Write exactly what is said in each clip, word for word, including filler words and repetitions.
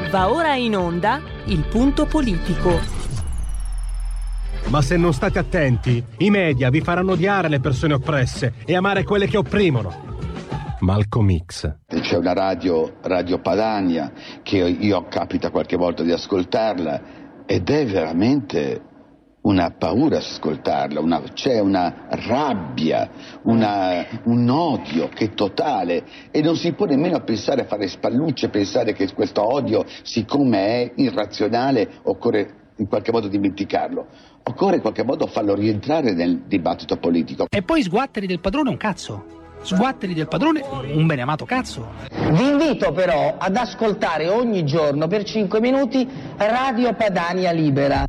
Va ora in onda Il Punto Politico. Ma se non state attenti, i media vi faranno odiare le persone oppresse e amare quelle che opprimono. Malcolm X. C'è una radio, Radio Padania, che io capita qualche volta di ascoltarla ed è veramente una paura ascoltarla, una, c'è una rabbia, una, un odio che è totale e non si può nemmeno pensare a fare spallucce, pensare che questo odio, siccome è irrazionale, occorre in qualche modo dimenticarlo. Occorre in qualche modo farlo rientrare nel dibattito politico. E poi sguatteri del padrone un cazzo. Sguatteri del padrone un beneamato cazzo. Vi invito però ad ascoltare ogni giorno per cinque minuti Radio Padania Libera.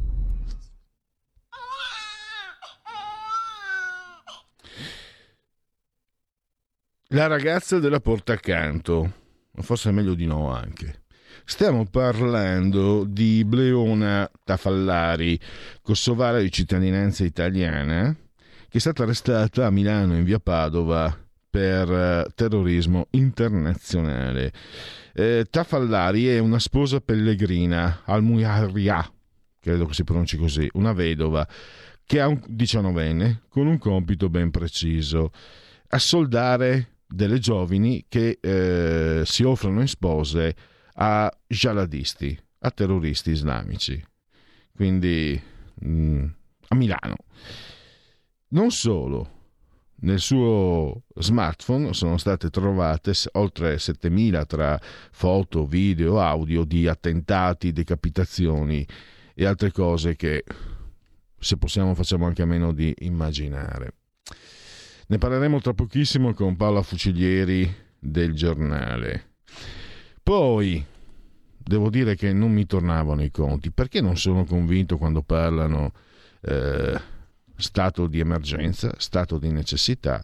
La ragazza della porta accanto, forse è meglio di no anche. Stiamo parlando di Bleona Tafallari, kosovara di cittadinanza italiana, che è stata arrestata a Milano in via Padova per terrorismo internazionale. Eh, Tafallari è una sposa pellegrina, al-Muharria, credo che si pronunci così, una vedova, che ha un diciannovenne con un compito ben preciso: assoldare delle giovani che eh, si offrono in spose a jihadisti, a terroristi islamici, quindi mh, a Milano. Non solo, nel suo smartphone sono state trovate oltre settemila tra foto, video, audio di attentati, decapitazioni e altre cose che, se possiamo, facciamo anche a meno di immaginare. Ne parleremo tra pochissimo con Paola Fucilieri del Giornale. Poi devo dire che non mi tornavano i conti, perché non sono convinto quando parlano eh, stato di emergenza, stato di necessità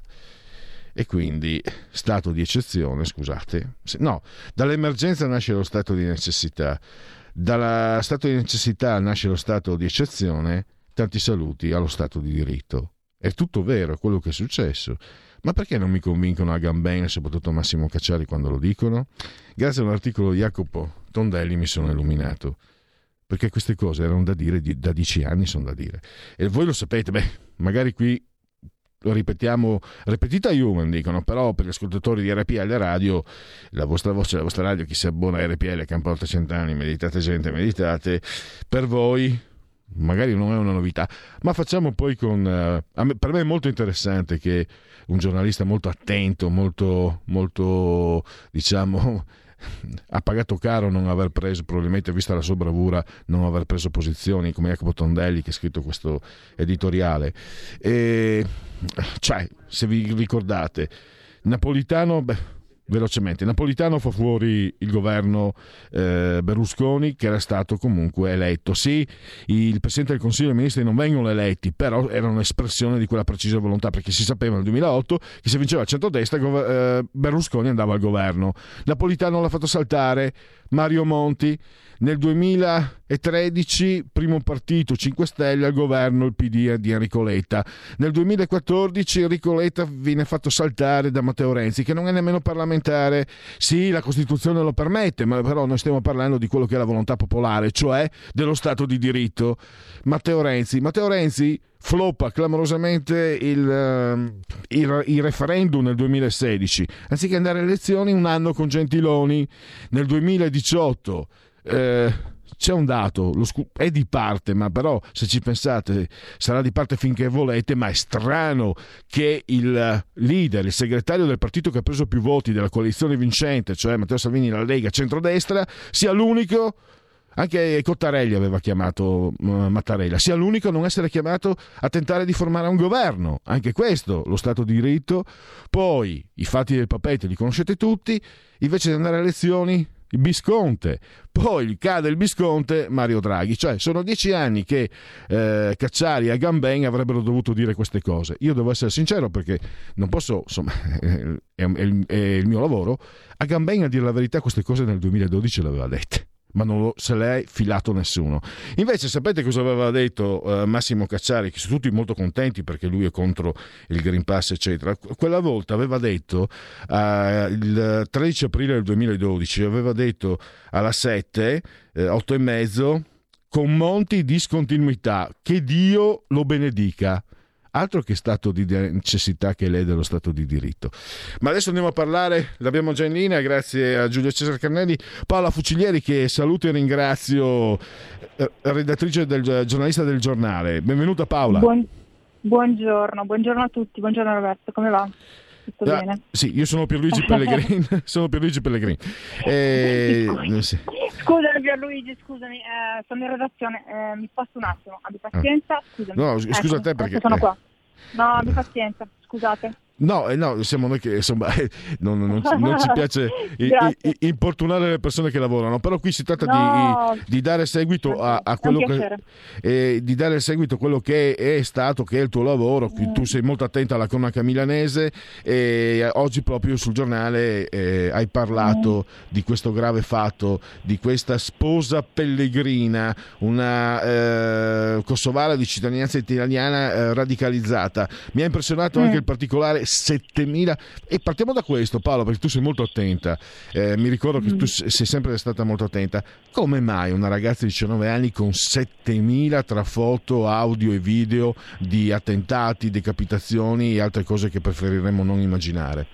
e quindi stato di eccezione, scusate. No, dall'emergenza nasce lo stato di necessità, dallo stato di necessità nasce lo stato di eccezione. Tanti saluti allo stato di diritto. È tutto vero quello che è successo, ma perché non mi convincono Agamben e soprattutto Massimo Cacciari quando lo dicono? Grazie a un articolo di Jacopo Tondelli mi sono illuminato, perché queste cose erano da dire, da dieci anni sono da dire. E voi lo sapete, beh, magari qui lo ripetiamo, ripetita human dicono, però per gli ascoltatori di R P L Radio, la vostra voce, la vostra radio, chi si abbona a R P L che importa cent'anni, meditate gente, meditate, per voi magari non è una novità, ma facciamo poi con uh, a me, per me è molto interessante che un giornalista molto attento, molto molto diciamo ha pagato caro non aver preso, probabilmente vista la sua bravura, non aver preso posizioni, come Jacopo Tondelli che ha scritto questo editoriale. E cioè, se vi ricordate, Napolitano, beh, velocemente, Napolitano fa fuori il governo eh, Berlusconi, che era stato comunque eletto. Sì, il Presidente del Consiglio dei Ministri non vengono eletti, però era un'espressione di quella precisa volontà, perché si sapeva nel duemilaotto che se vinceva il centrodestra eh, Berlusconi andava al governo. Napolitano l'ha fatto saltare Mario Monti. Nel duemilatredici primo partito cinque Stelle al governo, il P D di Enrico Letta. Nel duemilaquattordici Enrico Letta viene fatto saltare da Matteo Renzi, che non è nemmeno parlamentare. Sì, la Costituzione lo permette, ma però noi stiamo parlando di quello che è la volontà popolare, cioè dello Stato di diritto. Matteo Renzi Matteo Renzi floppa clamorosamente il, il, il referendum nel duemilasedici, anziché andare alle elezioni un anno con Gentiloni. Nel duemiladiciotto eh, c'è un dato, lo scu- è di parte, ma però se ci pensate sarà di parte finché volete, ma è strano che il leader, il segretario del partito che ha preso più voti della coalizione vincente, cioè Matteo Salvini, la Lega, centrodestra, sia l'unico. Anche Cottarelli aveva chiamato uh, Mattarella, sia l'unico a non essere chiamato a tentare di formare un governo. Anche questo, lo Stato di diritto. Poi i fatti del Papete li conoscete tutti, invece di andare alle elezioni il Visconte, poi cade il Visconte Mario Draghi. Cioè sono dieci anni che eh, Cacciari e Agamben avrebbero dovuto dire queste cose. Io devo essere sincero, perché non posso, insomma, è, è, è il mio lavoro. Agamben, a dire la verità, queste cose nel duemiladodici le aveva dette, ma non lo, se l'è filato nessuno. Invece sapete cosa aveva detto uh, Massimo Cacciari, che sono tutti molto contenti perché lui è contro il Green Pass eccetera. Quella volta aveva detto uh, il tredici aprile del duemiladodici, aveva detto alla sette, eh, otto e mezzo, con Monti discontinuità, che Dio lo benedica. Altro che stato di necessità che lede lo stato di diritto. Ma adesso andiamo a parlare, l'abbiamo già in linea grazie a Giulio Cesare Carnelli, Paola Fucilieri, che saluto e ringrazio, eh, redattrice del giornalista del giornale. Benvenuta Paola. Buon, buongiorno, buongiorno a tutti, buongiorno Roberto, come va? Tutto ah, bene? Sì, io sono Pierluigi Pellegrini, sono Pierluigi Pellegrini. Eh, sì. Scusami Pierluigi, scusami, eh, sono in redazione, eh, mi sposto un attimo, abbi pazienza, scusami. No, scusa ecco, te perché... sono qua. No, abbi pazienza, scusate. No, eh, no, siamo noi che insomma eh, non, non, non ci piace i, i, importunare le persone che lavorano, però qui si tratta no. di, di dare seguito a, a quello che eh, di dare seguito a quello che è stato, che è il tuo lavoro. Mm. Tu sei molto attenta alla cronaca milanese e oggi proprio sul giornale eh, hai parlato mm. di questo grave fatto, di questa sposa pellegrina, una eh, kosovara di cittadinanza italiana eh, radicalizzata. Mi ha impressionato mm. anche il particolare settemila, e partiamo da questo Paolo perché tu sei molto attenta, eh, mi ricordo che tu sei sempre stata molto attenta. Come mai una ragazza di diciannove anni con settemila tra foto, audio e video di attentati, decapitazioni e altre cose che preferiremmo non immaginare?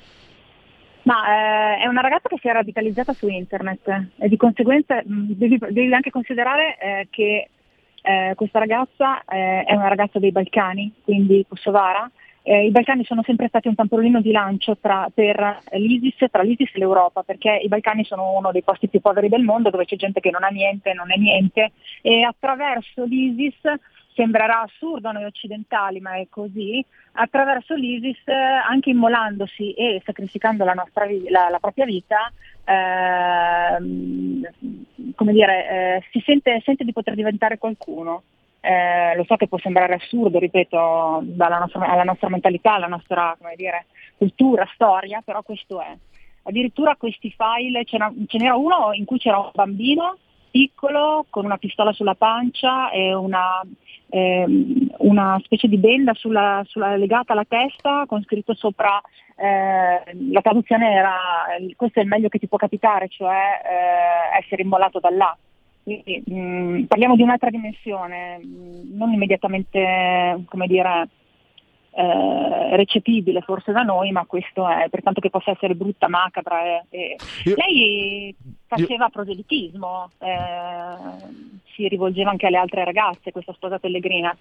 Ma eh, è una ragazza che si è radicalizzata su internet e di conseguenza devi, devi anche considerare eh, che eh, questa ragazza eh, è una ragazza dei Balcani, quindi kosovara. Eh, I Balcani sono sempre stati un trampolino di lancio tra, per l'ISIS, tra l'ISIS e l'Europa, perché i Balcani sono uno dei posti più poveri del mondo, dove c'è gente che non ha niente, non è niente, e attraverso l'ISIS, sembrerà assurdo a noi occidentali, ma è così, attraverso l'ISIS, anche immolandosi e sacrificando la, nostra, la, la propria vita, eh, come dire, eh, si sente, sente di poter diventare qualcuno. Eh, lo so che può sembrare assurdo, ripeto, dalla nostra, alla nostra mentalità, alla nostra, come dire, cultura, storia, però questo è. Addirittura questi file, ce n'era uno in cui c'era un bambino piccolo con una pistola sulla pancia e una, ehm, una specie di benda sulla, sulla, legata alla testa con scritto sopra, eh, la traduzione era questo è il meglio che ti può capitare, cioè eh, essere immolato da là. Quindi mh, parliamo di un'altra dimensione, mh, non immediatamente, come dire, eh, recepibile forse da noi, ma questo è, per quanto che possa essere brutta, macabra. E, e... Io, lei faceva io... proselitismo, eh, si rivolgeva anche alle altre ragazze, questa sposa pellegrina,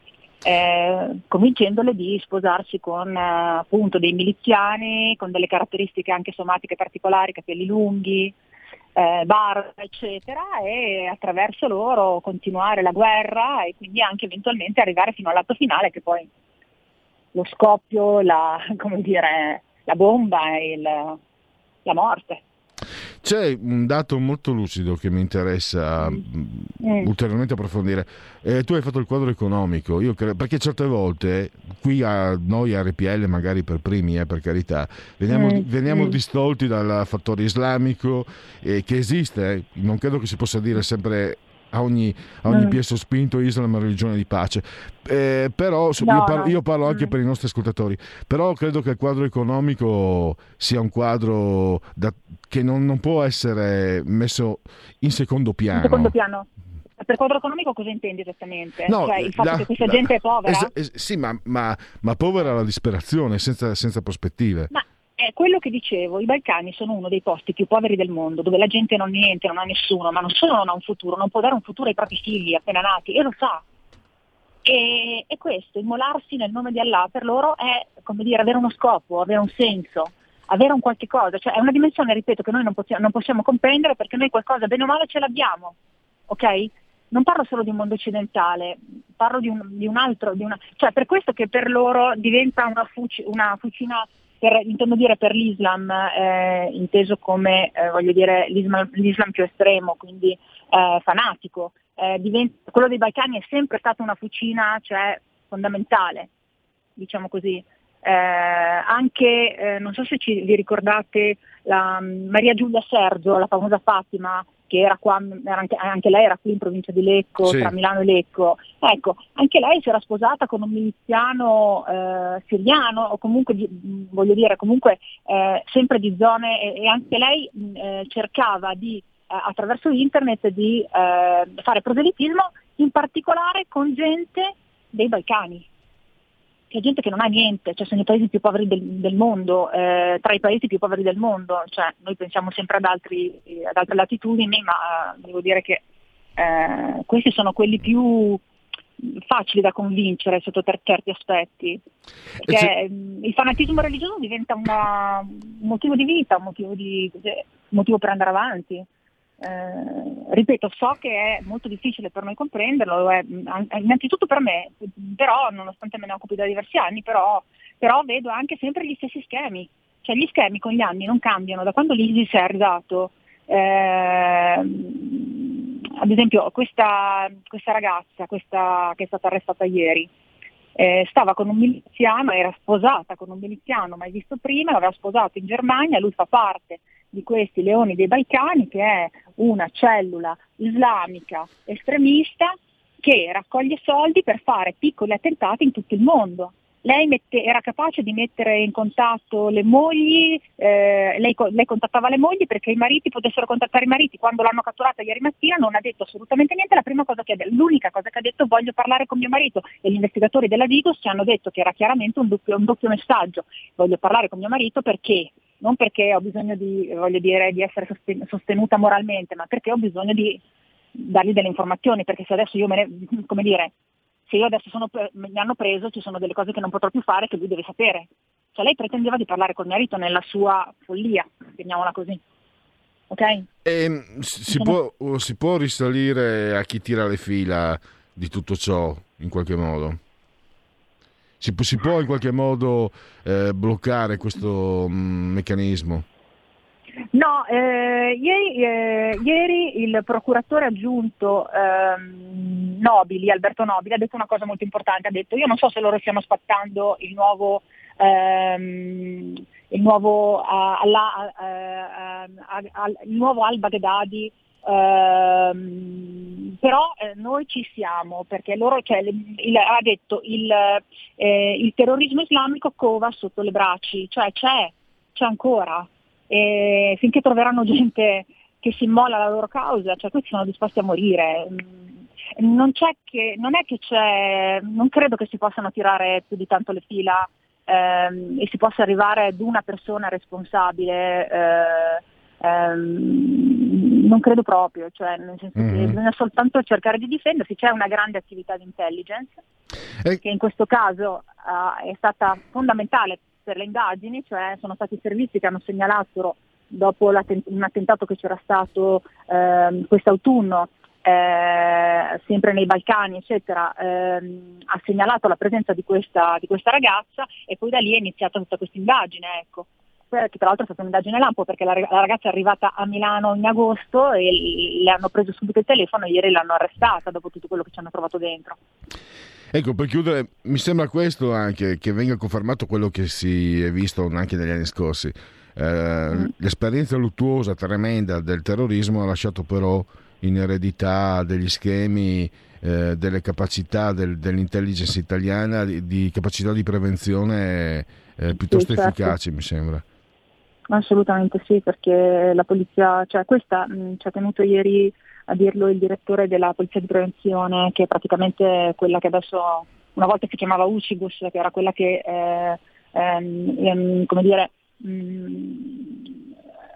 eh, convincendole di sposarsi con eh, appunto dei miliziani, con delle caratteristiche anche somatiche particolari, capelli lunghi, Eh, barba eccetera, e attraverso loro continuare la guerra e quindi anche eventualmente arrivare fino all'atto finale, che poi lo scoppio, la, come dire, la bomba e il, la morte. C'è un dato molto lucido che mi interessa mm. ulteriormente approfondire. Eh, tu hai fatto il quadro economico, io credo, perché certe volte qui a noi a R P L, magari per primi, eh, per carità, veniamo, mm. veniamo mm. distolti dal fattore islamico eh, che esiste, eh. Non credo che si possa dire sempre a ogni, a ogni mm. piè sospinto Islam è una religione di pace, eh, però no, io, parlo, no. io parlo anche mm. per i nostri ascoltatori, però credo che il quadro economico sia un quadro da, che non, non può essere messo in secondo piano. In secondo piano. Per quadro economico cosa intendi esattamente? No, cioè il fatto la, che questa la, gente è povera? Es, es, sì, ma, ma, ma povera la disperazione, senza, senza prospettive. Ma è quello che dicevo, i Balcani sono uno dei posti più poveri del mondo, dove la gente non ha niente, non ha nessuno, ma non solo non ha un futuro, non può dare un futuro ai propri figli appena nati, e lo sa. E, e questo, immolarsi nel nome di Allah, per loro è, come dire, avere uno scopo, avere un senso, avere un qualche cosa, cioè è una dimensione, ripeto, che noi non possiamo, non possiamo comprendere, perché noi qualcosa, bene o male, ce l'abbiamo, ok? Non parlo solo di un mondo occidentale, parlo di un, di un altro, di una, cioè per questo che per loro diventa una, fuci, una fucina, per, intendo dire per l'Islam, eh, inteso come, eh, voglio dire, l'Islam, l'Islam più estremo, quindi eh, fanatico, eh, diventa, quello dei Balcani è sempre stata una fucina, cioè fondamentale, diciamo così. Eh, anche, eh, non so se ci, vi ricordate la um, Maria Giulia Sergio, la famosa Fatima, che era qua, era anche, anche lei era qui in provincia di Lecco, sì. tra Milano e Lecco, ecco, anche lei si era sposata con un miliziano eh, siriano, o comunque, di, voglio dire, comunque eh, sempre di zone, e, e anche lei eh, cercava di, eh, attraverso internet, di eh, fare proselitismo, in particolare con gente dei Balcani. C'è gente che non ha niente, cioè sono i paesi più poveri del, del mondo, eh, tra i paesi più poveri del mondo, cioè noi pensiamo sempre ad, altri, ad altre latitudini, ma eh, devo dire che eh, questi sono quelli più facili da convincere sotto ter- certi aspetti, perché mh, il fanatismo religioso diventa una, un motivo di vita, un motivo, di, un motivo per andare avanti. Eh, ripeto, so che è molto difficile per noi comprenderlo, è, innanzitutto per me, però nonostante me ne occupi da diversi anni, però, però vedo anche sempre gli stessi schemi, cioè gli schemi con gli anni non cambiano, da quando l'ISIS è arrivato. Eh, ad esempio questa, questa ragazza questa, che è stata arrestata ieri, eh, stava con un miliziano, era sposata con un miliziano mai visto prima, l'aveva sposato in Germania, lui fa parte di questi Leoni dei Balcani, che è una cellula islamica estremista che raccoglie soldi per fare piccoli attentati in tutto il mondo. Lei mette, era capace di mettere in contatto le mogli, eh, lei, lei contattava le mogli perché i mariti potessero contattare i mariti. Quando l'hanno catturata ieri mattina non ha detto assolutamente niente, la prima cosa che ha detto, l'unica cosa che ha detto: voglio parlare con mio marito, e gli investigatori della Digos ci hanno detto che era chiaramente un doppio, un doppio messaggio: voglio parlare con mio marito perché? Non perché ho bisogno di, voglio dire, di essere sostenuta moralmente, ma perché ho bisogno di dargli delle informazioni, perché se adesso io me ne, come dire, se io adesso sono, mi hanno preso, ci sono delle cose che non potrò più fare, che lui deve sapere. Cioè lei pretendeva di parlare col marito nella sua follia, chiamiamola così. Ok? E si, sono... può, si può risalire a chi tira le fila di tutto ciò, in qualche modo? Si, si può in qualche modo eh, bloccare questo mh, meccanismo? No, eh, ieri, eh, ieri il procuratore aggiunto ehm, Nobili, Alberto Nobili, ha detto una cosa molto importante, ha detto: io non so se loro stiano aspettando il nuovo, ehm, il nuovo, uh, alla, uh, uh, uh, il nuovo al-Baghdadi, ehm, però eh, noi ci siamo, perché loro, cioè, il, ha detto il, eh, il terrorismo islamico cova sotto le braccia, cioè c'è, c'è ancora. E finché troveranno gente che si immola alla loro causa, cioè questi sono disposti a morire. Non c'è che, non è che c'è, non credo che si possano tirare più di tanto le fila ehm, e si possa arrivare ad una persona responsabile. Eh, ehm, non credo proprio, cioè nel senso mm-hmm. che bisogna soltanto cercare di difendersi. C'è una grande attività di intelligence e... che in questo caso uh, è stata fondamentale per le indagini, cioè sono stati i servizi che hanno segnalato dopo un attentato che c'era stato eh, quest'autunno, eh, sempre nei Balcani, eccetera, ehm, ha segnalato la presenza di questa, di questa ragazza, e poi da lì è iniziata tutta questa indagine, ecco. Che tra l'altro è stata un'indagine lampo, perché la, la ragazza è arrivata a Milano in agosto e le hanno preso subito il telefono e ieri l'hanno arrestata dopo tutto quello che ci hanno trovato dentro. Ecco, per chiudere, mi sembra questo anche, che venga confermato quello che si è visto anche negli anni scorsi. Eh, mm. L'esperienza luttuosa, tremenda del terrorismo ha lasciato però in eredità degli schemi, eh, delle capacità del, dell'intelligence italiana, di, di capacità di prevenzione eh, piuttosto sì, certo. efficaci, mi sembra. Assolutamente sì, perché la polizia, cioè questa mh, ci ha tenuto ieri a dirlo il direttore della polizia di prevenzione, che è praticamente quella che adesso, una volta si chiamava Ucigus, che era quella che eh, ehm, come dire mh,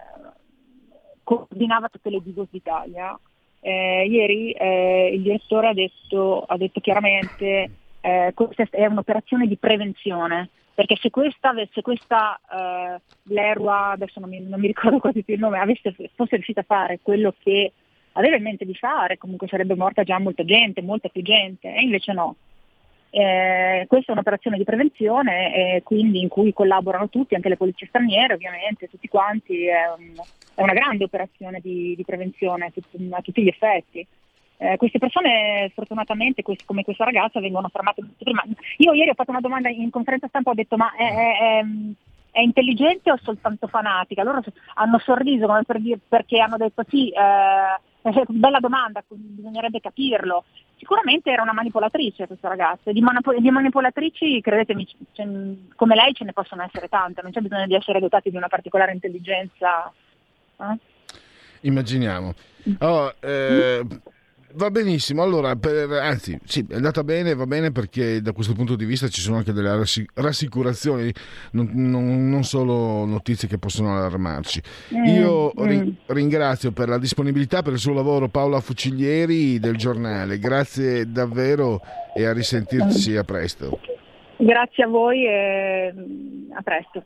coordinava tutte le Digos d'Italia. Eh, ieri eh, il direttore ha detto, ha detto chiaramente eh, questa è un'operazione di prevenzione, perché se questa, se questa eh, l'Erua, adesso non mi, non mi ricordo quasi più il nome, avesse, fosse riuscita a fare quello che aveva in mente di fare, comunque sarebbe morta già molta gente, molta più gente, e invece no. Eh, questa è un'operazione di prevenzione, eh, quindi in cui collaborano tutti, anche le polizie straniere ovviamente, tutti quanti, è, un, è una grande operazione di, di prevenzione a tutti, a tutti gli effetti. Eh, queste persone sfortunatamente, quest- come questa ragazza, vengono fermate prima. Io ieri ho fatto una domanda in conferenza stampa, ho detto ma è, è, è intelligente o soltanto fanatica? Loro hanno sorriso come per dire, perché hanno detto sì, eh, bella domanda, bisognerebbe capirlo. Sicuramente era una manipolatrice questa ragazza, di, manip- di manipolatrici credetemi ce- come lei ce ne possono essere tante, non c'è bisogno di essere dotati di una particolare intelligenza. Eh? Immaginiamo. Oh, eh, va benissimo, allora, per, anzi, sì, è andata bene, va bene perché da questo punto di vista ci sono anche delle rassicurazioni, non, non, non solo notizie che possono allarmarci. Io ri- ringrazio per la disponibilità, per il suo lavoro Paola Fucilieri del Giornale, grazie davvero e a risentirci a presto. Grazie a voi e a presto.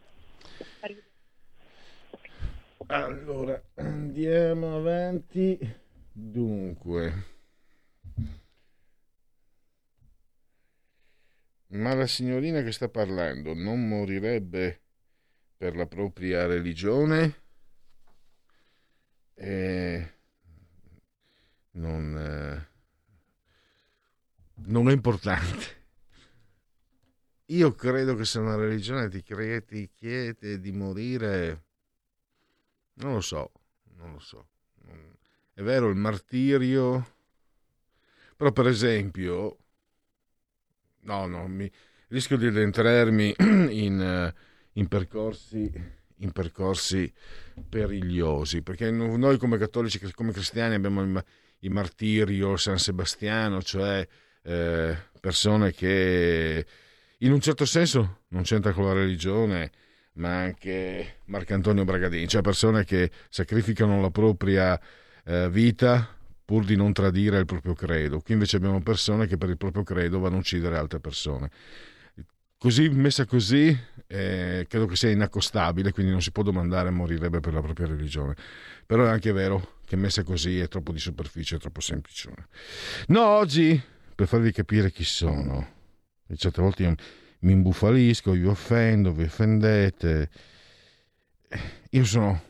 Allora, andiamo avanti. Dunque, ma la signorina che sta parlando non morirebbe per la propria religione? Eh, non, eh, non è importante. Io credo che se una religione ti, crea, ti chiede di morire, non lo so, non lo so. È vero il martirio, però per esempio, no, no, mi, rischio di addentrarmi in, in percorsi, in percorsi perigliosi, perché noi come cattolici, come cristiani abbiamo il, il martirio San Sebastiano, cioè eh, persone che in un certo senso non c'entra con la religione, ma anche Marcantonio Bragadini, cioè persone che sacrificano la propria eh, vita pur di non tradire il proprio credo. Qui invece abbiamo persone che per il proprio credo vanno a uccidere altre persone. Così, messa così, eh, credo che sia inaccostabile, quindi non si può domandare morirebbe per la propria religione. Però è anche vero che messa così è troppo di superficie, è troppo semplice. No, oggi, per farvi capire chi sono, e certe volte io mi imbufalisco, vi offendo, vi offendete. Io sono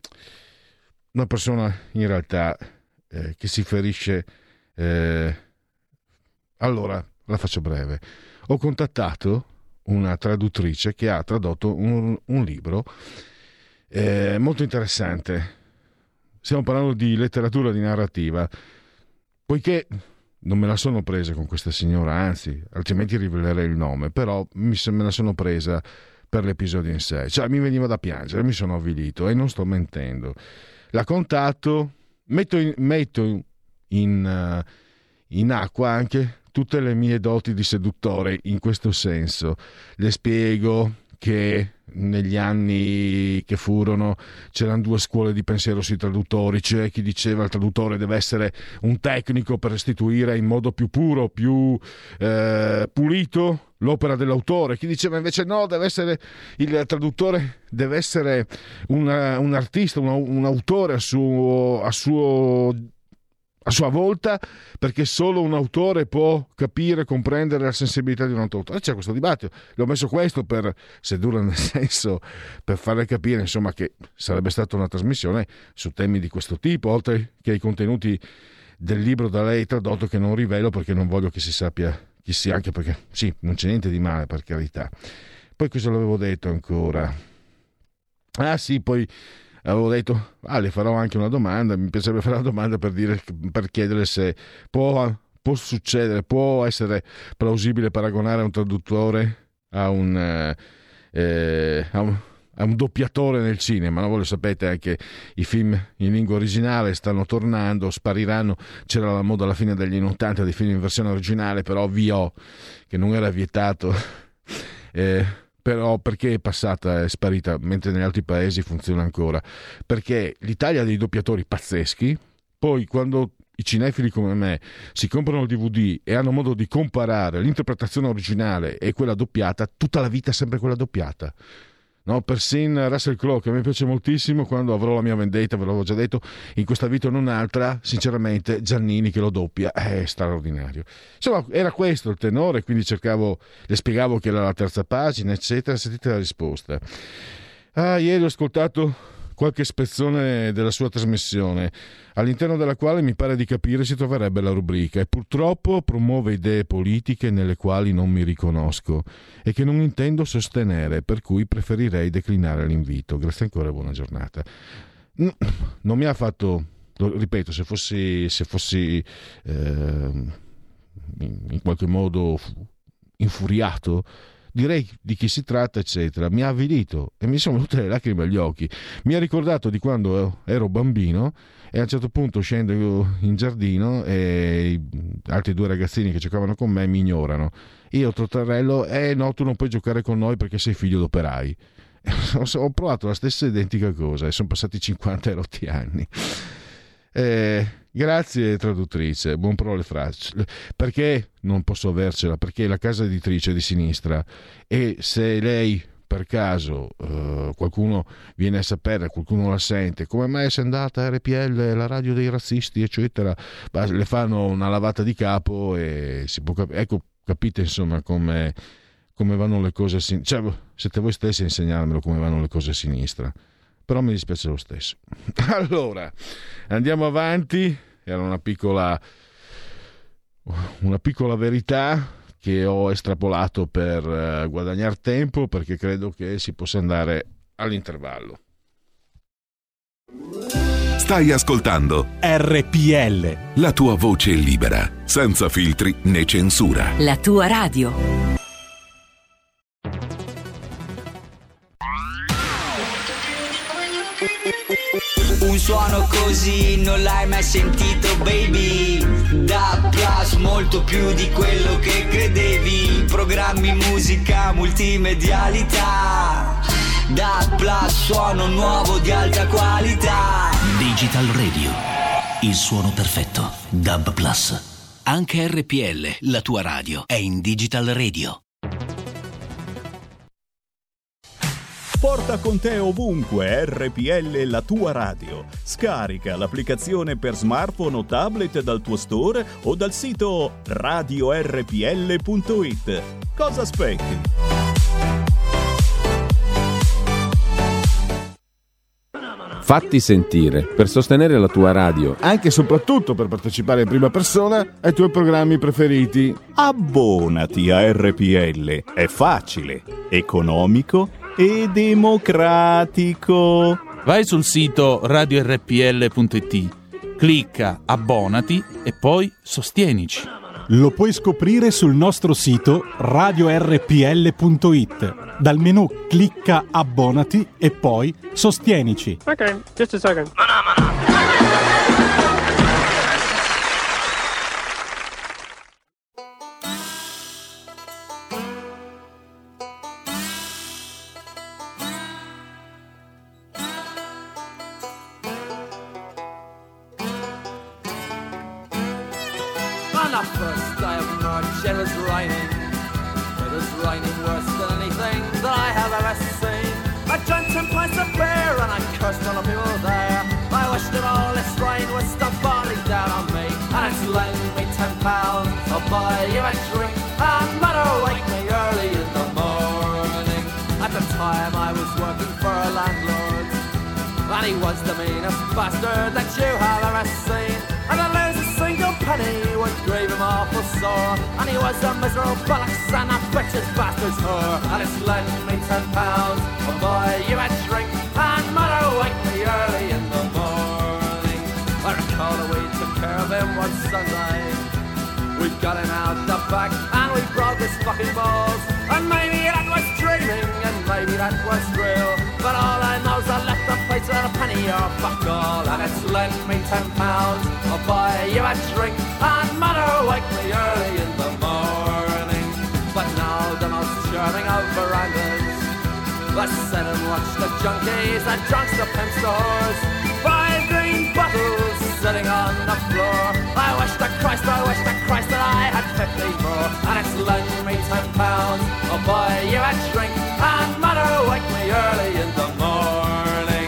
una persona in realtà eh, che si ferisce. Eh, allora, la faccio breve. Ho contattato una traduttrice che ha tradotto un, un libro eh, molto interessante. Stiamo parlando di letteratura di narrativa, poiché non me la sono presa con questa signora, anzi, altrimenti rivelerei il nome, però mi, me la sono presa per l'episodio in sé. Cioè, mi veniva da piangere, mi sono avvilito e non sto mentendo. La contatto, metto in, metto in, uh, in acqua anche tutte le mie doti di seduttore in questo senso. Le spiego che negli anni che furono c'erano due scuole di pensiero sui traduttori, c'è chi diceva il traduttore deve essere un tecnico per restituire in modo più puro, più eh, pulito l'opera dell'autore, chi diceva invece no, deve essere il traduttore deve essere una, un artista, un, un autore a suo, a suo a sua volta, perché solo un autore può capire, comprendere la sensibilità di un autore. C'è questo dibattito, l'ho messo questo per sedurre, nel senso, per farle capire insomma che sarebbe stata una trasmissione su temi di questo tipo, oltre che ai contenuti del libro da lei tradotto, che non rivelo perché non voglio che si sappia chi sia, anche perché sì, non c'è niente di male, per carità. Poi cosa l'avevo detto ancora? Ah sì, poi avevo detto, ah, le farò anche una domanda, mi piacerebbe fare una domanda per, dire, per chiedere se può, può succedere, può essere plausibile paragonare un traduttore a un, eh, a un, a un doppiatore nel cinema, no? Voi lo sapete, anche i film in lingua originale stanno tornando, spariranno, c'era la moda alla fine degli anni ottanta dei film in versione originale, però V O, che non era vietato, eh, però perché è passata, è sparita, mentre negli altri paesi funziona ancora? Perché l'Italia ha dei doppiatori pazzeschi, poi quando i cinefili come me si comprano il D V D e hanno modo di comparare l'interpretazione originale e quella doppiata, tutta la vita è sempre quella doppiata. No, persino Russell Crowe, che a me piace moltissimo, quando avrò la mia vendetta, ve l'avevo già detto, in questa vita o non un'altra, sinceramente Giannini che lo doppia è straordinario. Insomma, era questo il tenore, quindi cercavo, le spiegavo che era la terza pagina, eccetera. Sentite la risposta. Ah, ieri ho ascoltato qualche spezzone della sua trasmissione, all'interno della quale mi pare di capire si troverebbe la rubrica e purtroppo promuove idee politiche nelle quali non mi riconosco e che non intendo sostenere, per cui preferirei declinare l'invito. Grazie ancora e buona giornata. Non mi ha fatto, lo ripeto, se fossi, se fossi eh, in qualche modo infuriato, direi di chi si tratta, eccetera. Mi ha avvilito e mi sono venute le lacrime agli occhi. Mi ha ricordato di quando ero bambino e a un certo punto scendo in giardino e altri due ragazzini che giocavano con me mi ignorano. Io trottarello, eh no, tu non puoi giocare con noi perché sei figlio d'operai. Ho provato la stessa identica cosa e sono passati cinquanta e rotti anni. Eh, grazie traduttrice, buon pro le frasi. Perché non posso avercela? Perché la casa editrice è di sinistra e se lei per caso eh, qualcuno viene a sapere, qualcuno la sente, come mai sei andata a R P L, la radio dei razzisti eccetera, le fanno una lavata di capo e si può cap- ecco, capite insomma come, come vanno le cose a sinistra, cioè, siete voi stessi a insegnarmelo come vanno le cose a sinistra. Però mi dispiace lo stesso. Allora, andiamo avanti. Era una piccola una piccola verità che ho estrapolato per uh, guadagnare tempo, perché credo che si possa andare all'intervallo. Stai ascoltando R P L, la tua voce libera, senza filtri né censura. La tua radio. Un suono così non l'hai mai sentito, baby. Da Plus, molto più di quello che credevi. Programmi, musica, multimedialità. Da Plus, suono nuovo di alta qualità. Digital Radio, il suono perfetto. D A B Plus. Anche R P L, la tua radio, è in Digital Radio. Porta con te ovunque R P L, la tua radio. Scarica l'applicazione per smartphone o tablet dal tuo store o dal sito radio R P L punto it. Cosa aspetti? Fatti sentire per sostenere la tua radio, anche e soprattutto per partecipare in prima persona ai tuoi programmi preferiti. Abbonati a R P L, è facile, economico e democratico. Vai sul sito radio R P L punto it, clicca abbonati e poi sostienici. Lo puoi scoprire sul nostro sito radio R P L punto it. Dal menu clicca abbonati e poi sostienici. Ok, just a second. On the first day of March it was raining. It was raining worse than anything that I have ever seen. I drank ten pints of beer and I cursed all the people there. I wished that all this rain would stop falling down on me. And it's lent me ten pounds, I'll buy you a drink. And mother wake me early in the morning. At the time I was working for a landlord, and he was the meanest bastard that you have ever seen. And to lose a single penny would grieve him awful sore. And he was a miserable bollocks and a bitch's bastard's whore. And it's lent me ten pounds, I'll buy you a drink. And mother wake me early in the morning. I recall that we took care of him one Sunday. We got him out the back and we brought his fucking balls. And maybe that was dreaming and maybe that was real, but all I know is I left the place without a penny or fuck all. And it's lent me ten pounds, I'll buy you a drink. And mother wake me early in the morning. But now the most charming of verandas, let's sit and watch the junkies, the drunks, the pimps, the whores. Five green bottles sitting on the floor. I wish to Christ, I wish to Christ that I had fifty more. And it's lent me ten pounds, I'll buy you a drink. And mother wake me early in the morning.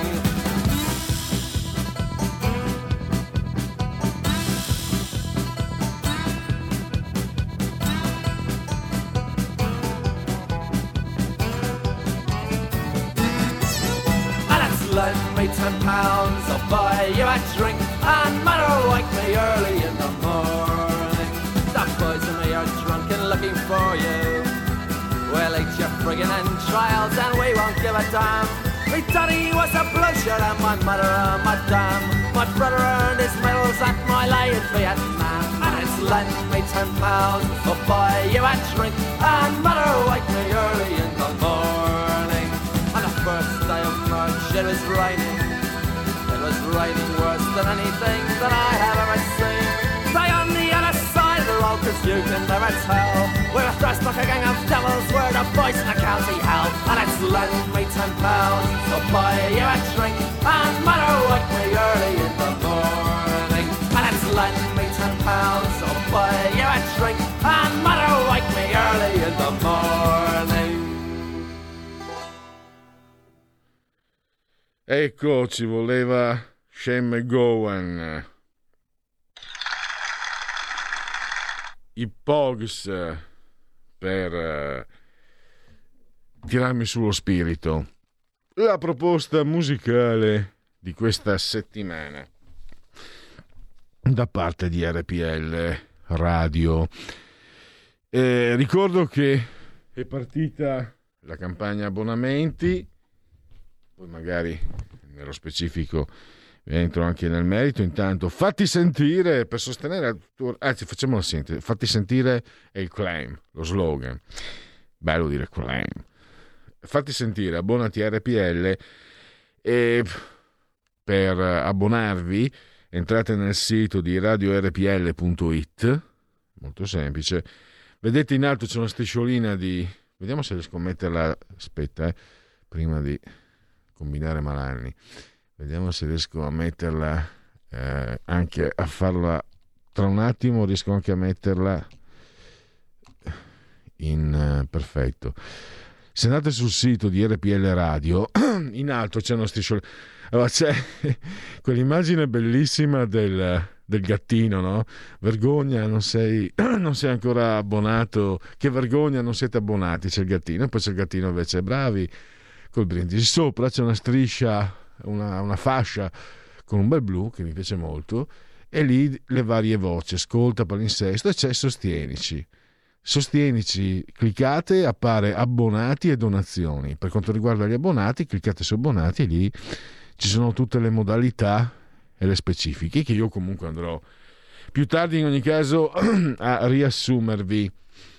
And it's lent me ten pounds, I'll buy you a drink, and mother wake me early in the morning. The boys and me are drunk and looking for you. We'll eat your friggin' entrails and we won't give a damn. Me daddy was a bloodshed and my mother a madame. My brother earned his medals at my late Vietnam. And it's lend me ten pounds, I'll buy you a drink, and mother wake me early in the morning. On the first day of March it was raining. It was raining worse than anything that I have ever seen. Stay on the other side of the road, cause you can never tell. We're dressed like a gang of devils, we're the boys in the county hell. And it's lend me ten pounds, I'll buy you a drink, and mother wake me early in the morning. And it's lend me ten pounds, I'll buy you a drink, and mother wake me early in the morning. Ecco, ci voleva Shane McGowan. I Pogues per uh, tirarmi sullo spirito. La proposta musicale di questa settimana da parte di R P L Radio. Eh, ricordo che è partita la campagna abbonamenti, poi magari nello specifico entro anche nel merito. Intanto fatti sentire per sostenere, anzi facciamolo sentire, fatti sentire è il claim, lo slogan, bello dire claim. Fatti sentire, abbonati a R P L e per abbonarvi entrate nel sito di radio r p l punto i t, molto semplice, vedete in alto c'è una strisciolina di, vediamo se riesco a metterla, aspetta eh, prima di combinare malanni. Vediamo se riesco a metterla, eh, anche a farla tra un attimo, riesco anche a metterla in uh, perfetto. Se andate sul sito di R P L Radio, in alto c'è uno striscione, allora c'è quell'immagine bellissima del, del gattino, no? Vergogna, non sei, non sei ancora abbonato, che vergogna, non siete abbonati, c'è il gattino, e poi c'è il gattino invece, bravi, col brindisi sopra, c'è una striscia, Una, una fascia con un bel blu che mi piace molto, e lì le varie voci, ascolta, palinsesto, e c'è sostienici sostienici, cliccate, appare abbonati e donazioni. Per quanto riguarda gli abbonati, cliccate su abbonati e lì ci sono tutte le modalità e le specifiche che io comunque andrò più tardi in ogni caso a riassumervi.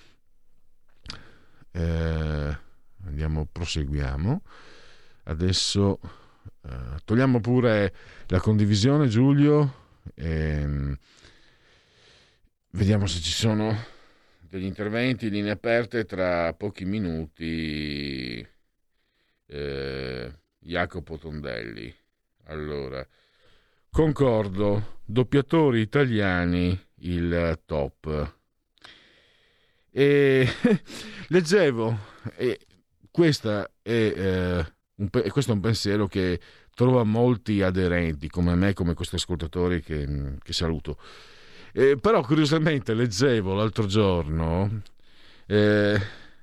eh, andiamo, proseguiamo adesso. Uh, togliamo pure la condivisione, Giulio, e vediamo se ci sono degli interventi, linee aperte tra pochi minuti. eh, Jacopo Tondelli. Allora, concordo, doppiatori italiani il top. E leggevo, e questa è eh, Un, questo è un pensiero che trova molti aderenti come me, come questi ascoltatori che, che saluto. Eh, però curiosamente leggevo l'altro giorno eh,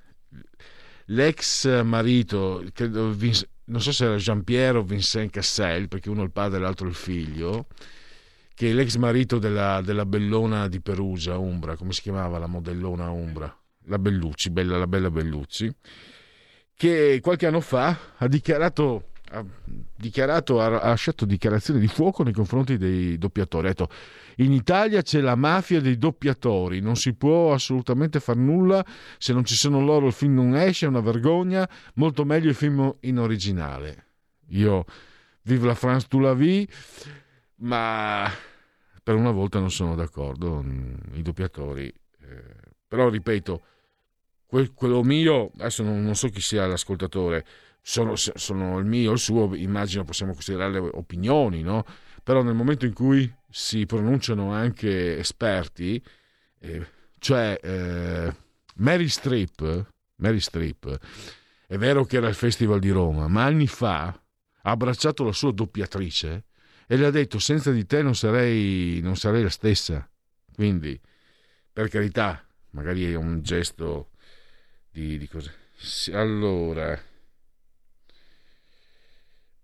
l'ex marito, credo, Vince, non so se era Jean-Pierre o Vincent Cassel, perché uno è il padre e l'altro il figlio, che è l'ex marito della, della bellona di Perugia, Umbra, come si chiamava la modellona Umbra? La Bellucci, bella, la bella Bellucci, che qualche anno fa ha dichiarato, ha dichiarato, ha lasciato dichiarazioni di fuoco nei confronti dei doppiatori. Ha detto: in Italia c'è la mafia dei doppiatori, non si può assolutamente far nulla, se non ci sono loro il film non esce, è una vergogna, molto meglio il film in originale. Io vive la France tu la vie, ma per una volta non sono d'accordo, i doppiatori, eh, però ripeto, quello mio, adesso non, non so chi sia l'ascoltatore, sono, sono il mio, il suo, immagino possiamo considerarle opinioni, no? Però nel momento in cui si pronunciano anche esperti, eh, cioè eh, Mary Streep, Mary Streep, è vero che era il Festival di Roma, ma anni fa ha abbracciato la sua doppiatrice e le ha detto: senza di te non sarei, non sarei la stessa. Quindi, per carità, magari è un gesto di, di cose. Allora,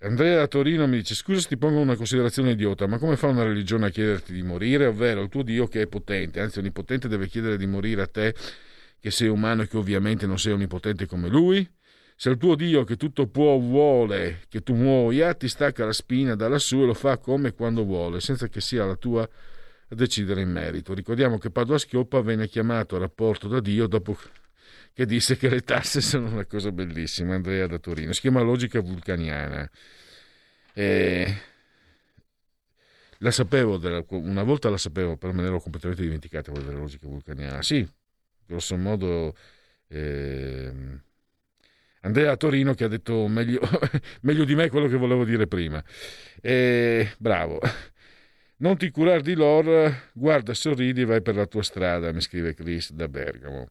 Andrea da Torino mi dice: scusa se ti pongo una considerazione idiota, ma come fa una religione a chiederti di morire? Ovvero il tuo Dio che è potente, anzi onnipotente, deve chiedere di morire a te che sei umano e che ovviamente non sei onnipotente come lui? Se il tuo Dio che tutto può vuole che tu muoia, ti stacca la spina da lassù e lo fa come e quando vuole, senza che sia la tua a decidere in merito. Ricordiamo che Padoa-Schioppa venne chiamato a rapporto da Dio dopo che disse che le tasse sono una cosa bellissima. Andrea da Torino, si chiama logica vulcaniana. E... la sapevo, della... una volta la sapevo, però me ne ero completamente dimenticata quella della logica vulcaniana. Sì, grosso modo eh... Andrea da Torino che ha detto meglio, meglio di me quello che volevo dire prima. E... bravo. Non ti curar di lor, guarda, sorridi e vai per la tua strada, mi scrive Chris da Bergamo.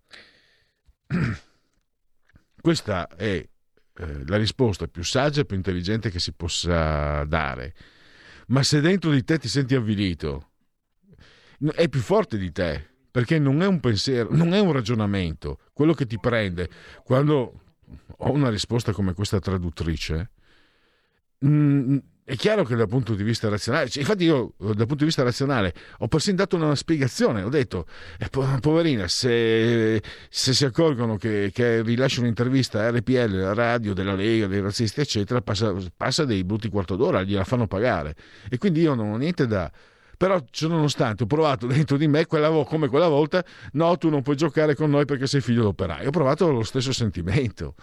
Questa è eh, la risposta più saggia e più intelligente che si possa dare. Ma se dentro di te ti senti avvilito, è più forte di te, perché non è un pensiero, non è un ragionamento. Quello che ti prende quando ho una risposta come questa traduttrice, mh, è chiaro che dal punto di vista razionale, cioè, infatti io dal punto di vista razionale ho persino dato una spiegazione, ho detto eh, poverina, se, se si accorgono che, che rilascia un'intervista a R P L, la radio della Lega, dei razzisti eccetera, passa, passa dei brutti quarto d'ora, gliela fanno pagare, e quindi io non ho niente da... Però ciononostante ho provato dentro di me quella, come quella volta, no, tu non puoi giocare con noi perché sei figlio d'operaio. Ho provato lo stesso sentimento.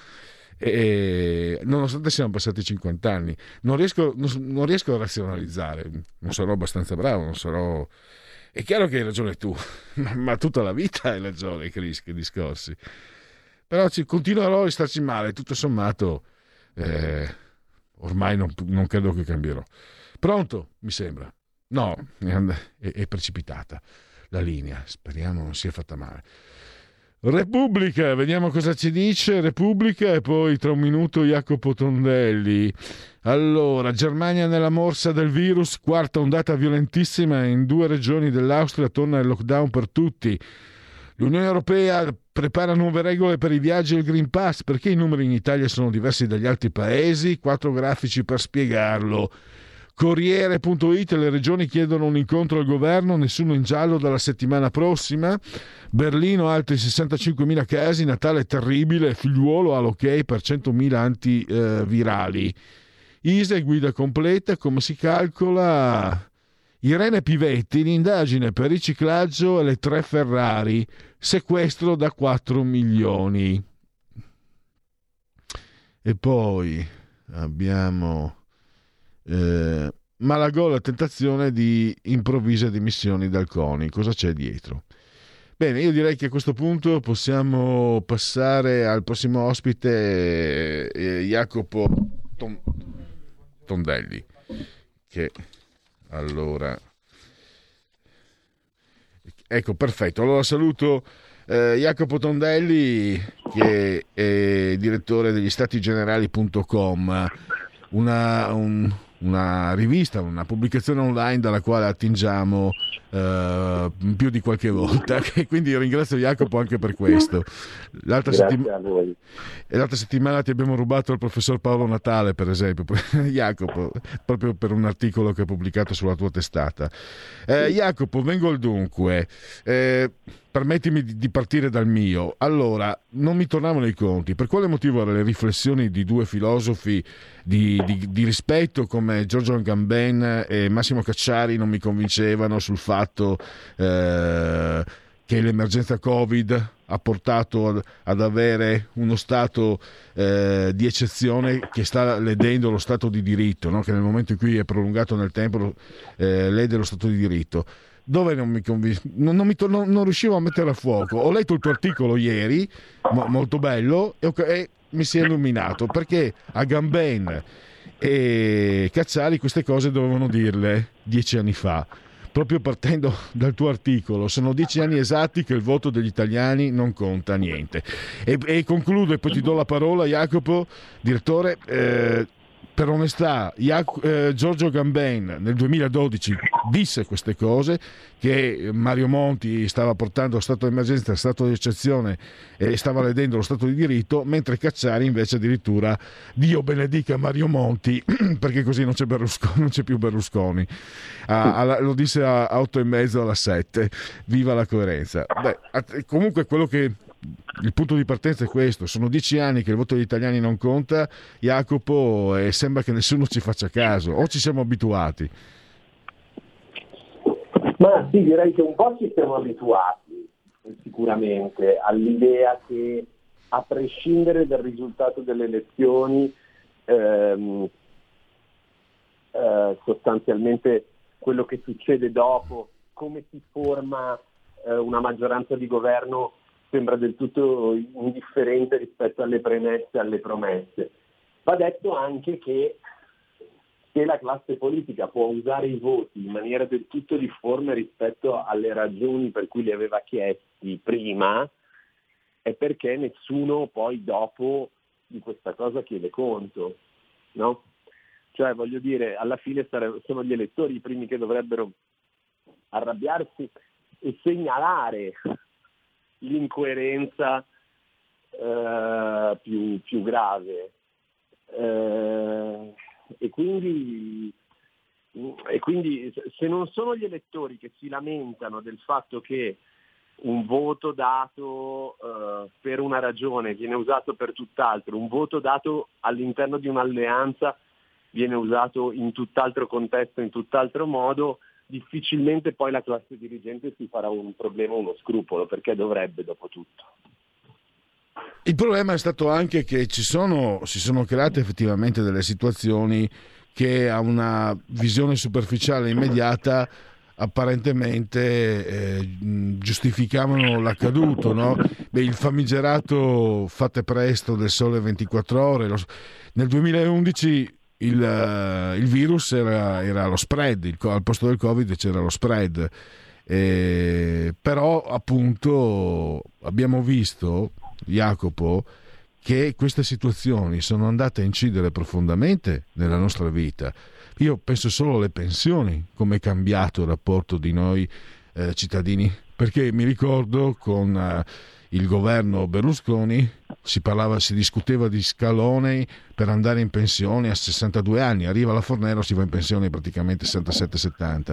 E nonostante siano passati cinquanta anni non riesco, non, non riesco a razionalizzare, non sarò abbastanza bravo, non sarò... È chiaro che hai ragione tu, ma, ma tutta la vita hai ragione, Chris, che discorsi. Però ci, continuerò a starci male, tutto sommato eh, ormai non, non credo che cambierò. Pronto? Mi sembra. No, è, è precipitata la linea, speriamo non sia fatta male. Repubblica, vediamo cosa ci dice Repubblica, e poi tra un minuto Jacopo Tondelli. Allora, Germania nella morsa del virus, quarta ondata violentissima in due regioni dell'Austria, torna il lockdown per tutti. L'Unione Europea prepara nuove regole per i viaggi e il Green Pass. Perché i numeri in Italia sono diversi dagli altri paesi? Quattro grafici per spiegarlo. Corriere punto it, le regioni chiedono un incontro al governo, nessuno in giallo dalla settimana prossima. Berlino altri sessantacinquemila casi, Natale terribile, figliuolo all'ok per centomila antivirali. I S E guida completa, come si calcola? Irene Pivetti, l'indagine per riciclaggio e le tre Ferrari, sequestro da quattro milioni. E poi abbiamo... Eh, Malagò, la tentazione di improvvise dimissioni dal CONI. Cosa c'è dietro? Bene, io direi che a questo punto possiamo passare al prossimo ospite, eh, Jacopo Tom- Tondelli, che allora ecco, perfetto, allora saluto eh, Jacopo Tondelli, che è direttore degli stati generali punto com, una, un, una rivista, una pubblicazione online dalla quale attingiamo uh, più di qualche volta, e quindi ringrazio Jacopo anche per questo. L'altra, settim- a voi. E l'altra settimana ti abbiamo rubato il professor Paolo Natale, per esempio, Jacopo, proprio per un articolo che ho pubblicato sulla tua testata. Eh, Jacopo, vengo al dunque. Eh, permettimi di partire dal mio. Allora, non mi tornavano i conti. Per quale motivo le riflessioni di due filosofi di, di, di rispetto come Giorgio Agamben e Massimo Cacciari non mi convincevano sul fatto eh, che l'emergenza Covid ha portato ad, ad avere uno stato eh, di eccezione che sta ledendo lo stato di diritto, no? Che nel momento in cui è prolungato nel tempo eh, lede lo stato di diritto. Dove non mi convince, non, non, mi to- non, non riuscivo a mettere a fuoco. Ho letto il tuo articolo ieri, mo- molto bello, e, e mi si è illuminato, perché Agamben e Cacciari queste cose dovevano dirle dieci anni fa, proprio partendo dal tuo articolo. Sono dieci anni esatti che il voto degli italiani non conta niente. E, e concludo, e poi ti do la parola, Jacopo, direttore. Eh, per onestà, Iac- eh, Giorgio Gamben nel duemiladodici disse queste cose, che Mario Monti stava portando lo stato di emergenza, lo stato di eccezione e stava ledendo lo stato di diritto, mentre Cacciari invece addirittura Dio benedica Mario Monti perché così non c'è, Berlusconi, non c'è più Berlusconi. Ah, alla, lo disse a, a otto e mezzo alla sette. Viva la coerenza. Beh, comunque quello che il punto di partenza è questo: sono dieci anni che il voto degli italiani non conta, Jacopo, e sembra che nessuno ci faccia caso, o ci siamo abituati. Ma sì, direi che un po' ci siamo abituati sicuramente all'idea che, a prescindere dal risultato delle elezioni, ehm, eh, sostanzialmente quello che succede dopo, come si forma eh, una maggioranza di governo, sembra del tutto indifferente rispetto alle premesse e alle promesse. Va detto anche che se la classe politica può usare i voti in maniera del tutto difforme rispetto alle ragioni per cui li aveva chiesti prima, è perché nessuno poi dopo di questa cosa chiede conto, no? Cioè, voglio dire, alla fine sare- sono gli elettori i primi che dovrebbero arrabbiarsi e segnalare l'incoerenza eh, più, più grave. Eh, e quindi e quindi se non sono gli elettori che si lamentano del fatto che un voto dato eh, per una ragione viene usato per tutt'altro, un voto dato all'interno di un'alleanza viene usato in tutt'altro contesto, in tutt'altro modo, difficilmente poi la classe dirigente si farà un problema, uno scrupolo, perché dovrebbe, dopo tutto. Il problema è stato anche che ci sono, si sono create effettivamente delle situazioni che a una visione superficiale e immediata apparentemente eh, giustificavano l'accaduto, no? Beh, il famigerato fate presto del Sole ventiquattro Ore. Lo, nel duemilaundici il, uh, il virus era, era lo spread, il, al posto del Covid c'era lo spread, eh, però appunto abbiamo visto, Jacopo, che queste situazioni sono andate a incidere profondamente nella nostra vita. Io penso solo alle pensioni, come è cambiato il rapporto di noi eh, cittadini, perché mi ricordo con eh, il governo Berlusconi si parlava, si discuteva di scaloni per andare in pensione a sessantadue anni, arriva la Fornero, si va in pensione praticamente sessantasette settanta.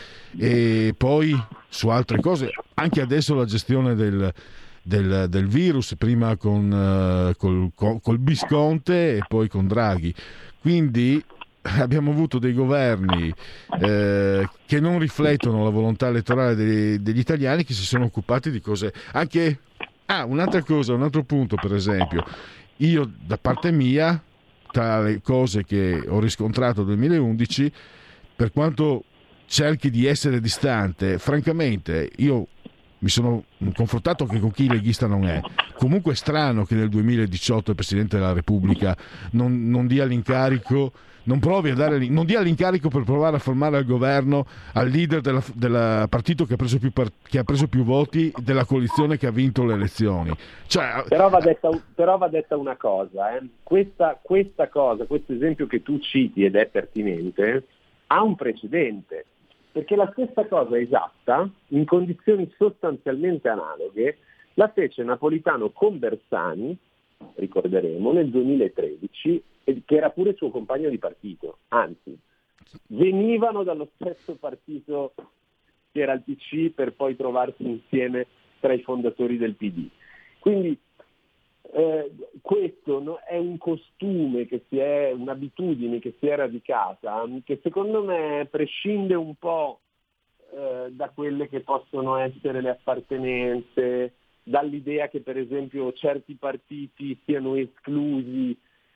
E poi su altre cose, anche adesso la gestione del Del, del virus, prima con uh, col, col Visconte e poi con Draghi. Quindi abbiamo avuto dei governi eh, che non riflettono la volontà elettorale degli, degli italiani, che si sono occupati di cose anche... Ah, un'altra cosa, un altro punto, per esempio, io da parte mia, tra le cose che ho riscontrato nel duemilaundici, per quanto cerchi di essere distante, francamente io mi sono confrontato anche con chi leghista non è. Comunque è strano che nel duemiladiciotto il Presidente della Repubblica non, non dia l'incarico, non provi a dare, non dia l'incarico per provare a formare il governo al leader del della partito che ha preso più che ha preso più voti della coalizione che ha vinto le elezioni. Cioè, però va detta, però va detta una cosa, eh. questa, questa cosa, questo esempio che tu citi ed è pertinente, ha un precedente. Perché la stessa cosa esatta, in condizioni sostanzialmente analoghe, la fece Napolitano con Bersani, ricorderemo, nel duemilatredici, che era pure suo compagno di partito. Anzi, venivano dallo stesso partito che era il P C, per poi trovarsi insieme tra i fondatori del P D. Quindi eh, questo no, è un costume che si è, un'abitudine che si è radicata, che secondo me prescinde un po' eh, da quelle che possono essere le appartenenze, dall'idea che per esempio certi partiti siano esclusi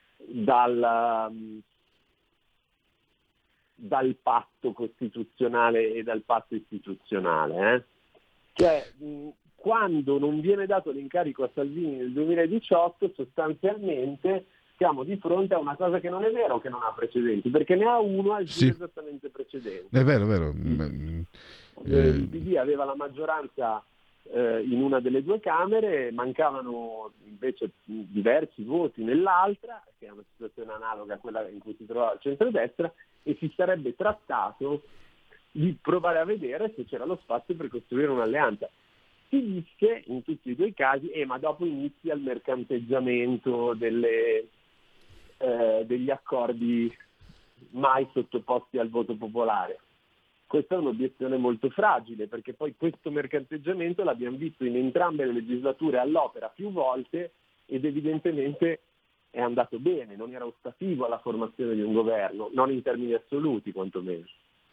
dal, dal patto costituzionale e dal patto istituzionale. Eh? Cioè, mh, quando non viene dato l'incarico a Salvini nel duemiladiciotto, sostanzialmente siamo di fronte a una cosa che non è vero che non ha precedenti, perché ne ha uno al sì. giro esattamente precedente. È vero, è vero. Eh, il P D aveva la maggioranza eh, in una delle due Camere, mancavano invece diversi voti nell'altra, che è una situazione analoga a quella in cui si trovava il centrodestra, e si sarebbe trattato di provare a vedere se c'era lo spazio per costruire un'alleanza. Si disse in tutti e due i casi, eh, ma dopo inizia il mercanteggiamento delle, eh, degli accordi mai sottoposti al voto popolare. Questa è un'obiezione molto fragile, perché poi questo mercanteggiamento l'abbiamo visto in entrambe le legislature all'opera più volte, ed evidentemente è andato bene, non era ostativo alla formazione di un governo, non in termini assoluti quantomeno.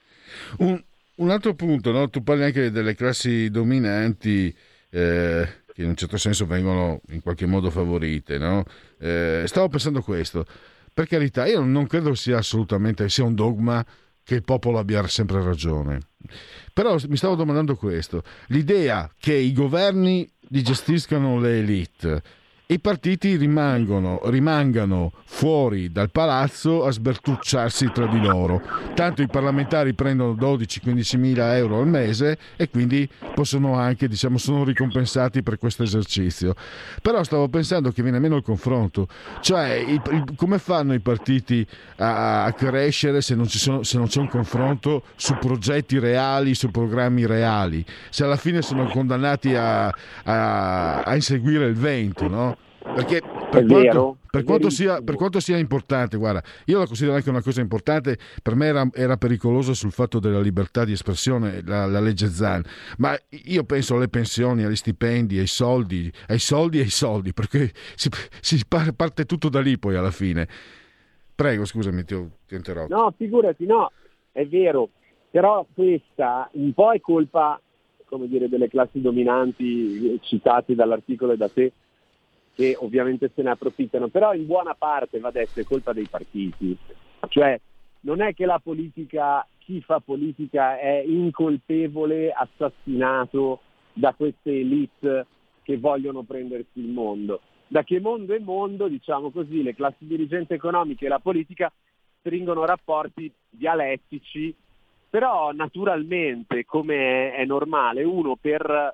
Un, un altro punto, no? Tu parli anche delle classi dominanti eh, che in un certo senso vengono in qualche modo favorite, no? Eh, stavo pensando questo, per carità, io non credo sia assolutamente sia un dogma che il popolo abbia sempre ragione, però mi stavo domandando questo: l'idea che i governi gestiscano le elite e i partiti rimangono, rimangano fuori dal palazzo a sbertucciarsi tra di loro. Tanto i parlamentari prendono dodici quindici mila euro al mese e quindi possono anche, diciamo, sono ricompensati per questo esercizio. Però stavo pensando che viene meno il confronto. Cioè, il, il, come fanno i partiti a, a crescere se non, ci sono, se non c'è un confronto su progetti reali, su programmi reali? Se alla fine sono condannati a, a, a inseguire il vento, no? Perché per, quanto, vero, per, quanto sia, per quanto sia importante, guarda, io la considero anche una cosa importante, per me era, era pericoloso sul fatto della libertà di espressione, la, la legge Zan, ma io penso alle pensioni, agli stipendi, ai soldi, ai soldi e ai soldi, perché si, si parte tutto da lì poi alla fine. Prego, scusami, ti ho, ti ho interrotto. No, figurati, no, è vero, però questa un po' è colpa, come dire, delle classi dominanti citate dall'articolo e da te, che ovviamente se ne approfittano, però in buona parte, va detto, è colpa dei partiti. Cioè non è che la politica, chi fa politica è incolpevole, assassinato da queste elite che vogliono prendersi il mondo. Da che mondo è mondo, diciamo così, le classi dirigenti economiche e la politica stringono rapporti dialettici, però naturalmente, come è normale, uno per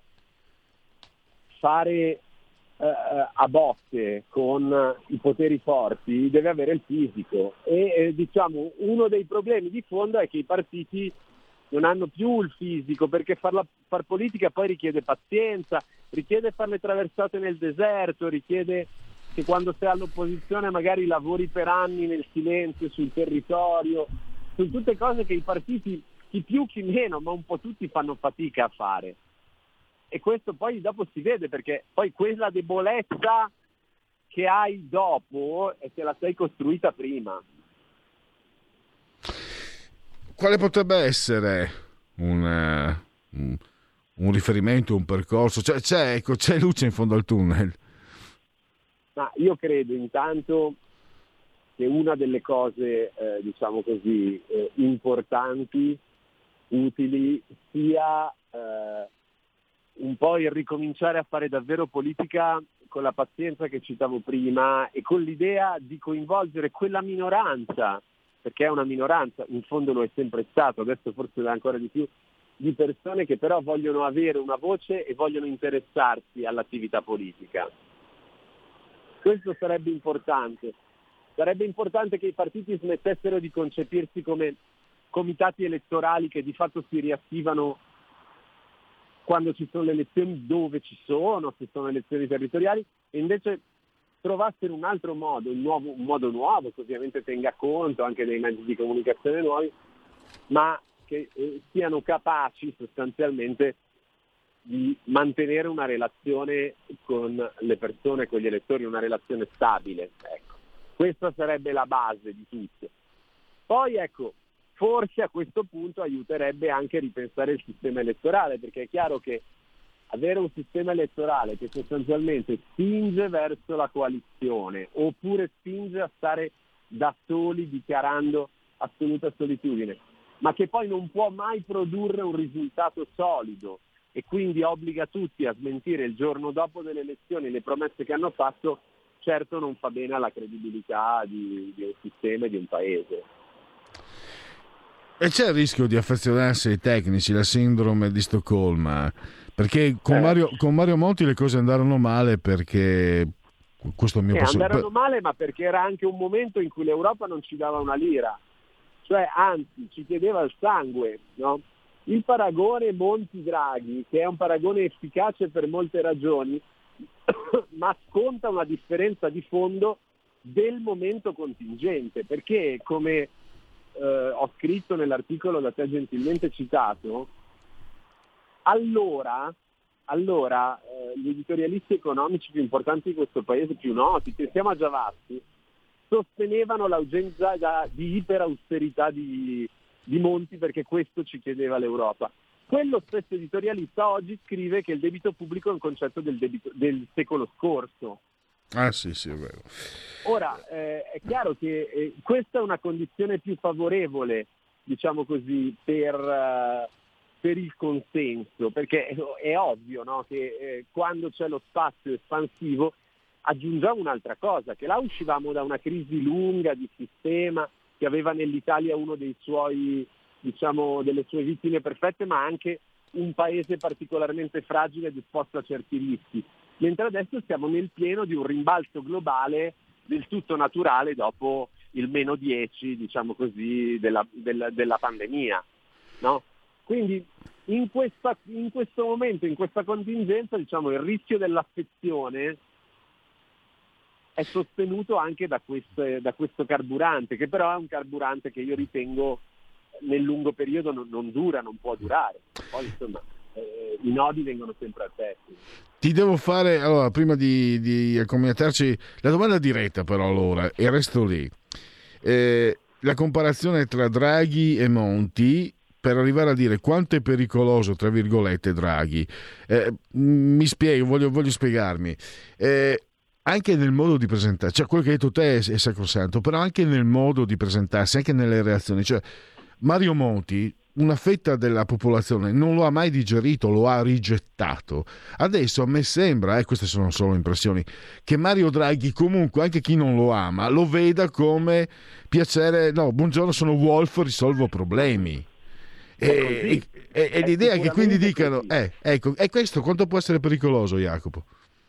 fare Uh, a botte con i poteri forti deve avere il fisico e eh, diciamo uno dei problemi di fondo è che i partiti non hanno più il fisico, perché farla, far politica poi richiede pazienza, richiede fare le traversate nel deserto, richiede che quando sei all'opposizione magari lavori per anni nel silenzio sul territorio, sono tutte cose che i partiti, chi più chi meno, ma un po' tutti fanno fatica a fare. E questo poi dopo si vede, perché poi quella debolezza che hai dopo è che la sei costruita prima. Quale potrebbe essere un, uh, un, un riferimento, un percorso? Cioè, c'è, ecco, c'è luce in fondo al tunnel? Ma io credo intanto che una delle cose, eh, diciamo così, eh, importanti, utili, sia eh, un po' il ricominciare a fare davvero politica con la pazienza che citavo prima e con l'idea di coinvolgere quella minoranza, perché è una minoranza, in fondo lo è sempre stato, adesso forse lo è ancora di più, di persone che però vogliono avere una voce e vogliono interessarsi all'attività politica. Questo sarebbe importante. Sarebbe importante che i partiti smettessero di concepirsi come comitati elettorali che di fatto si riattivano quando ci sono le elezioni, dove ci sono, se sono elezioni territoriali, e invece trovassero un altro modo, un, nuovo, un modo nuovo, che ovviamente tenga conto anche dei mezzi di comunicazione nuovi, ma che eh, siano capaci sostanzialmente di mantenere una relazione con le persone, con gli elettori, una relazione stabile. Ecco. Questa sarebbe la base di tutto. Poi ecco, forse a questo punto aiuterebbe anche a ripensare il sistema elettorale, perché è chiaro che avere un sistema elettorale che sostanzialmente spinge verso la coalizione oppure spinge a stare da soli dichiarando assoluta solitudine, ma che poi non può mai produrre un risultato solido e quindi obbliga tutti a smentire il giorno dopo delle elezioni le promesse che hanno fatto, certo non fa bene alla credibilità di, di un sistema e di un paese. E c'è il rischio di affezionarsi ai tecnici, la sindrome di Stoccolma, Perché con, Eh. Mario, con Mario Monti le cose andarono male perché questo è il mio Eh, passo- andarono male, ma perché era anche un momento in cui l'Europa non ci dava una lira, cioè anzi ci chiedeva il sangue, no? Il paragone Monti-Draghi, che è un paragone efficace per molte ragioni, ma sconta una differenza di fondo del momento contingente, perché come eh, ho scritto nell'articolo da te gentilmente citato, allora, allora eh, gli editorialisti economici più importanti di questo paese, più noti, pensiamo a Giavazzi, sostenevano l'urgenza da- di iperausterità di, di Monti perché questo ci chiedeva l'Europa. Quello stesso editorialista oggi scrive che il debito pubblico è un concetto del, debito, del secolo scorso. Ah sì, sì, è vero. Ora, eh, è chiaro che eh, questa è una condizione più favorevole, diciamo così, per, eh, per il consenso, perché è, è ovvio, no, che eh, quando c'è lo spazio espansivo aggiungiamo un'altra cosa, che là uscivamo da una crisi lunga di sistema che aveva nell'Italia uno dei suoi, diciamo, delle sue vittime perfette, ma anche un paese particolarmente fragile ed esposto a certi rischi. Mentre adesso siamo nel pieno di un rimbalzo globale del tutto naturale dopo il meno dieci, diciamo così, della, della, della pandemia, no? Quindi in, questa, in questo momento, in questa contingenza, diciamo, il rischio dell'affezione è sostenuto anche da, queste, da questo carburante, che però è un carburante che io ritengo nel lungo periodo non, non dura, non può durare. Poi insomma eh, i nodi vengono sempre al pettine. Ti devo fare, allora, prima di, di accomiatarci, la domanda diretta però allora, e resto lì. Eh, la comparazione tra Draghi e Monti per arrivare a dire quanto è pericoloso, tra virgolette, Draghi. Eh, mi spiego, voglio, voglio spiegarmi. Eh, anche nel modo di presentare, cioè quello che hai detto te è, è sacrosanto, però anche nel modo di presentarsi, anche nelle reazioni. Cioè, Mario Monti, una fetta della popolazione non lo ha mai digerito, lo ha rigettato. Adesso a me sembra, e eh, queste sono solo impressioni, che Mario Draghi comunque, anche chi non lo ama, lo veda come piacere, no, buongiorno, sono Wolf, risolvo problemi. E, e, e, e l'idea è che quindi dicano, eh, ecco, e questo quanto può essere pericoloso, Jacopo?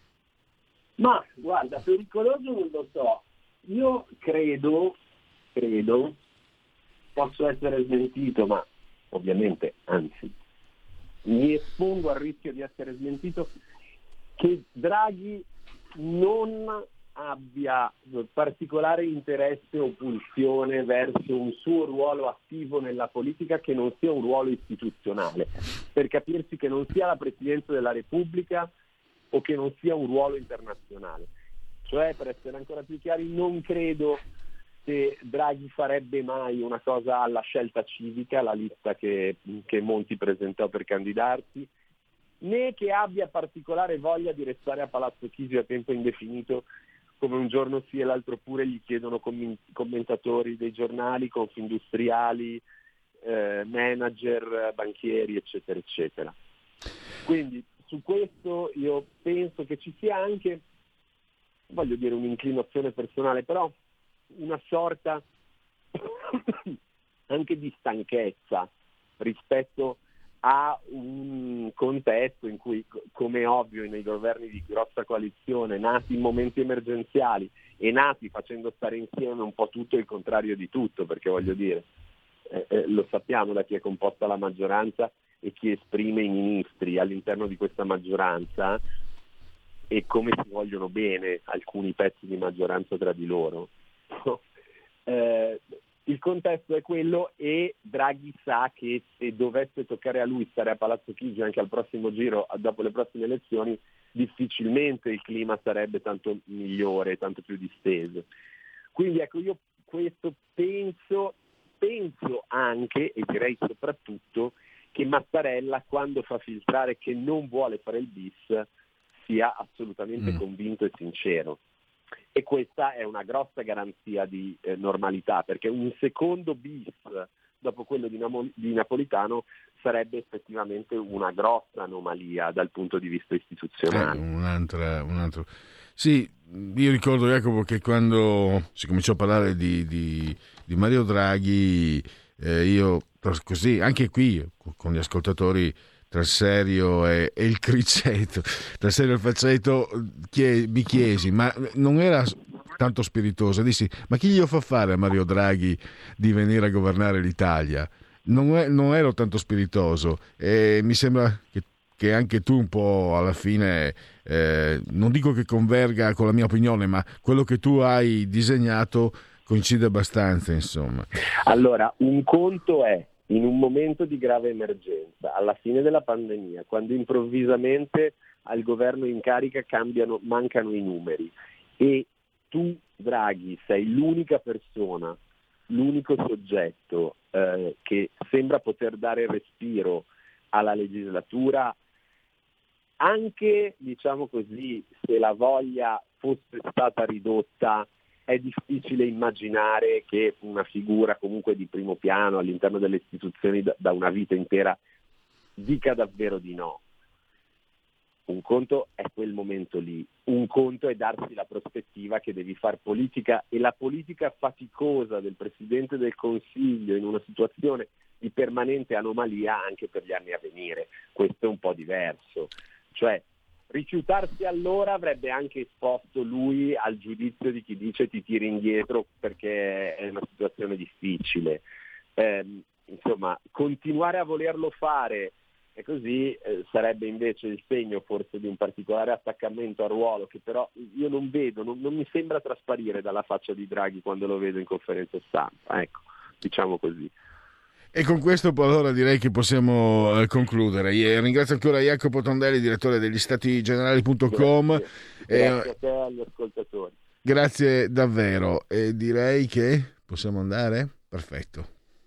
Ma guarda, pericoloso non lo so. Io credo, credo, posso essere smentito, ma ovviamente, anzi, mi espongo al rischio di essere smentito, che Draghi non abbia particolare interesse o pulsione verso un suo ruolo attivo nella politica che non sia un ruolo istituzionale, per capirsi che non sia la Presidenza della Repubblica o che non sia un ruolo internazionale. Cioè, per essere ancora più chiari, non credo che Draghi farebbe mai una cosa alla Scelta Civica, la lista che, che Monti presentò per candidarsi, né che abbia particolare voglia di restare a Palazzo Chigi a tempo indefinito, come un giorno sì e l'altro pure gli chiedono commentatori dei giornali, confindustriali, eh, manager, banchieri, eccetera, eccetera. Quindi su questo io penso che ci sia anche, voglio dire un'inclinazione personale, però una sorta anche di stanchezza rispetto a un contesto in cui, come è ovvio nei governi di grossa coalizione, nati in momenti emergenziali e nati facendo stare insieme un po' tutto e il contrario di tutto, perché voglio dire, eh, eh, lo sappiamo da chi è composta la maggioranza e chi esprime i ministri all'interno di questa maggioranza e come si vogliono bene alcuni pezzi di maggioranza tra di loro. eh, il contesto è quello e Draghi sa che se dovesse toccare a lui stare a Palazzo Chigi anche al prossimo giro, dopo le prossime elezioni, difficilmente il clima sarebbe tanto migliore, tanto più disteso. Quindi ecco, io questo penso, penso anche e direi soprattutto che Mattarella, quando fa filtrare che non vuole fare il bis, sia assolutamente mm. convinto e sincero. E questa è una grossa garanzia di eh, normalità, perché un secondo bis dopo quello di, Namo- di Napolitano sarebbe effettivamente una grossa anomalia dal punto di vista istituzionale. Eh, un'altra, un altro. Sì, io ricordo, Jacopo, che quando si cominciò a parlare di, di, di Mario Draghi, eh, io così, anche qui con gli ascoltatori tra il serio e, e il criceto, tra il serio e il falsetto, chie, mi chiesi, ma non era tanto spiritoso? Dissi, ma chi gli fa fare a Mario Draghi di venire a governare l'Italia? Non, è, non ero tanto spiritoso, e mi sembra che, che anche tu un po' alla fine, eh, non dico che converga con la mia opinione, ma quello che tu hai disegnato coincide abbastanza, insomma. Allora, un conto è in un momento di grave emergenza, alla fine della pandemia, quando improvvisamente al governo in carica cambiano, mancano i numeri, e tu, Draghi, sei l'unica persona, l'unico soggetto eh, che sembra poter dare respiro alla legislatura, anche, diciamo così, se la voglia fosse stata ridotta, è difficile immaginare che una figura comunque di primo piano all'interno delle istituzioni da, da una vita intera dica davvero di no. Un conto è quel momento lì, un conto è darsi la prospettiva che devi far politica, e la politica faticosa del Presidente del Consiglio in una situazione di permanente anomalia anche per gli anni a venire. Questo è un po' diverso. Cioè, rifiutarsi allora avrebbe anche esposto lui al giudizio di chi dice ti tiri indietro perché è una situazione difficile. Eh, insomma, continuare a volerlo fare e così eh, sarebbe invece il segno forse di un particolare attaccamento al ruolo, che però io non vedo, non, non mi sembra trasparire dalla faccia di Draghi quando lo vedo in conferenza stampa. Ecco, diciamo così. E con questo allora direi che possiamo eh, concludere. Io ringrazio ancora Jacopo Tondelli, direttore degli stati generali punto com. Grazie, eh, grazie a te e agli ascoltatori. Grazie davvero, e direi che possiamo andare? Perfetto.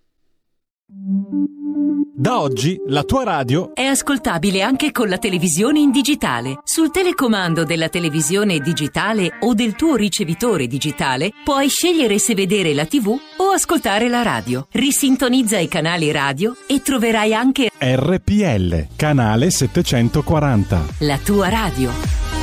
Da oggi la tua radio è ascoltabile anche con la televisione in digitale. Sul telecomando della televisione digitale o del tuo ricevitore digitale puoi scegliere se vedere la tivù o ascoltare la radio. Risintonizza i canali radio e troverai anche R P L, canale settecentoquaranta. La tua radio.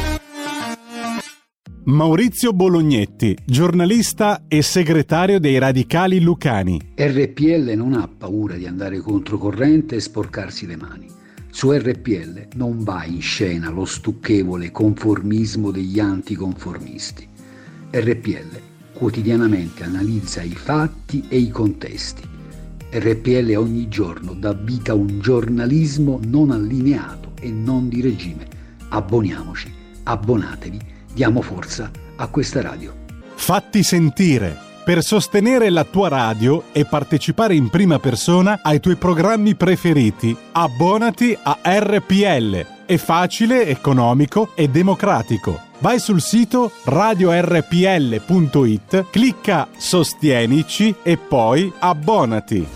Maurizio Bolognetti, giornalista e segretario dei Radicali Lucani. R P L non ha paura di andare controcorrente e sporcarsi le mani. Su R P L non va in scena lo stucchevole conformismo degli anticonformisti. R P L quotidianamente analizza i fatti e i contesti. R P L ogni giorno dà vita a un giornalismo non allineato e non di regime. Abboniamoci, abbonatevi. Diamo forza a questa radio. Fatti sentire. Per sostenere la tua radio e partecipare in prima persona ai tuoi programmi preferiti, abbonati a R P L. È facile, economico e democratico. Vai sul sito radio erre pi elle punto it, clicca Sostienici e poi abbonati.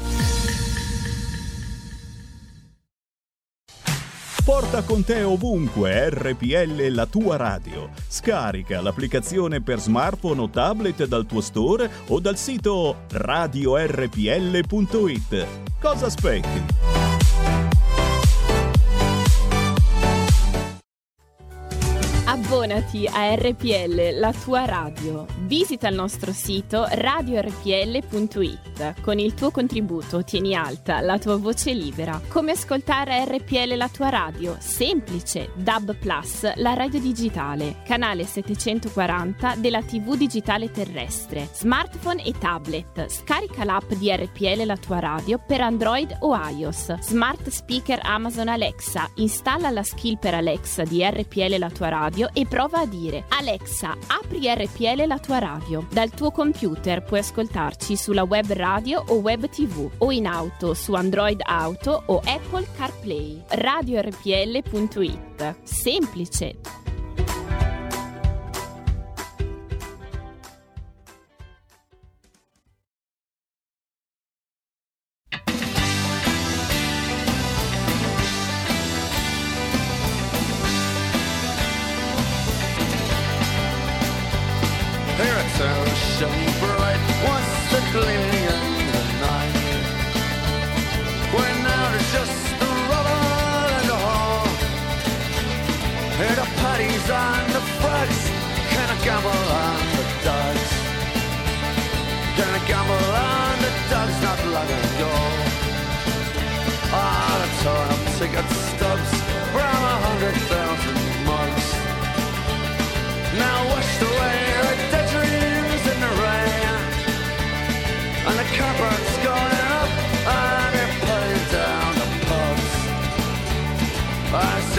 Porta con te ovunque R P L, la tua radio. Scarica l'applicazione per smartphone o tablet dal tuo store o dal sito radio erre pi elle punto it. Cosa aspetti? Abbonati a R P L, la tua radio. Visita il nostro sito radio erre pi elle punto it. Con il tuo contributo ottieni alta la tua voce libera. Come ascoltare R P L, la tua radio? Semplice. D A B Plus, la radio digitale. Canale settecentoquaranta della tivù digitale terrestre. Smartphone e tablet. Scarica l'app di R P L, la tua radio per Android o iOS. Smart speaker Amazon Alexa. Installa la skill per Alexa di R P L, la tua radio e prova a dire: Alexa, apri R P L, la tua radio. Dal tuo computer puoi ascoltarci sulla web radio o web tivù o in auto su Android Auto o Apple CarPlay. radio erre pi elle punto it. Semplice. Tickets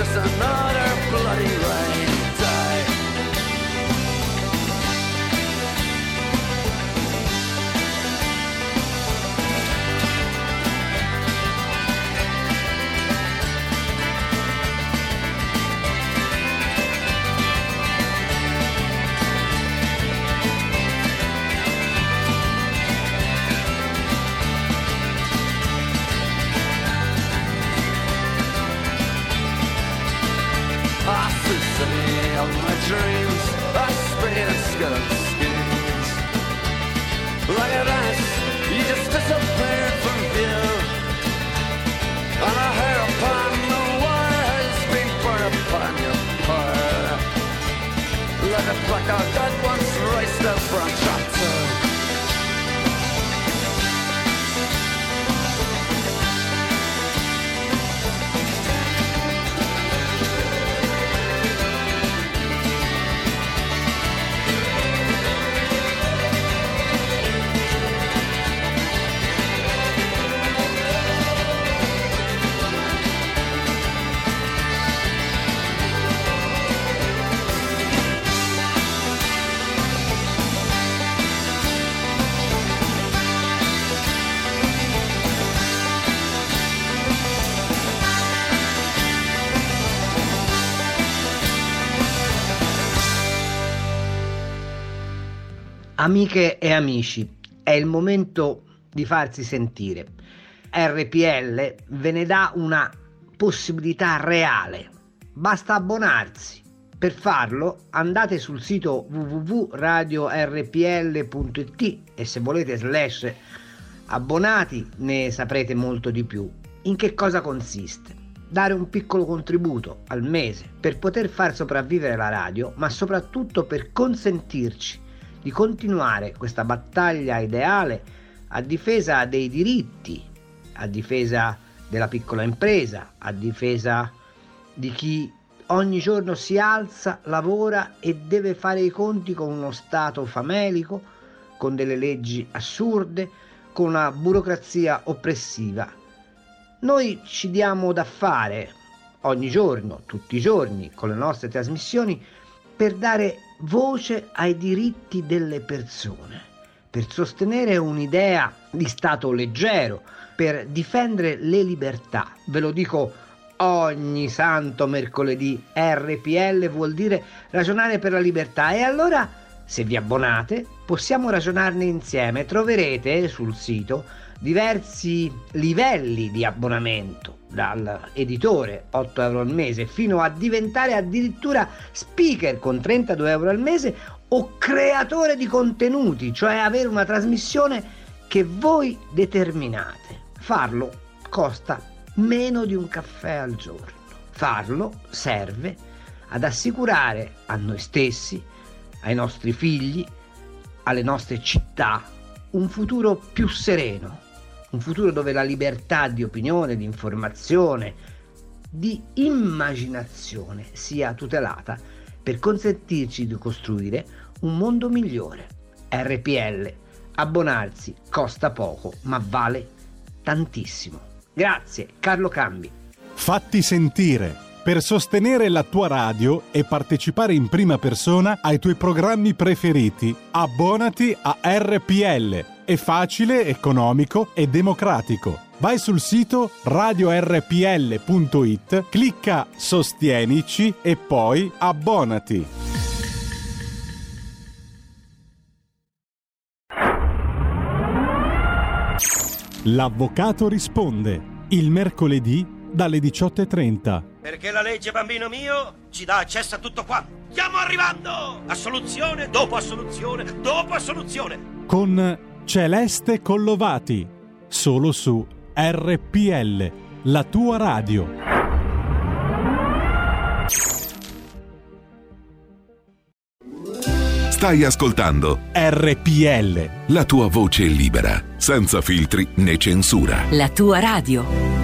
just another bloody rainy day. Of my dreams, I sprayed and scattered skins. Like a dance, you just disappeared from view. And a hair upon the wire has been burned upon your fire. Like a placard that once raced a branch or two. Amiche e amici, è il momento di farsi sentire. R P L ve ne dà una possibilità reale. Basta abbonarsi. Per farlo andate sul sito w w w punto radio r p l punto i t e se volete slash abbonati ne saprete molto di più. In che cosa consiste? Dare un piccolo contributo al mese per poter far sopravvivere la radio, ma soprattutto per consentirci di continuare questa battaglia ideale a difesa dei diritti, a difesa della piccola impresa, a difesa di chi ogni giorno si alza, lavora e deve fare i conti con uno Stato famelico, con delle leggi assurde, con una burocrazia oppressiva. Noi ci diamo da fare ogni giorno, tutti i giorni, con le nostre trasmissioni, per dare voce ai diritti delle persone, per sostenere un'idea di Stato leggero, per difendere le libertà. Ve lo dico ogni santo mercoledì, R P L vuol dire ragionare per la libertà, e allora se vi abbonate possiamo ragionarne insieme. Troverete sul sito diversi livelli di abbonamento, dall'editore otto euro al mese fino a diventare addirittura speaker con trentadue euro al mese o creatore di contenuti, cioè avere una trasmissione che voi determinate. Farlo costa meno di un caffè al giorno. Farlo serve ad assicurare a noi stessi, ai nostri figli, alle nostre città un futuro più sereno, un futuro dove la libertà di opinione, di informazione, di immaginazione sia tutelata per consentirci di costruire un mondo migliore. R P L, abbonarsi costa poco, ma vale tantissimo. Grazie, Carlo Cambi. Fatti sentire. Per sostenere la tua radio e partecipare in prima persona ai tuoi programmi preferiti, abbonati a R P L. È facile, economico e democratico. Vai sul sito radio r p l punto i t, clicca Sostienici e poi abbonati. L'avvocato risponde il mercoledì dalle diciotto e trenta. Perché la legge, bambino mio, ci dà accesso a tutto qua. Stiamo arrivando! Assoluzione dopo assoluzione dopo assoluzione. Con Celeste Collovati, solo su R P L, la tua radio. Stai ascoltando R P L, la tua voce libera, senza filtri né censura. La tua radio.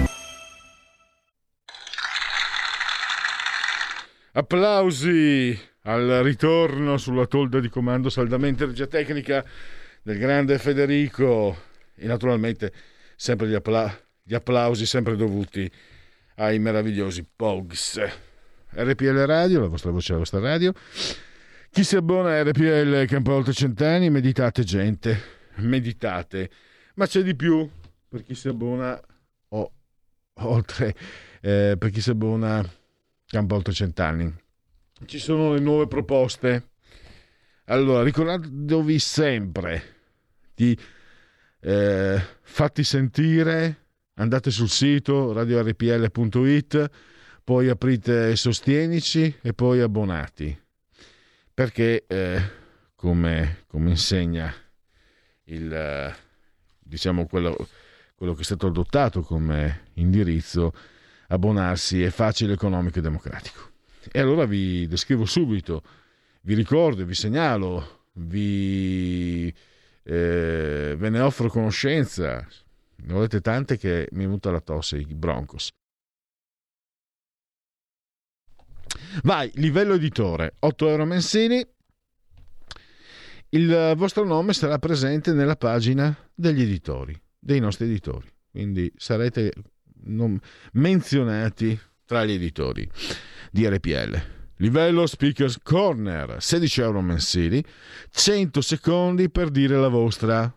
Applausi al ritorno sulla tolda di comando saldamente regia tecnica del grande Federico e naturalmente sempre gli, appla- gli applausi sempre dovuti ai meravigliosi Pogs. R P L Radio, la vostra voce, la vostra radio. Chi si abbona a R P L Campo Oltre Cent'anni, meditate gente, meditate. Ma c'è di più per chi si abbona oh, oltre, eh, per chi si abbona Campo Oltre Cent'anni. Ci sono le nuove proposte. Allora, ricordatevi sempre di eh, fatti sentire, andate sul sito radio R P L punto it, poi aprite Sostienici e poi abbonati. Perché, eh, come, come insegna il, diciamo quello, quello che è stato adottato come indirizzo, abbonarsi è facile, economico e democratico. E allora vi descrivo subito, vi ricordo, vi segnalo, vi, eh, ve ne offro conoscenza. Ne avete tante che mi è venuta la tosse, i Broncos. Vai, livello editore, otto euro mensili. Il vostro nome sarà presente nella pagina degli editori, dei nostri editori, quindi sarete non, menzionati tra gli editori di R P L. Livello Speakers Corner, sedici euro mensili, cento secondi per dire la vostra,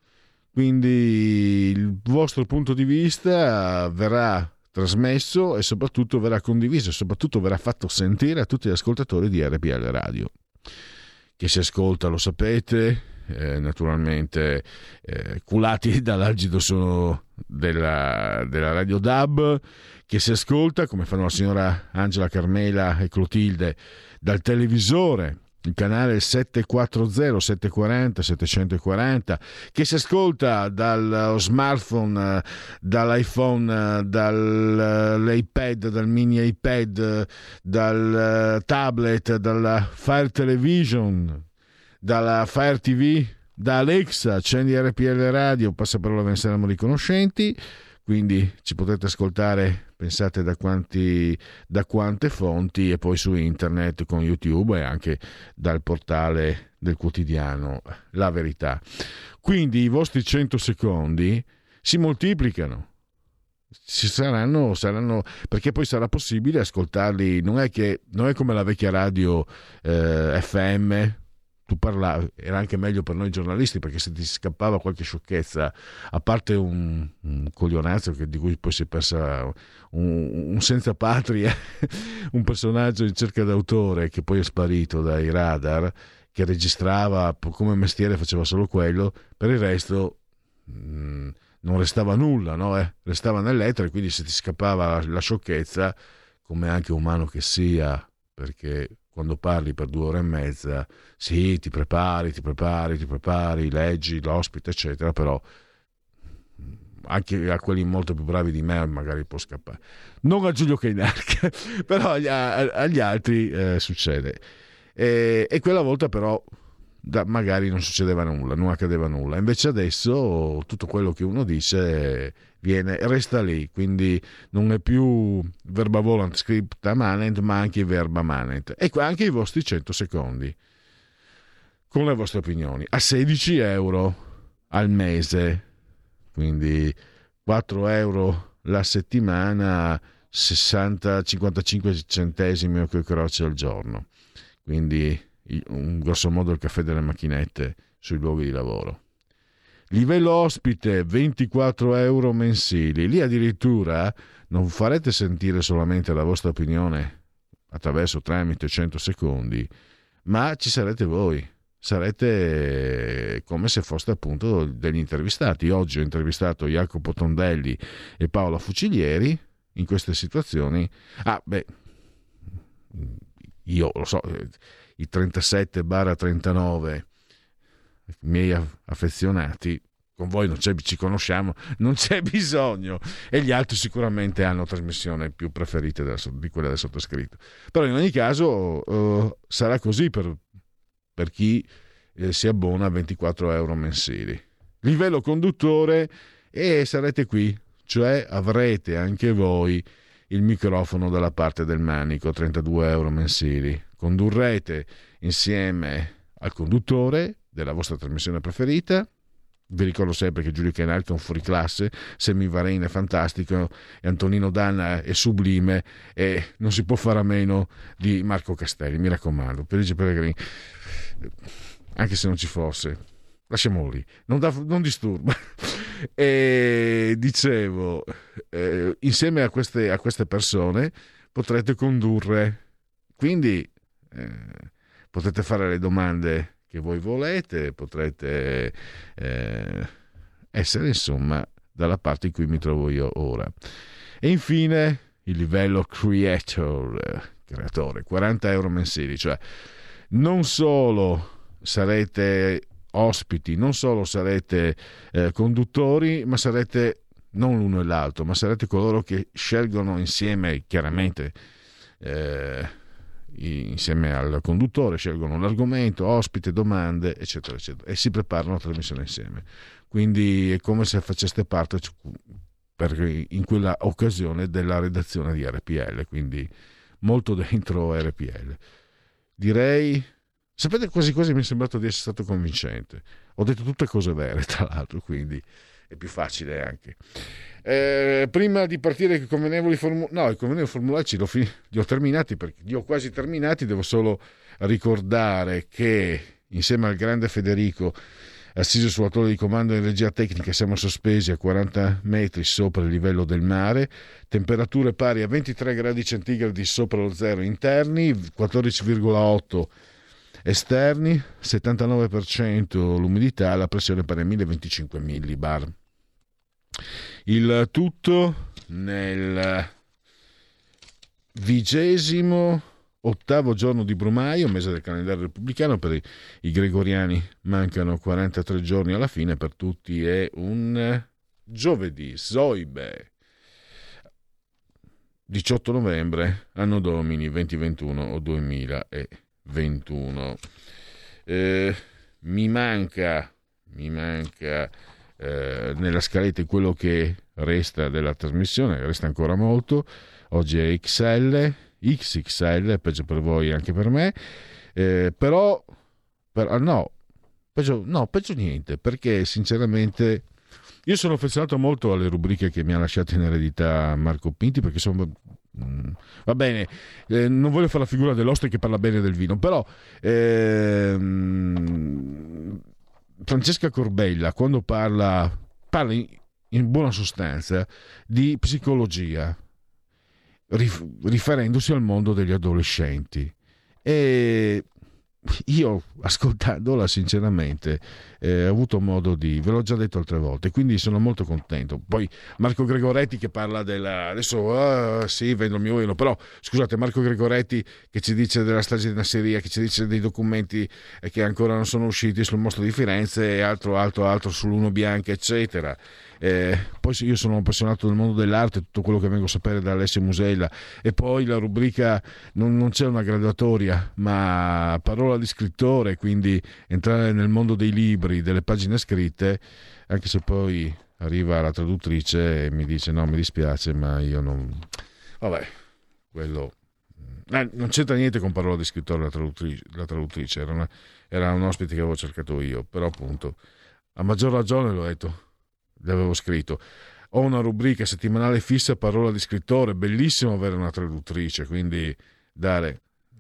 quindi il vostro punto di vista verrà trasmesso e soprattutto verrà condiviso e soprattutto verrà fatto sentire a tutti gli ascoltatori di R P L Radio. Che si ascolta, lo sapete, eh, naturalmente eh, culati dall'algido suono della, della Radio D A B, che si ascolta, come fanno la signora Angela Carmela e Clotilde, dal televisore, il canale settecentoquaranta, settecentoquaranta, settecentoquaranta, che si ascolta dal smartphone, dall'iPhone, dall'iPad, dal mini iPad, dal tablet, dalla Fire Television, dalla Fire T V, da Alexa, accendi R P L Radio, passaparola, ve ne saremo riconoscenti. Quindi ci potete ascoltare, pensate da quanti, da quante fonti, e poi su internet con YouTube e anche dal portale del quotidiano La Verità. Quindi i vostri cento secondi si moltiplicano, ci saranno, saranno, perché poi sarà possibile ascoltarli. Non è che non è come la vecchia radio eh, F M. Tu parlavi, era anche meglio per noi giornalisti, perché se ti scappava qualche sciocchezza, a parte un, un coglionazzo che, di cui poi si è persa un, un senza patria, un personaggio in cerca d'autore che poi è sparito dai radar, che registrava come mestiere, faceva solo quello, per il resto mh, non restava nulla, no? Eh? Restava nell'etere, quindi se ti scappava la, la sciocchezza, come anche umano che sia, perché quando parli per due ore e mezza, sì, ti prepari, ti prepari, ti prepari, leggi l'ospite, eccetera, però anche a quelli molto più bravi di me magari può scappare. Non a Giulio Cainarca, però agli, agli altri eh, succede. E, e quella volta però da, magari non succedeva nulla, non accadeva nulla. Invece adesso tutto quello che uno dice viene, resta lì, quindi non è più verba volant scripta manent, ma anche verba manent. E qua anche i vostri cento secondi con le vostre opinioni a sedici euro al mese, quindi quattro euro la settimana, sessanta cinquantacinque centesimi o che croce al giorno, quindi un grosso modo il caffè delle macchinette sui luoghi di lavoro. Livello ospite ventiquattro euro mensili, lì addirittura non farete sentire solamente la vostra opinione attraverso tramite cento secondi, ma ci sarete voi, sarete come se foste appunto degli intervistati. Oggi ho intervistato Jacopo Tondelli e Paola Fucilieri in queste situazioni. Ah beh, io lo so, i trentasette trentanove miei affezionati, con voi non c'è, ci conosciamo, non c'è bisogno, e gli altri sicuramente hanno trasmissioni più preferite della, di quella del sottoscritto, però in ogni caso uh, sarà così per, per chi eh, si abbona a ventiquattro euro mensili. Livello conduttore, e sarete qui, cioè avrete anche voi il microfono dalla parte del manico, trentadue euro mensili. Condurrete insieme al conduttore della vostra trasmissione preferita Vi ricordo sempre che Giulio Cainarca è un fuoriclasse, Sammy Varin è fantastico e Antonino Danna è sublime, e non si può fare a meno di Marco Castelli, mi raccomando. Pellegrini Pellegrini, anche se non ci fosse, lasciamolo lì, non, da, non disturba. E dicevo, eh, insieme a queste, a queste persone potrete condurre, quindi eh, potete fare le domande che voi volete, potrete eh, essere insomma dalla parte in cui mi trovo io ora. E infine il livello creator, creatore, quaranta euro mensili, cioè non solo sarete ospiti, non solo sarete eh, conduttori, ma sarete non l'uno e l'altro, ma sarete coloro che scelgono insieme, chiaramente eh, insieme al conduttore, scelgono l'argomento, ospite, domande, eccetera, eccetera, e si preparano la trasmissione insieme. Quindi è come se faceste parte per, in quella occasione della redazione di R P L, quindi molto dentro R P L. Direi, sapete, quasi quasi mi è sembrato di essere stato convincente. Ho detto tutte cose vere, tra l'altro, quindi è più facile anche. Eh, prima di partire i convenevoli formulaici, no, i convenevoli formulaici li, fin- li ho terminati, perché li ho quasi terminati. Devo solo ricordare che insieme al grande Federico, assiso sulla torre di comando in regia tecnica, siamo sospesi a quaranta metri sopra il livello del mare, temperature pari a ventitré gradi centigradi sopra lo zero interni, quattordici virgola otto esterni, settantanove per cento l'umidità, la pressione pari a mille venticinque millibar. Il tutto nel vigesimo ottavo giorno di Brumaio, mese del calendario repubblicano. Per i, i gregoriani mancano quarantatré giorni alla fine, per tutti è un giovedì, Zoibe, diciotto novembre, anno domini duemilaventuno o duemilaventuno. Eh, mi manca, mi manca eh, nella scaletta quello che resta della trasmissione, resta ancora molto. Oggi è X L, X X L, peggio per voi anche per me, eh, però per, no, peggio, no, peggio niente, perché sinceramente io sono affezionato molto alle rubriche che mi ha lasciato in eredità Marco Pinti, perché sono, mh, va bene, eh, non voglio fare la figura dell'oste che parla bene del vino, però ehm, Francesca Corbella, quando parla, parla in, in buona sostanza di psicologia, riferendosi al mondo degli adolescenti, e io, ascoltandola sinceramente, eh, ho avuto modo di, ve l'ho già detto altre volte, quindi sono molto contento. Poi Marco Gregoretti che parla della, adesso uh, sì, vendo il mio vino, però scusate, Marco Gregoretti che ci dice della strage di Nasseria, che ci dice dei documenti eh, che ancora non sono usciti sul mostro di Firenze, e altro altro altro sull'Uno Bianca, eccetera. Eh, poi io sono appassionato del mondo dell'arte, tutto quello che vengo a sapere da Alessio Musella, e poi la rubrica non, non c'è una graduatoria, ma parola di scrittore, quindi entrare nel mondo dei libri, delle pagine scritte, anche se poi arriva la traduttrice e mi dice no, mi dispiace, ma io non, vabbè, quello eh, non c'entra niente con parola di scrittore. La traduttrice, la traduttrice era, una, era un ospite che avevo cercato io, però appunto a maggior ragione l'ho detto, l'avevo scritto. Ho una rubrica settimanale fissa, parola di scrittore, bellissimo avere una traduttrice, quindi dare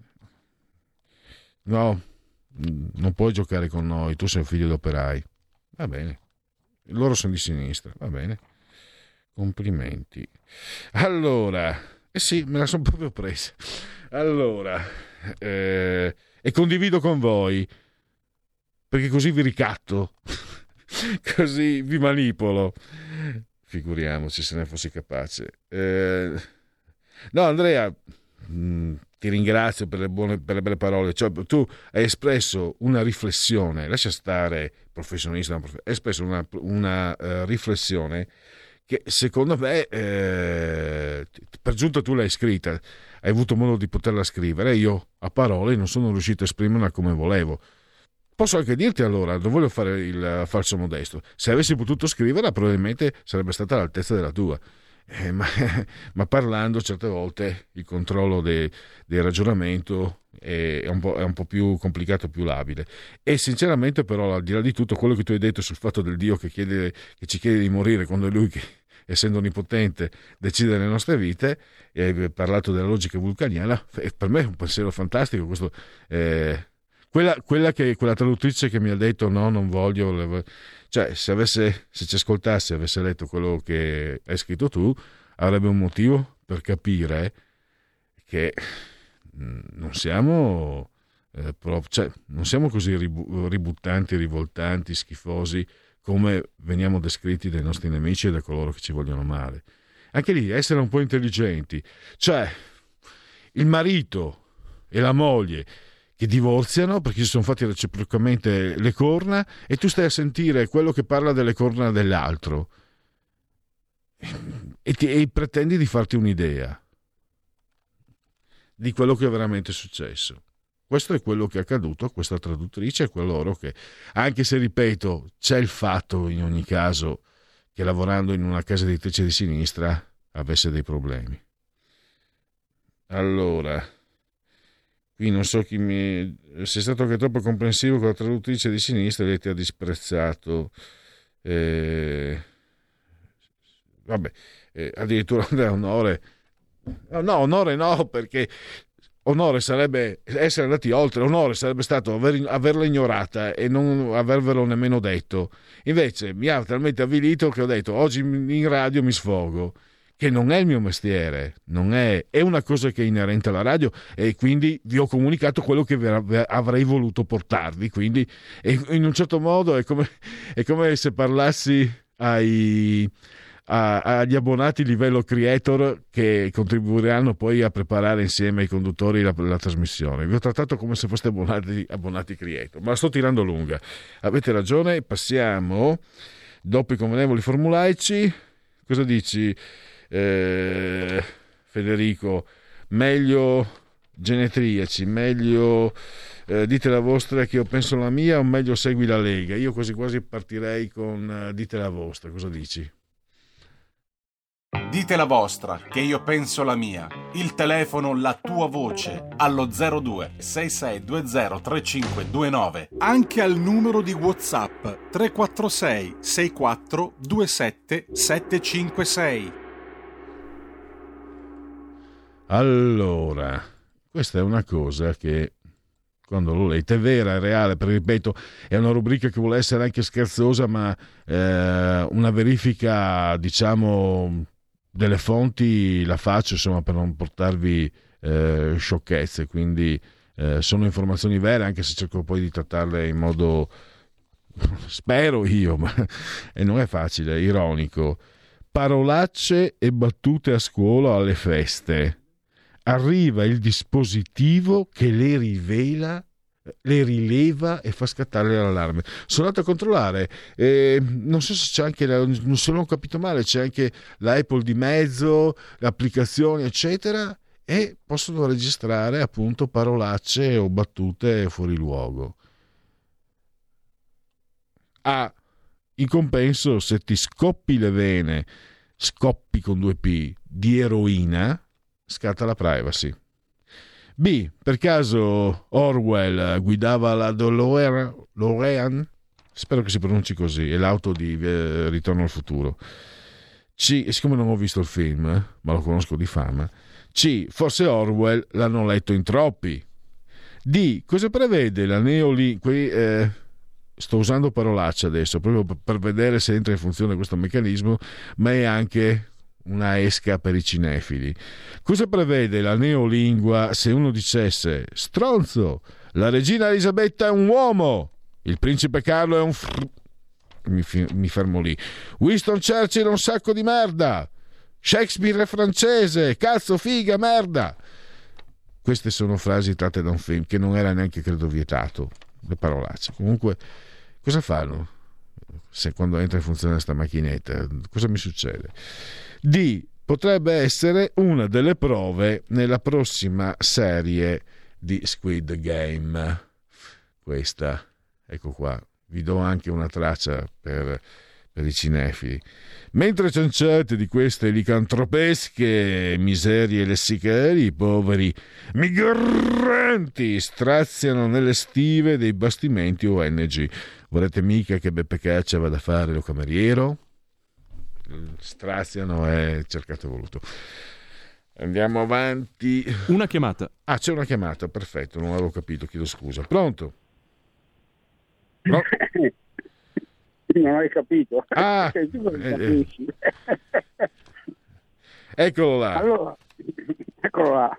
no, non puoi giocare con noi, tu sei un figlio d'operai, va bene, loro sono di sinistra, va bene, complimenti. Allora, eh sì, me la sono proprio presa. Allora, eh, e condivido con voi, perché così vi ricatto, così vi manipolo, figuriamoci se ne fossi capace. Eh, no, Andrea, mh, ti ringrazio per le buone, per le belle parole, cioè, tu hai espresso una riflessione, lascia stare professionista, hai espresso una, una uh, riflessione che secondo me eh, per giunta tu l'hai scritta, hai avuto modo di poterla scrivere, io a parole non sono riuscito a esprimerla come volevo. Posso anche dirti, allora, non voglio fare il falso modesto, se avessi potuto scriverla probabilmente sarebbe stata all'altezza della tua, eh, ma, ma parlando certe volte il controllo de, del ragionamento è, è, un po', è un po' più complicato, più labile. E sinceramente però, al di là di tutto, quello che tu hai detto sul fatto del Dio che, chiede, che ci chiede di morire quando è Lui che, essendo onnipotente, decide le nostre vite, e hai parlato della logica vulcaniana, per me è un pensiero fantastico questo. Eh, quella, quella, che, quella traduttrice che mi ha detto no, non voglio, cioè se, avesse, se ci ascoltasse, avesse letto quello che hai scritto tu, avrebbe un motivo per capire che non siamo eh, pro, cioè, non siamo così ribu, ributtanti, rivoltanti, schifosi come veniamo descritti dai nostri nemici e da coloro che ci vogliono male. Anche lì essere un po' intelligenti, cioè il marito e la moglie che divorziano perché si sono fatti reciprocamente le corna, e tu stai a sentire quello che parla delle corna dell'altro e, ti, e pretendi di farti un'idea di quello che è veramente successo. Questo è quello che è accaduto a questa traduttrice e a coloro che, anche se ripeto, c'è il fatto in ogni caso che lavorando in una casa editrice di sinistra avesse dei problemi. Allora, qui non so chi mi... sei stato anche troppo comprensivo con la traduttrice di sinistra e lei ti ha disprezzato. Eh... Vabbè, eh, addirittura onore... No, onore no, perché onore sarebbe essere andati oltre, onore sarebbe stato aver, averla ignorata e non avervelo nemmeno detto. Invece mi ha talmente avvilito che ho detto oggi in radio mi sfogo, che non è il mio mestiere, non è, è una cosa che è inerente alla radio, e quindi vi ho comunicato quello che avrei voluto portarvi. Quindi in un certo modo è come, è come se parlassi ai... agli abbonati livello creator che contribuiranno poi a preparare insieme ai conduttori la, la trasmissione. Vi ho trattato come se foste abbonati, abbonati creator, ma la sto tirando lunga. Avete ragione. Passiamo dopo i convenevoli formulaici. Cosa dici, eh, Federico? Meglio genetriaci, meglio eh, dite la vostra che io penso la mia, o meglio segui la Lega? Io quasi quasi partirei con uh, dite la vostra. Cosa dici? Dite la vostra, che io penso la mia. Il telefono, la tua voce, allo zero due sei sei due zero tre cinque due nove. Anche al numero di WhatsApp tre quattro sei sei quattro due sette sette cinque sei. Allora, questa è una cosa che quando l'ho letta è vera, è reale, perché ripeto, è una rubrica che vuole essere anche scherzosa, ma eh, una verifica, diciamo, delle fonti la faccio, insomma, per non portarvi eh, sciocchezze, quindi eh, sono informazioni vere, anche se cerco poi di trattarle in modo, spero io, ma e non è facile, ironico. Parolacce e battute a scuola alle feste. Arriva il dispositivo che le rivela, le rileva e fa scattare l'allarme. Sono andato a controllare, eh, non so se c'è anche la, non se non ho capito male, c'è anche la Apple di mezzo, le applicazioni eccetera, e possono registrare appunto parolacce o battute fuori luogo. Ah, in compenso, se ti scoppi le vene, scoppi con due P, di eroina, scatta la privacy. B, per caso Orwell guidava la DeLorean? Spero che si pronunci così, è l'auto di eh, Ritorno al futuro. C, e siccome non ho visto il film, eh, ma lo conosco di fama. C, forse Orwell l'hanno letto in troppi. D, cosa prevede la neoli... Qui, eh, sto usando parolacce adesso, proprio per vedere se entra in funzione questo meccanismo, ma è anche una esca per i cinefili. Cosa prevede la neolingua se uno dicesse: stronzo, la regina Elisabetta è un uomo, il principe Carlo è un fr... mi, fi... mi fermo lì, Winston Churchill è un sacco di merda, Shakespeare è francese, cazzo, figa, merda. Queste sono frasi tratte da un film che non era neanche, credo, vietato, le parolacce. Comunque, cosa fanno se quando entra in funzione questa macchinetta? Cosa mi succede? D, potrebbe essere una delle prove nella prossima serie di Squid Game. Questa, ecco qua, vi do anche una traccia per, per i cinefili. Mentre cianciate di queste licantropesche miserie lessicali, i poveri migranti straziano nelle stive dei bastimenti O N G. Vorrete mica che Beppe Caccia vada a fare lo cameriero? Straziano è cercato e voluto. Andiamo avanti. Una chiamata. Ah, c'è una chiamata, perfetto, non avevo capito, chiedo scusa. Pronto? No? Non hai capito. Ah, tu non eh, capisci. eh. Eccolo là. Allora, eccolo là.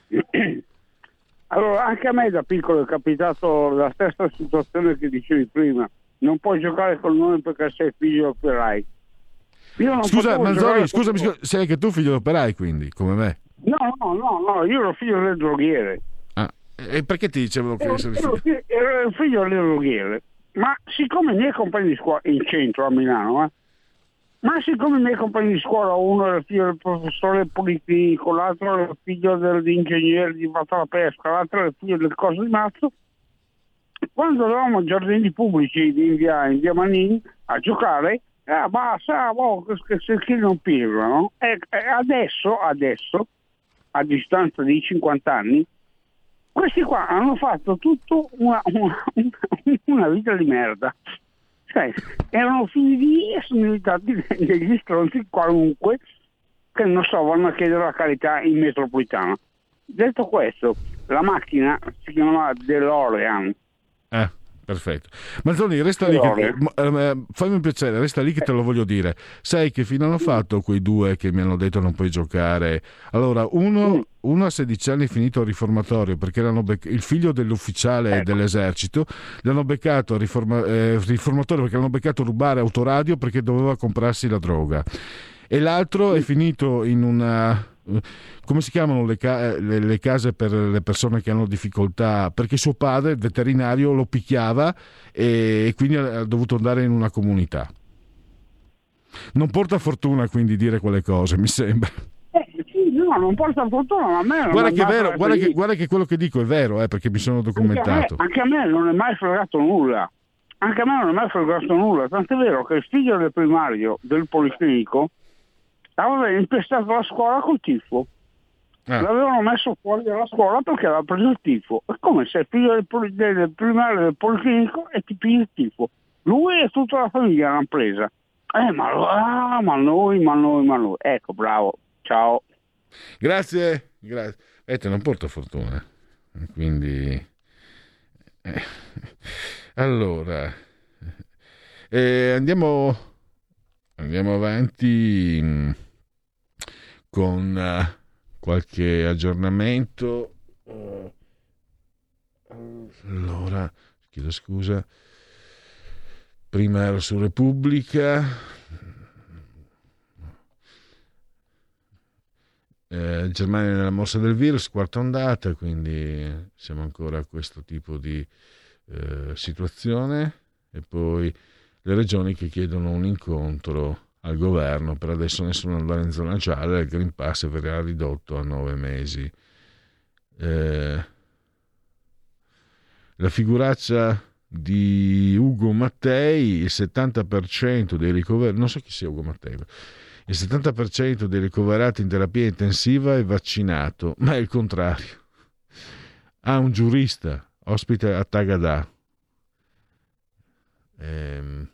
Allora, anche a me da piccolo è capitato la stessa situazione che dicevi prima. Non puoi giocare col nome perché sei figlio operai. Io non Scusa, Manzoni, scusami, con... scusa, sei anche tu figlio d'operai, quindi, come me? No, no, no, no, io ero figlio del droghiere. Ah, e perché ti dicevano che Ero, sei ero, figlio? ero figlio del droghiere. Ma siccome i miei compagni di scuola, in centro a Milano, eh, ma siccome i miei compagni di scuola, uno era figlio del professore Policlinico, l'altro era figlio dell'ingegnere di Fatta la Pesca, l'altro era figlio del Coso di Mazzo, quando eravamo ai giardini pubblici in via, in via Manini a giocare, eh, basta, oh, che se chi non pirla, no? E, e adesso, adesso, a distanza di cinquanta anni, questi qua hanno fatto tutto una, una, una vita di merda. Cioè, erano figli di e sono diventati degli stronzi qualunque che non so, vanno a chiedere la carità in metropolitana. Detto questo, la macchina si chiama DeLorean. Eh, perfetto. Manzoni, resta lì che, eh, fammi un piacere, resta lì che te lo voglio dire. Sai che fine hanno fatto quei due che mi hanno detto non puoi giocare? Allora, uno, mm. uno a sedici anni finito il riformatorio perché erano bec- il figlio dell'ufficiale ecco. dell'esercito, l'hanno beccato riforma- eh, riformatorio perché l'hanno beccato a rubare autoradio perché doveva comprarsi la droga. E l'altro mm. è finito in una... come si chiamano le, ca- le, le case per le persone che hanno difficoltà, perché suo padre, il veterinario, lo picchiava e, e quindi ha dovuto andare in una comunità. Non porta fortuna quindi dire quelle cose, mi sembra. Eh, sì, no, non porta fortuna, ma a me non guarda che, è vero, guarda, che, guarda che quello che dico è vero, eh, perché mi sono documentato. Anche a, me, anche a me non è mai fregato nulla. Anche a me non è mai fregato nulla. Tant'è vero che il figlio del primario del Policlinico aveva impestato la scuola col tifo. Ah. L'avevano messo fuori dalla scuola perché aveva preso il tifo. È come se il figlio del, poli- del primario del Policlinico e ti pigli il tifo. Lui e tutta la famiglia l'hanno presa. Eh, ma, ah, ma noi, ma noi, ma noi. Ecco, bravo. Ciao. Grazie. Grazie. E te non porta fortuna. Quindi... Eh. Allora... Eh, andiamo... Andiamo avanti con uh, qualche aggiornamento. Uh, allora, chiedo scusa. Prima ero su Repubblica. Eh, Germania nella morsa del virus, quarta ondata, quindi siamo ancora a questo tipo di eh, situazione. E poi le regioni che chiedono un incontro al governo, per adesso nessuno andrà in zona gialla, il Green Pass verrà ridotto a nove mesi. Eh, la figuraccia di Ugo Mattei, il settanta per cento dei ricoverati, non so chi sia Ugo Mattei, il settanta per cento dei ricoverati in terapia intensiva è vaccinato, ma è il contrario. Ha un giurista, ospite a Tagadà. Ehm,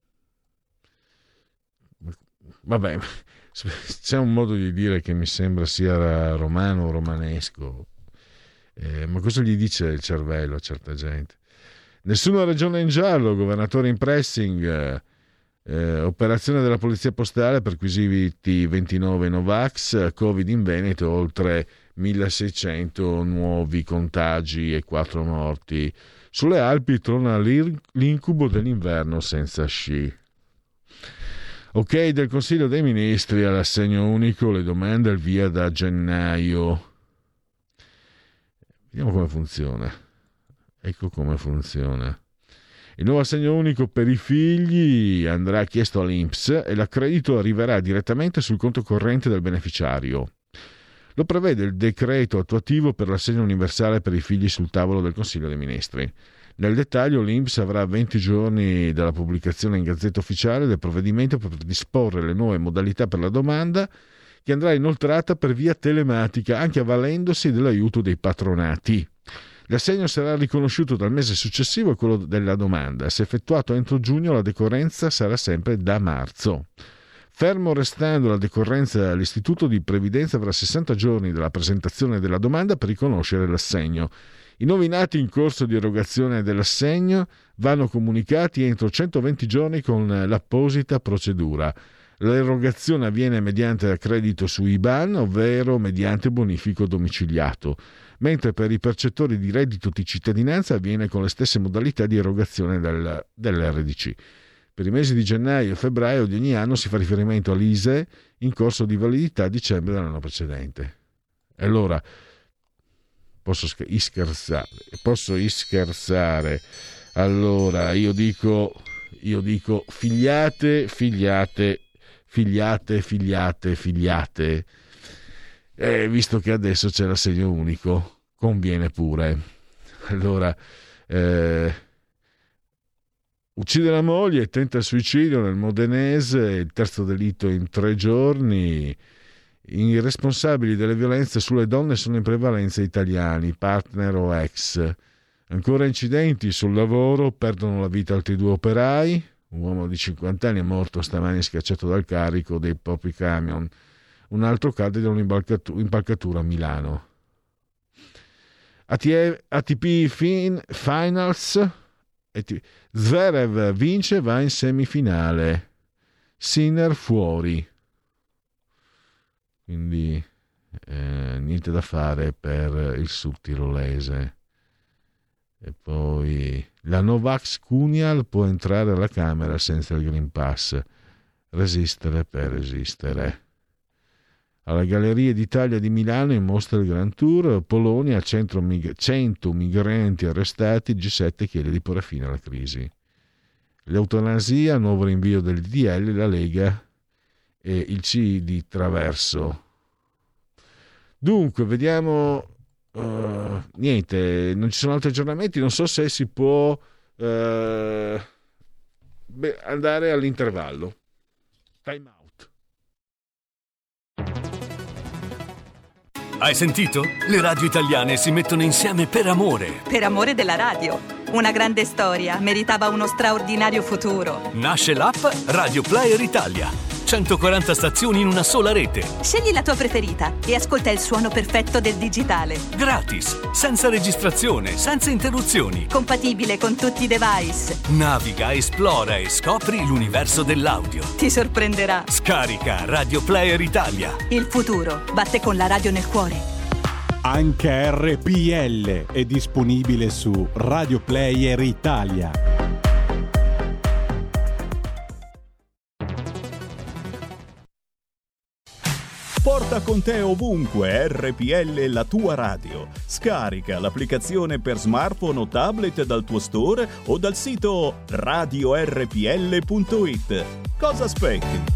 vabbè, c'è un modo di dire che mi sembra sia romano o romanesco, eh, ma cosa gli dice il cervello a certa gente? Nessuna regione in giallo, governatore in pressing, eh, eh, operazione della polizia postale, perquisiti ventinove Novax, Covid in Veneto, oltre milleseicento nuovi contagi e quattro morti. Sulle Alpi torna l'incubo dell'inverno senza sci. Ok del Consiglio dei Ministri all'assegno unico, le domande al via da gennaio. Vediamo come funziona. Ecco come funziona. Il nuovo assegno unico per i figli andrà chiesto all'I N P S e l'accredito arriverà direttamente sul conto corrente del beneficiario. Lo prevede il decreto attuativo per l'assegno universale per i figli sul tavolo del Consiglio dei Ministri. Nel dettaglio, l'I N P S avrà venti giorni dalla pubblicazione in Gazzetta Ufficiale del provvedimento per disporre le nuove modalità per la domanda, che andrà inoltrata per via telematica, anche avvalendosi dell'aiuto dei patronati. L'assegno sarà riconosciuto dal mese successivo a quello della domanda. Se effettuato entro giugno, la decorrenza sarà sempre da marzo. Fermo restando la decorrenza, l'Istituto di Previdenza avrà sessanta giorni dalla presentazione della domanda per riconoscere l'assegno. I nuovi nati in corso di erogazione dell'assegno vanno comunicati entro centoventi giorni con l'apposita procedura. L'erogazione avviene mediante accredito su I B A N, ovvero mediante bonifico domiciliato, mentre per i percettori di reddito di cittadinanza avviene con le stesse modalità di erogazione del, dell'R D C. Per i mesi di gennaio e febbraio di ogni anno si fa riferimento all'I S E E in corso di validità a dicembre dell'anno precedente. E allora posso scherzare, posso scherzare. Allora io dico, io dico figliate, figliate, figliate, figliate, figliate. E visto che adesso c'è l'assegno unico, conviene pure. Allora, eh, uccide la moglie e tenta il suicidio nel Modenese, il terzo delitto in tre giorni. I responsabili delle violenze sulle donne sono in prevalenza italiani, partner o ex. Ancora incidenti sul lavoro, perdono la vita altri due operai. Un uomo di cinquanta anni è morto stamani schiacciato dal carico dei propri camion. Un altro cade da un'impalcatura a Milano. A T P fin- Finals, Zverev vince, va in semifinale. Sinner fuori. Quindi eh, niente da fare per il sudtirolese. E poi la Novax Cunial può entrare alla Camera senza il Green Pass. Resistere per resistere. Alla Galleria d'Italia di Milano in mostra il Grand Tour. Polonia, cento migranti arrestati, G sette chiede di porre fine alla crisi. L'eutanasia, nuovo rinvio del D D L, la Lega e il C di Traverso. Dunque, vediamo. Uh, niente, non ci sono altri aggiornamenti. Non so se si può uh, beh, andare all'intervallo. Time out. Hai sentito? Le radio italiane si mettono insieme per amore. Per amore della radio. Una grande storia meritava uno straordinario futuro. Nasce l'app Radio Player Italia. centoquaranta stazioni in una sola rete. Scegli la tua preferita e ascolta il suono perfetto del digitale. Gratis, senza registrazione, senza interruzioni. Compatibile con tutti i device. Naviga, esplora e scopri l'universo dell'audio. Ti sorprenderà. Scarica Radio Player Italia. Il futuro batte con la radio nel cuore. Anche R P L è disponibile su Radio Player Italia. Porta con te ovunque R P L, la tua radio. Scarica l'applicazione per smartphone o tablet dal tuo store o dal sito radio r p l punto i t. Cosa aspetti?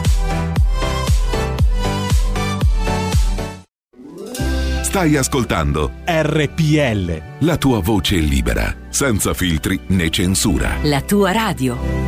Stai ascoltando R P L, la tua voce libera, senza filtri né censura. La tua radio.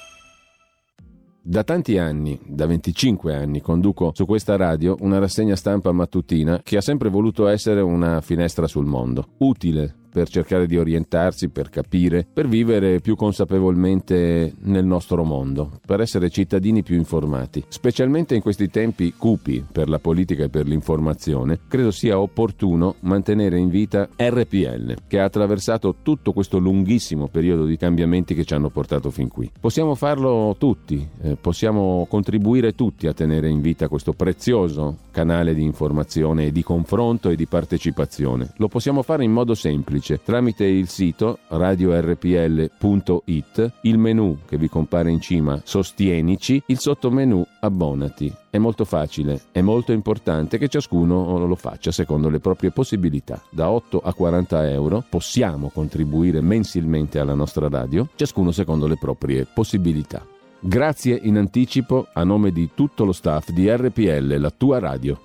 Da tanti anni, da venticinque anni, conduco su questa radio una rassegna stampa mattutina che ha sempre voluto essere una finestra sul mondo, utile per cercare di orientarsi, per capire, per vivere più consapevolmente nel nostro mondo, per essere cittadini più informati. Specialmente in questi tempi cupi per la politica e per l'informazione, credo sia opportuno mantenere in vita R P L, che ha attraversato tutto questo lunghissimo periodo di cambiamenti che ci hanno portato fin qui. Possiamo farlo tutti, eh, possiamo contribuire tutti a tenere in vita questo prezioso canale di informazione e di confronto e di partecipazione. Lo possiamo fare in modo semplice, tramite il sito radio r p l punto i t, il menu che vi compare in cima Sostienici, il sottomenu Abbonati. È molto facile, è molto importante che ciascuno lo faccia secondo le proprie possibilità. Da otto a quaranta euro possiamo contribuire mensilmente alla nostra radio, ciascuno secondo le proprie possibilità. Grazie in anticipo a nome di tutto lo staff di R P L, la tua radio.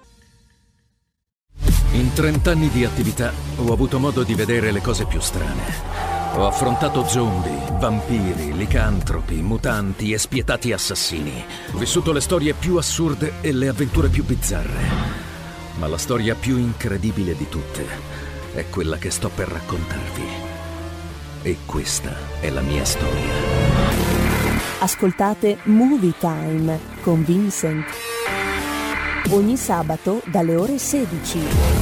In trent'anni di attività ho avuto modo di vedere le cose più strane. Ho affrontato zombie, vampiri, licantropi, mutanti e spietati assassini. Ho vissuto le storie più assurde e le avventure più bizzarre. Ma la storia più incredibile di tutte è quella che sto per raccontarvi. E questa è la mia storia. Ascoltate Movie Time con Vincent. Ogni sabato dalle ore sedici.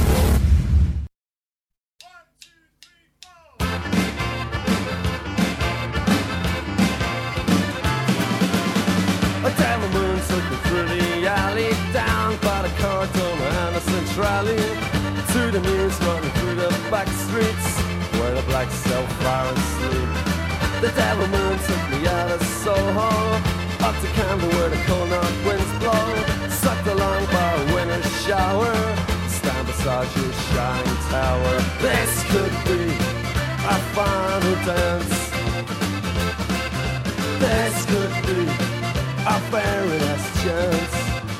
To the news running through the back streets where the blacks sell fire and sleep. The devil moon took me out of Soho, up to Camden where the cold north winds blow. Sucked along by a winter's shower, stand beside your shining tower. This could be our final dance. This could be our very last chance.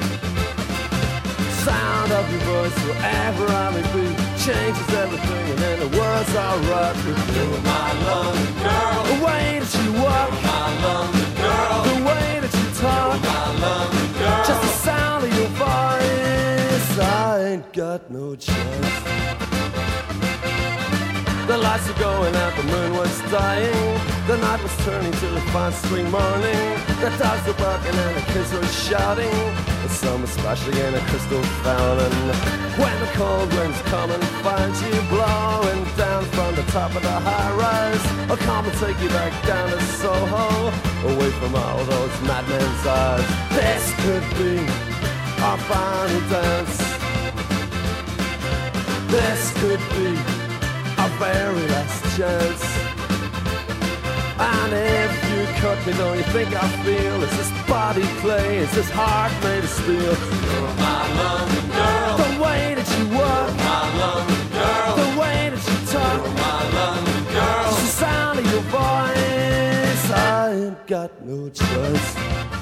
Sound of your voice wherever I may be changes everything, and then the world's alright with you. You're my London girl. The way that you walk, you're my London girl. The way that you talk, you're my London girl. Just the sound of your voice, I ain't got no choice. The lights were going out, the moon was dying. The night was turning to a fine spring morning. The dogs were barking and the kids were shouting. The sun was splashing in a crystal fountain. When the cold winds come and find you blowing down from the top of the high rise, I'll come and take you back down to Soho, away from all those madmen's eyes. This could be our final dance. This could be our very last chance. And if you cut me, don't you think I feel? Is this body clay? Is this heart made of steel? You're my London girl. The way that you walk, you're my London girl. The way that you talk, you're my London girl. Just the sound of your voice, I ain't got no choice.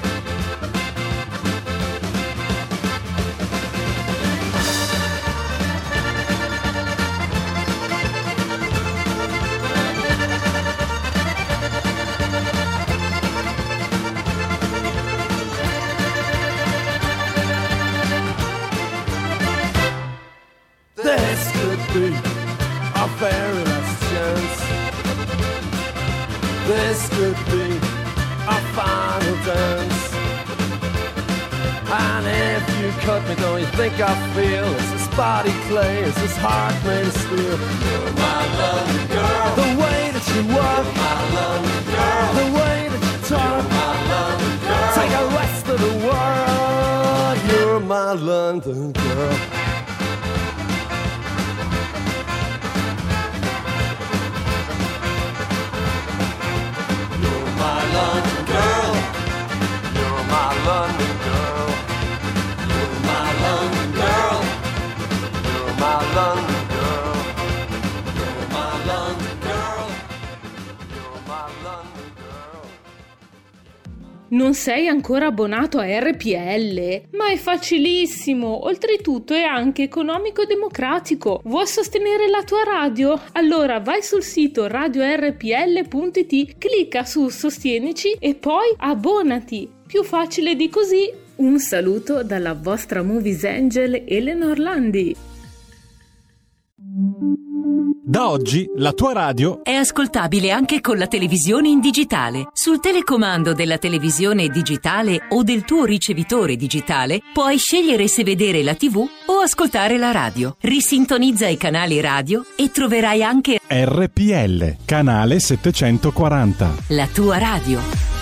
Our very last chance. This could be our final dance. And if you cut me, don't you think I feel? Is this body clay? Is this heart made of steel? You're my London girl. The way that you walk, you're my London girl. The way that you talk, you're my London girl. Take the rest of the world. You're my London girl. London girl, you're my London girl, you're my London girl, you're my London girl, you're my London girl, you're my London girl. Non sei ancora abbonato a R P L? Ma è facilissimo, oltretutto è anche economico e democratico. Vuoi sostenere la tua radio? Allora vai sul sito radio R P L punto it, clicca su Sostienici e poi abbonati. Più facile di così. Un saluto dalla vostra Movies Angel Eleanor Landi. Da oggi la tua radio è ascoltabile anche con la televisione in digitale. Sul telecomando della televisione digitale o del tuo ricevitore digitale puoi scegliere se vedere la tivù o ascoltare la radio. Risintonizza i canali radio e troverai anche R P L, canale settecentoquaranta. La tua radio.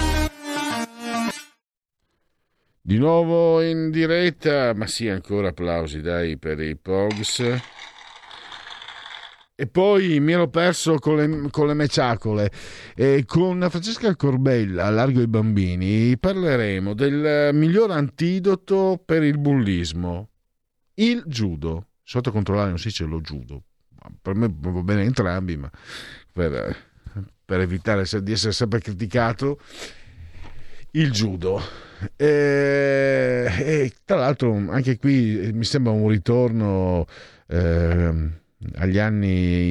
Di nuovo in diretta, ma sì, ancora applausi, dai, per i Pogs. E poi mi ero perso con le, con le meciacole. E con Francesca Corbella, a Largo i Bambini, parleremo del miglior antidoto per il bullismo, il judo. Sotto controllare non si dice lo judo. Per me va bene entrambi, ma per, per evitare di essere sempre criticato, il judo. E, e tra l'altro anche qui mi sembra un ritorno... Eh, agli anni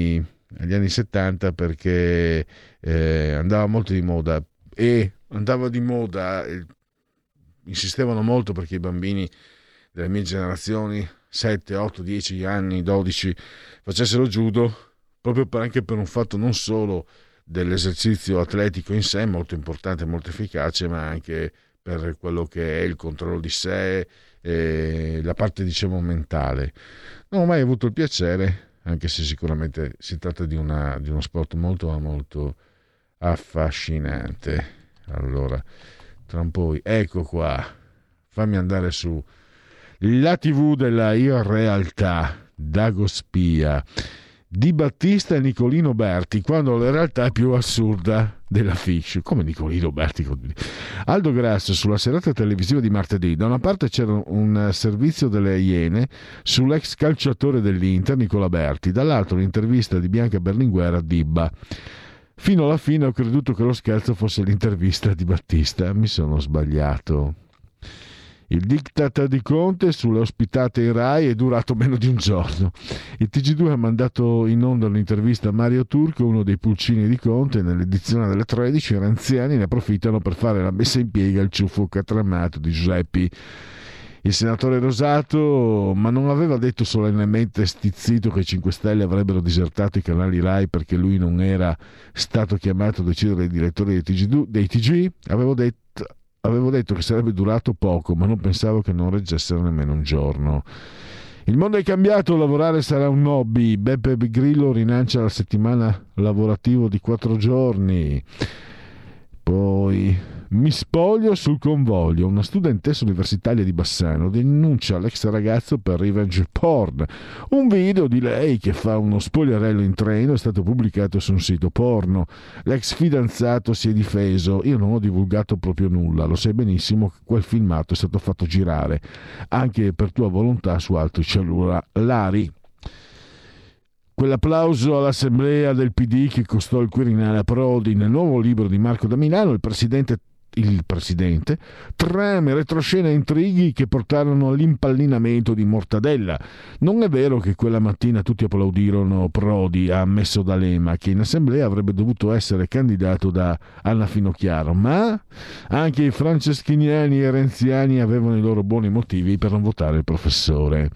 agli anni settanta, perché eh, andava molto di moda e andava di moda, eh, insistevano molto perché i bambini delle mie generazioni, sette, otto, dieci anni, dodici, facessero judo, proprio per, anche per un fatto non solo dell'esercizio atletico in sé, molto importante, molto efficace, ma anche per quello che è il controllo di sé, e la parte, diciamo, mentale. Non ho mai avuto il piacere, anche se sicuramente si tratta di, una, di uno sport molto molto affascinante. Allora, tra un po', ecco qua, fammi andare su la tivù della irrealtà, Dago Spia, Di Battista e Nicolino Berti, quando la realtà è più assurda della fiction. Come Nicolino Berti? Aldo Grasso sulla serata televisiva di martedì. Da una parte c'era un servizio delle Iene sull'ex calciatore dell'Inter Nicola Berti, dall'altro l'intervista di Bianca Berlinguer a Dibba. Fino alla fine ho creduto che lo scherzo fosse l'intervista di Battista, mi sono sbagliato. Il diktat di Conte sulle ospitate in Rai è durato meno di un giorno. Il T G due ha mandato in onda un'intervista a Mario Turco, uno dei pulcini di Conte. Nell'edizione delle tredici i renziani ne approfittano per fare la messa in piega il ciuffo catramato di Giuseppi. Il senatore Rosato, ma non aveva detto solennemente stizzito che i cinque Stelle avrebbero disertato i canali Rai perché lui non era stato chiamato a decidere i direttori dei T G? Dei T G? Avevo detto Avevo detto che sarebbe durato poco, ma non pensavo che non reggessero nemmeno un giorno. Il mondo è cambiato, lavorare sarà un hobby. Beppe Grillo rilancia la settimana lavorativa di quattro giorni. Poi mi spoglio sul convoglio. Una studentessa universitaria di Bassano denuncia l'ex ragazzo per revenge porn. Un video di lei che fa uno spogliarello in treno è stato pubblicato su un sito porno. L'ex fidanzato si è difeso: io non ho divulgato proprio nulla, lo sai benissimo che quel filmato è stato fatto girare anche per tua volontà su altri cellulari. Quell'applauso all'assemblea del P D che costò il Quirinale a Prodi. Nel nuovo libro di Marco da Milano il presidente il presidente trame retroscena e intrighi che portarono all'impallinamento di Mortadella. Non è vero che quella mattina tutti applaudirono Prodi, ha ammesso D'Alema, che in assemblea avrebbe dovuto essere candidato da Anna Finocchiaro, ma anche i franceschiniani e renziani avevano i loro buoni motivi per non votare il professore.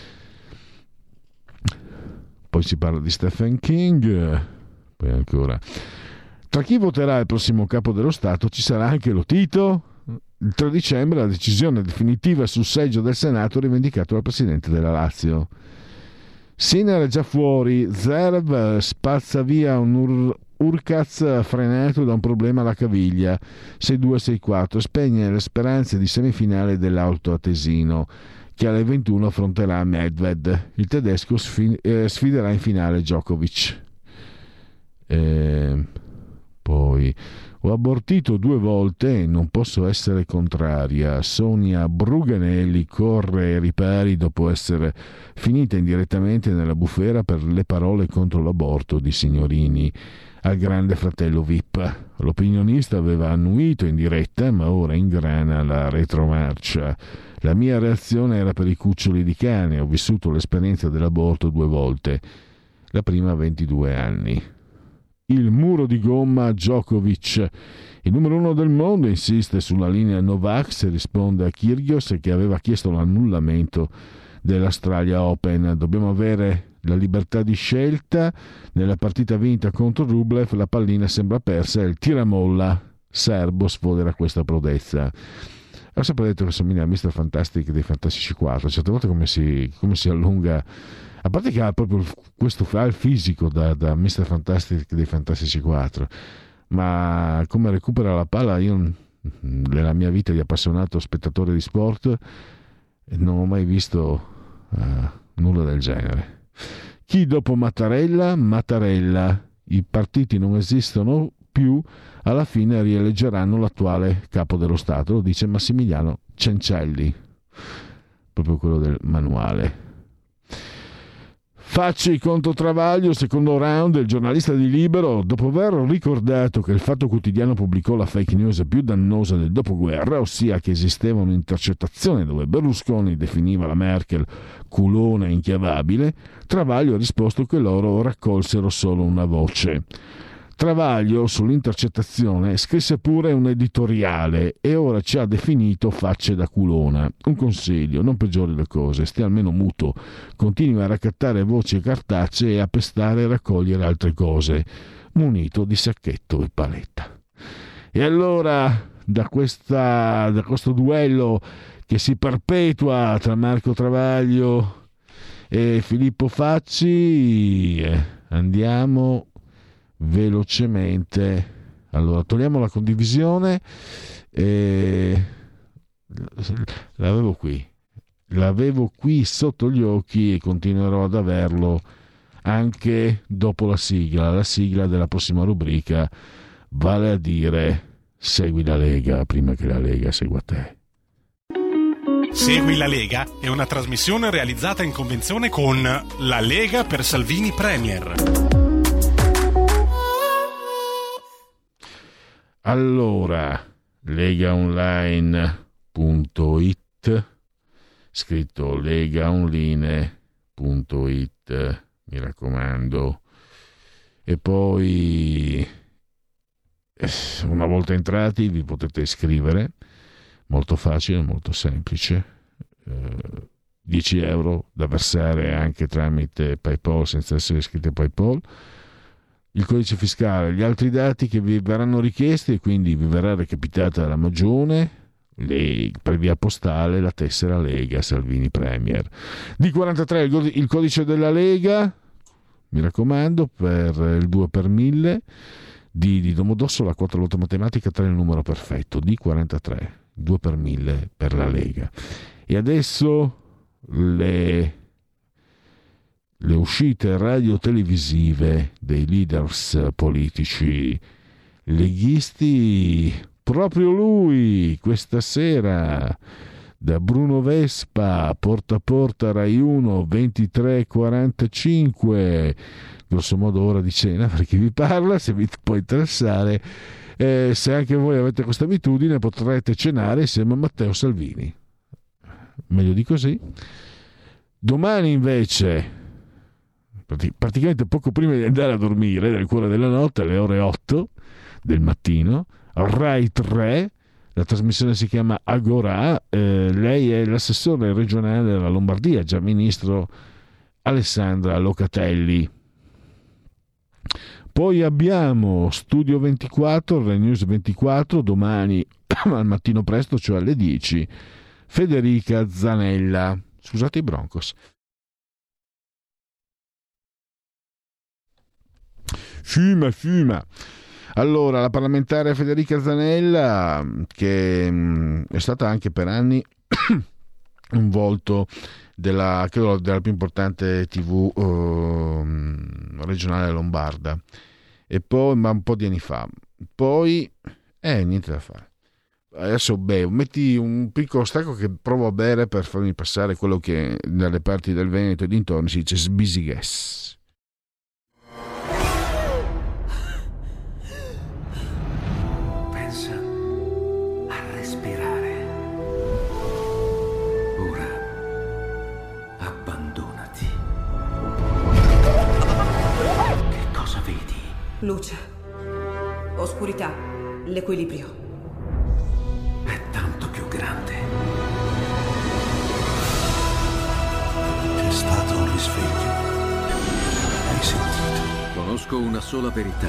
Poi si parla di Stephen King, poi ancora. Tra chi voterà il prossimo capo dello Stato ci sarà anche lo Tito. Il tre dicembre la decisione definitiva sul seggio del Senato rivendicato dal presidente della Lazio. Sinner è già fuori, Zerv spazza via un ur- Urkaz frenato da un problema alla caviglia, sei due sei quattro, spegne le speranze di semifinale dell'Alto Atesino, che alle ventuno affronterà Medved. Il tedesco sfi- eh, sfiderà in finale Djokovic. Eh, poi ho abortito due volte e non posso essere contraria. Sonia Bruganelli corre ai ripari dopo essere finita indirettamente nella bufera per le parole contro l'aborto di Signorini al grande fratello V I P. L'opinionista aveva annuito in diretta, ma ora ingrana la retromarcia. La mia reazione era per i cuccioli di cane. Ho vissuto l'esperienza dell'aborto due volte, la prima a ventidue anni. Il muro di gomma Djokovic. Il numero uno del mondo insiste sulla linea Novax e risponde a Kyrgios che aveva chiesto l'annullamento dell'Australia Open. Dobbiamo avere la libertà di scelta. Nella partita vinta contro Rublev la pallina sembra persa e il tiramolla serbo sfodera questa prodezza. Ho sempre detto che somiglia a mister Fantastic dei Fantastici quattro, certe volte come si, come si allunga, a parte che ha proprio questo fa il fisico da, da mister Fantastic dei Fantastici quattro, ma come recupera la palla, io nella mia vita di appassionato spettatore di sport non ho mai visto uh, nulla del genere. Chi dopo Mattarella? Mattarella. I partiti non esistono più, alla fine rieleggeranno l'attuale capo dello Stato, lo dice Massimiliano Cencelli, proprio quello del manuale. Facci contro Travaglio, secondo round. Il giornalista di Libero, dopo aver ricordato che il Fatto Quotidiano pubblicò la fake news più dannosa del dopoguerra, ossia che esisteva un'intercettazione dove Berlusconi definiva la Merkel culona inchiavabile, Travaglio ha risposto che loro raccolsero solo una voce. Travaglio sull'intercettazione scrisse pure un editoriale e ora ci ha definito facce da culona. Un consiglio: non peggiori le cose, stia almeno muto, continui a raccattare voci e cartacee e a pestare e raccogliere altre cose, munito di sacchetto e paletta. E allora, da, questa, da questo duello che si perpetua tra Marco Travaglio e Filippo Facci, eh, andiamo velocemente. Allora, togliamo la condivisione e l'avevo qui l'avevo qui sotto gli occhi e continuerò ad averlo anche dopo la sigla la sigla della prossima rubrica, vale a dire Segui la Lega prima che la Lega segua te. Segui la Lega è una trasmissione realizzata in convenzione con la Lega per Salvini Premier. Allora, legaonline punto it, scritto legaonline punto it, mi raccomando. E poi, una volta entrati, vi potete iscrivere, molto facile, molto semplice, eh, dieci euro da versare anche tramite PayPal senza essere iscritti a PayPal. Il codice fiscale, gli altri dati che vi verranno richiesti e quindi vi verrà recapitata la magione, le, per via postale la tessera Lega Salvini Premier. D quarantatré il codice della Lega, mi raccomando, per il due per mille, D di Domodossola, quattro lotta matematica, tre il numero perfetto, D quarantatré, due per mille per la Lega. E adesso le... le uscite radio-televisive dei leaders politici leghisti. Proprio lui questa sera da Bruno Vespa, porta a porta Rai uno, ventitré e quarantacinque, grosso modo ora di cena per chi vi parla, se vi può interessare. Eh, se anche voi avete questa abitudine potrete cenare insieme a Matteo Salvini, meglio di così. Domani invece, praticamente poco prima di andare a dormire, nel cuore della notte, alle ore otto del mattino, Rai tre, la trasmissione si chiama Agorà, eh, lei è l'assessore regionale della Lombardia, già ministro, Alessandra Locatelli. Poi abbiamo Studio ventiquattro, Rai News ventiquattro, domani al mattino presto, cioè alle dieci, Federica Zanella, scusate i Broncos. Fuma, fuma. Allora, la parlamentare Federica Zanella, che mh, è stata anche per anni un volto della, credo, della più importante tivù uh, regionale lombarda, e poi, ma un po' di anni fa. Poi, eh, niente da fare. Adesso bevo, metti un piccolo stacco che provo a bere per farmi passare quello che dalle parti del Veneto e dintorni si dice sbisighes. Luce, oscurità, l'equilibrio. È tanto più grande. C'è stato un risveglio. Hai sentito? Conosco una sola verità.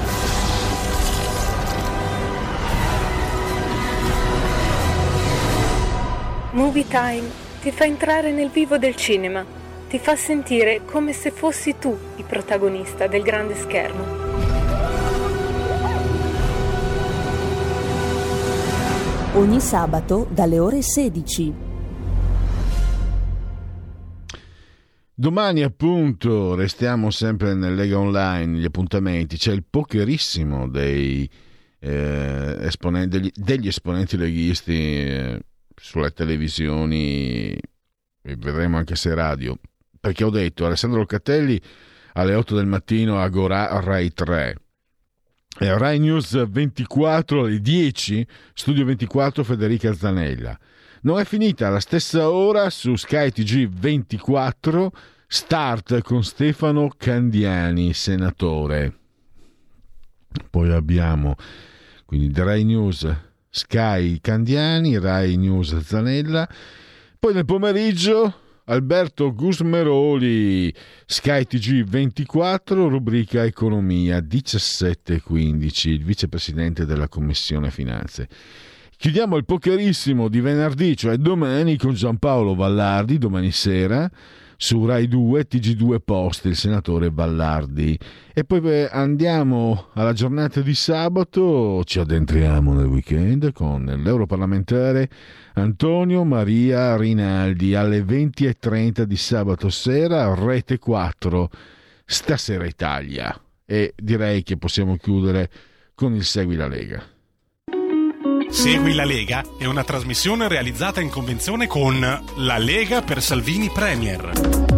Movie Time ti fa entrare nel vivo del cinema, ti fa sentire come se fossi tu il protagonista del grande schermo. Ogni sabato dalle ore sedici. Domani appunto restiamo sempre nel Lega Online, gli appuntamenti, c'è il pokerissimo dei, eh, esponenti, degli, degli esponenti leghisti eh, sulle televisioni, e vedremo anche se radio, perché ho detto Alessandro Locatelli alle otto del mattino a Gorà Rai tre, e Rai News ventiquattro alle dieci, Studio ventiquattro Federica Zanella. Non è finita, alla stessa ora su Sky T G ventiquattro Start con Stefano Candiani, senatore. Poi abbiamo quindi Rai News Sky Candiani, Rai News Zanella. Poi nel pomeriggio Alberto Gusmeroli, Sky T G ventiquattro, rubrica Economia, diciassette e quindici, il vicepresidente della Commissione Finanze. Chiudiamo il pokerissimo di venerdì, cioè domani, con Giampaolo Vallardi, domani sera, su Rai due, T G due Post, il senatore Vallardi. E poi andiamo alla giornata di sabato, ci addentriamo nel weekend con l'europarlamentare Antonio Maria Rinaldi alle venti e trenta di sabato sera, Rete quattro, Stasera Italia. E direi che possiamo chiudere con il Segui la Lega. Segui la Lega è una trasmissione realizzata in convenzione con La Lega per Salvini Premier.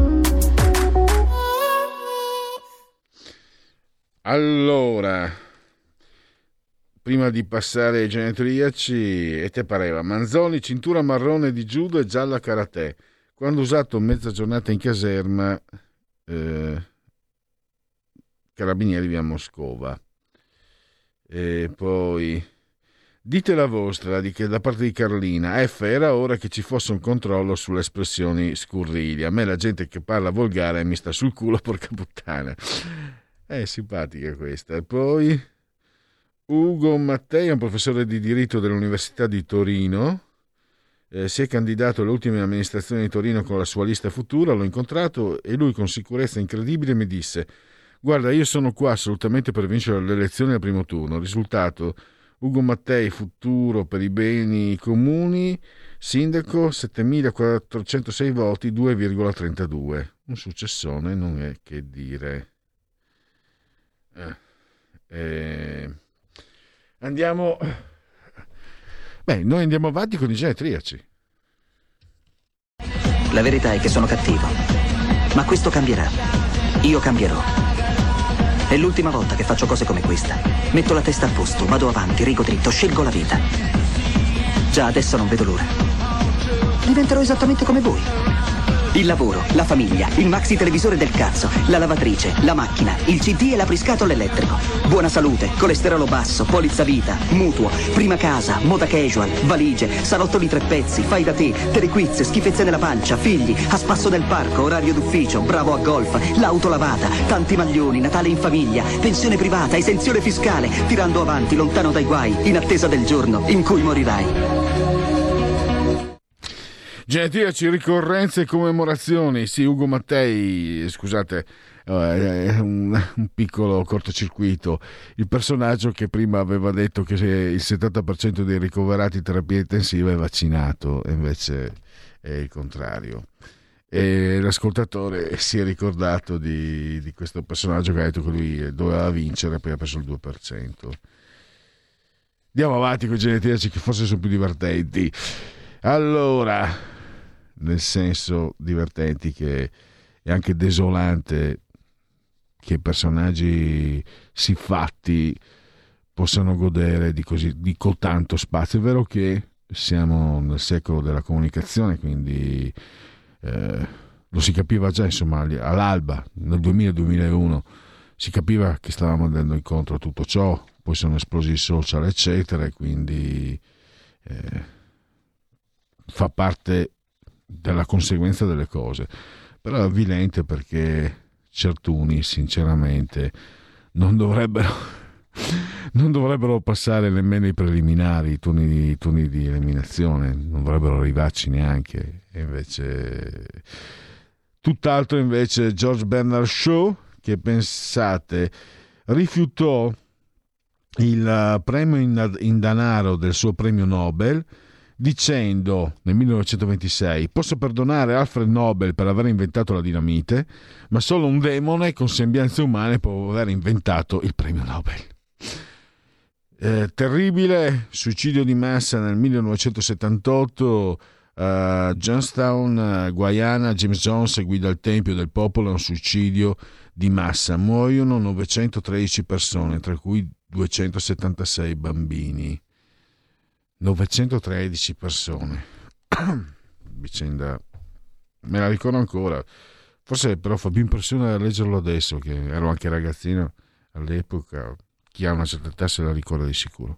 Allora, prima di passare ai genetriaci, e te pareva Manzoni, cintura marrone di judo e gialla karate, quando usato mezza giornata in caserma, eh, carabinieri via Moscova. E poi dite la vostra, di che, da parte di Carlina. F, era ora che ci fosse un controllo sulle espressioni scurrili. A me la gente che parla volgare mi sta sul culo, porca puttana. È simpatica questa. E poi Ugo Mattei è un professore di diritto dell'Università di Torino. Eh, si è candidato alle ultime amministrazioni di Torino con la sua lista futura. L'ho incontrato e lui con sicurezza incredibile mi disse: guarda, io sono qua assolutamente per vincere le elezioni al primo turno. Risultato: Ugo Mattei, futuro per i beni comuni, sindaco, settemilaquattrocentosei voti, due virgola trentadue. Un successone, non è che dire. Eh, eh, andiamo. Beh, noi andiamo avanti con i genetriaci. La verità è che sono cattivo, ma questo cambierà. Io cambierò. È l'ultima volta che faccio cose come questa. Metto la testa a posto, vado avanti, rigo dritto, scelgo la vita. Già adesso non vedo l'ora. Diventerò esattamente come voi. Il lavoro, la famiglia, il maxi televisore del cazzo, la lavatrice, la macchina, il C D e l'apriscatole elettrico. Buona salute, colesterolo basso, polizza vita, mutuo, prima casa, moda casual, valigie, salotto di tre pezzi, fai da te, telequiz, schifezze nella pancia, figli, a spasso nel parco, orario d'ufficio, bravo a golf, l'auto lavata, tanti maglioni, Natale in famiglia, pensione privata, esenzione fiscale, tirando avanti, lontano dai guai, in attesa del giorno in cui morirai. Genetriaci, ricorrenze e commemorazioni. Sì, Ugo Mattei, scusate, è un, un piccolo cortocircuito. Il personaggio che prima aveva detto che il settanta per cento dei ricoverati in terapia intensiva è vaccinato, e invece è il contrario. E l'ascoltatore si è ricordato di, di questo personaggio che ha detto che lui doveva vincere, poi ha preso il due per cento. Andiamo avanti con i genetriaci, che forse sono più divertenti. Allora, nel senso divertenti, che è anche desolante che personaggi siffatti possano godere di così di tanto spazio. È vero che siamo nel secolo della comunicazione, quindi eh, lo si capiva già, insomma, all'alba, nel duemila duemilauno si capiva che stavamo andando incontro a tutto ciò. Poi sono esplosi i social, eccetera, e quindi eh, fa parte della conseguenza delle cose. Però è avvilente, perché certuni sinceramente non dovrebbero non dovrebbero passare nemmeno i preliminari, i turni di, i turni di eliminazione, non dovrebbero arrivarci neanche. E invece tutt'altro. Invece George Bernard Shaw, che pensate rifiutò il premio in, in denaro del suo premio Nobel, dicendo nel millenovecentoventisei: posso perdonare Alfred Nobel per aver inventato la dinamite, ma solo un demone con sembianze umane può aver inventato il premio Nobel. Eh, terribile suicidio di massa nel millenovecentosettantotto Uh, Johnstown, uh, Guyana, James Jones guida il Tempio del Popolo a un suicidio di massa. Muoiono novecentotredici persone, tra cui duecentosettantasei bambini. novecentotredici persone. Vicenda, me la ricordo ancora. Forse però fa più impressione leggerlo adesso, che ero anche ragazzino all'epoca. Chi ha una certa età se la ricorda di sicuro.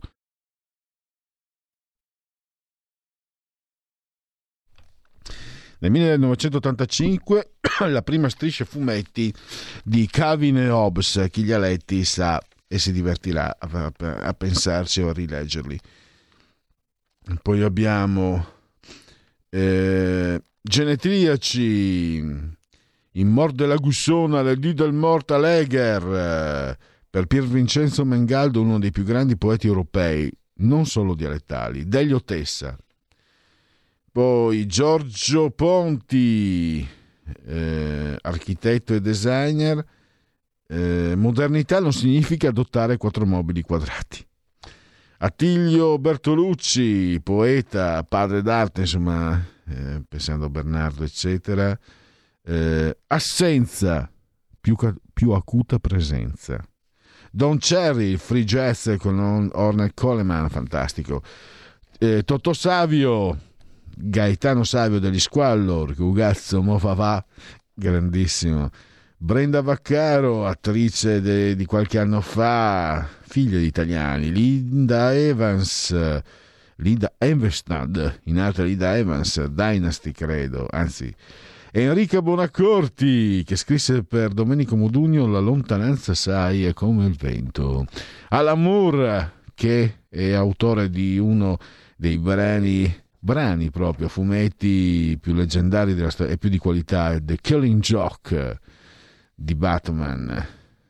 Nel millenovecentottantacinque la prima striscia fumetti di Calvin e Hobbes, chi li ha letti sa e si divertirà a, a pensarci o a rileggerli. Poi abbiamo eh, Genetriaci, in Mort della Gussona, le dì del Morta Leger, eh, per Pier Vincenzo Mengaldo, uno dei più grandi poeti europei, non solo dialettali, Delio Tessa. Poi Giorgio Ponti, eh, architetto e designer. Eh, modernità non significa adottare quattro mobili quadrati. Attilio Bertolucci, poeta, padre d'arte, insomma, eh, pensando a Bernardo, eccetera. Eh, assenza, più, più acuta presenza. Don Cherry, free jazz con Ornette Coleman, fantastico. Eh, Totò Savio, Gaetano Savio degli Squallor, Gugazzo Mofavà, grandissimo. Brenda Vaccaro, attrice de, di qualche anno fa, figlia di italiani. Linda Evans, Linda Evenstad, in arte Linda Evans, Dynasty credo, anzi. Enrica Bonaccorti, che scrisse per Domenico Modugno La lontananza sai è come il vento. Alan Moore, che è autore di uno dei brani brani proprio, fumetti più leggendari della storia e più di qualità, The Killing Joke di Batman.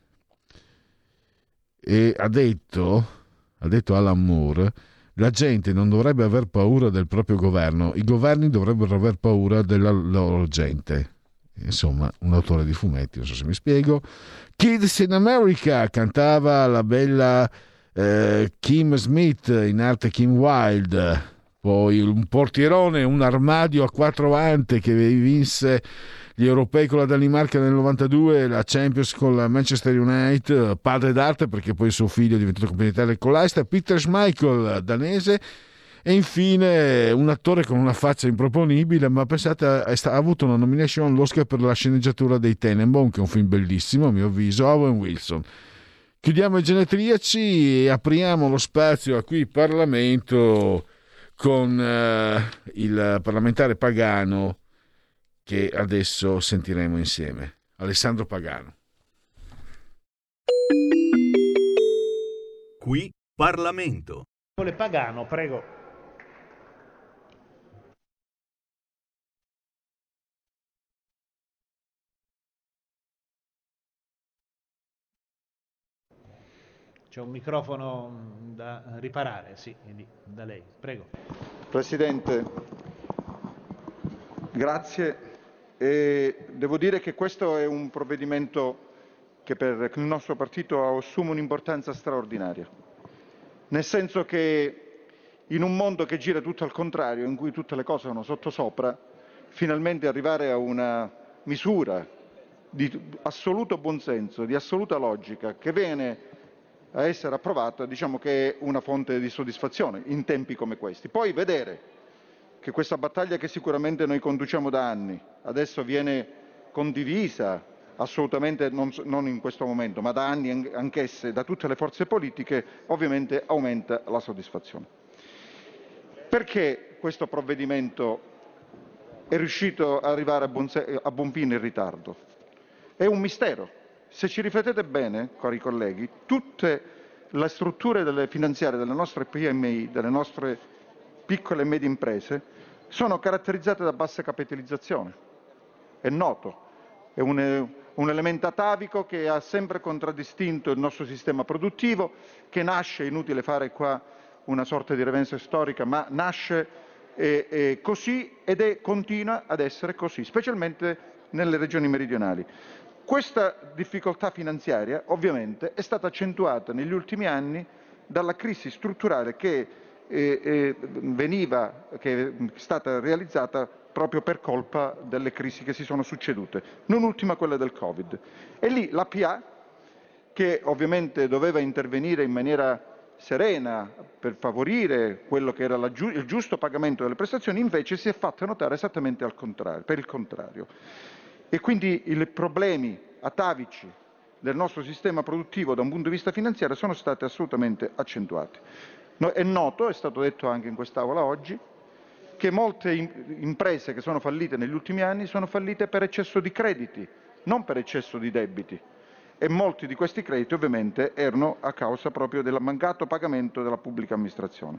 E ha detto, ha detto Alan Moore, la gente non dovrebbe aver paura del proprio governo, i governi dovrebbero aver paura della loro gente. Insomma, un autore di fumetti, non so se mi spiego. Kids in America, cantava la bella eh, Kim Smith, in arte Kim Wilde. Poi un portierone, un armadio a quattro ante che vinse gli europei con la Danimarca nel novantadue, la Champions con la Manchester United, padre d'arte perché poi suo figlio è diventato campione con l'Aista, Peter Schmeichel, danese, e infine un attore con una faccia improponibile, ma pensate, ha avuto una nomination all'Oscar per la sceneggiatura dei Tenenbaum, che è un film bellissimo a mio avviso, Owen Wilson. Chiudiamo i genetriaci e apriamo lo spazio a qui Parlamento con uh, il parlamentare Pagano, che adesso sentiremo insieme. Alessandro Pagano. Qui Parlamento. Pagano, prego. C'è un microfono da riparare, sì, da lei, prego. Presidente, grazie. E devo dire che questo è un provvedimento che per il nostro partito assume un'importanza straordinaria, nel senso che in un mondo che gira tutto al contrario, in cui tutte le cose sono sottosopra, finalmente arrivare a una misura di assoluto buonsenso, di assoluta logica, che viene a essere approvata, diciamo che è una fonte di soddisfazione in tempi come questi. Poi vedere che questa battaglia che sicuramente noi conduciamo da anni adesso viene condivisa assolutamente non, non in questo momento, ma da anni anch'esse da tutte le forze politiche, ovviamente aumenta la soddisfazione. Perché questo provvedimento è riuscito ad arrivare a buon, a buon fine in ritardo? È un mistero. Se ci riflettete bene, cari colleghi, tutte le strutture delle finanziarie delle nostre P M I, delle nostre piccole e medie imprese, sono caratterizzate da bassa capitalizzazione. È noto, è un, un elemento atavico che ha sempre contraddistinto il nostro sistema produttivo, che nasce, inutile fare qua una sorta di reverenza storica, ma nasce eh, eh, così ed è, continua ad essere così, specialmente nelle regioni meridionali. Questa difficoltà finanziaria ovviamente è stata accentuata negli ultimi anni dalla crisi strutturale che eh, eh, veniva, che è stata realizzata proprio per colpa delle crisi che si sono succedute, non ultima quella del Covid. E lì la P A, che ovviamente doveva intervenire in maniera serena per favorire quello che era la giu- il giusto pagamento delle prestazioni, invece si è fatta notare esattamente al contrario, per il contrario. E quindi i problemi atavici del nostro sistema produttivo da un punto di vista finanziario sono stati assolutamente accentuati. No, è noto, è stato detto anche in quest'Aula oggi, che molte in- imprese che sono fallite negli ultimi anni sono fallite per eccesso di crediti, non per eccesso di debiti. E molti di questi crediti ovviamente erano a causa proprio del mancato pagamento della pubblica amministrazione.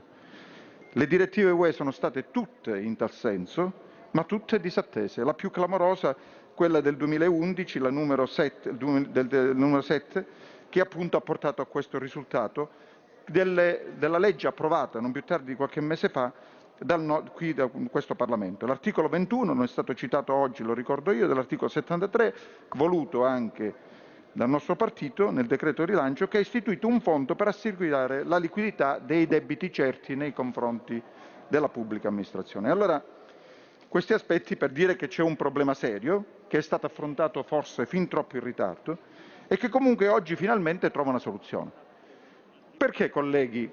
Le direttive U E sono state tutte in tal senso, ma tutte disattese. La più clamorosa, quella del duemilaundici, la numero sette, del, del numero sette, che appunto ha portato a questo risultato delle, della legge approvata non più tardi di qualche mese fa dal no, qui da questo Parlamento. L'articolo ventuno, non è stato citato oggi, lo ricordo io, dell'articolo settantatré, voluto anche dal nostro partito nel decreto rilancio, che ha istituito un fondo per assicurare la liquidità dei debiti certi nei confronti della pubblica amministrazione. Allora, questi aspetti per dire che c'è un problema serio, che è stato affrontato forse fin troppo in ritardo e che comunque oggi finalmente trova una soluzione. Perché, colleghi,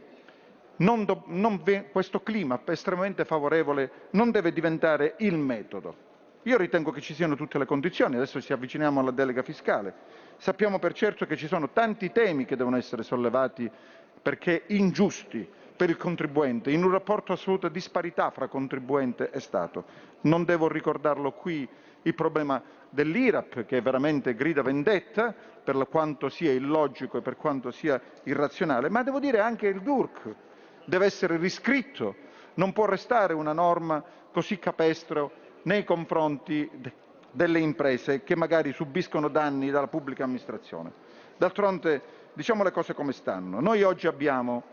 non do, non ve, questo clima estremamente favorevole non deve diventare il metodo? Io ritengo che ci siano tutte le condizioni, adesso ci avviciniamo alla delega fiscale. Sappiamo per certo che ci sono tanti temi che devono essere sollevati perché ingiusti per il contribuente, in un rapporto assoluta disparità fra contribuente e Stato. Non devo ricordarlo qui il problema dell'I R A P, che veramente grida vendetta per quanto sia illogico e per quanto sia irrazionale, ma devo dire anche il D U R C deve essere riscritto, non può restare una norma così capestro nei confronti delle imprese che magari subiscono danni dalla pubblica amministrazione. D'altronde, diciamo le cose come stanno. Noi oggi abbiamo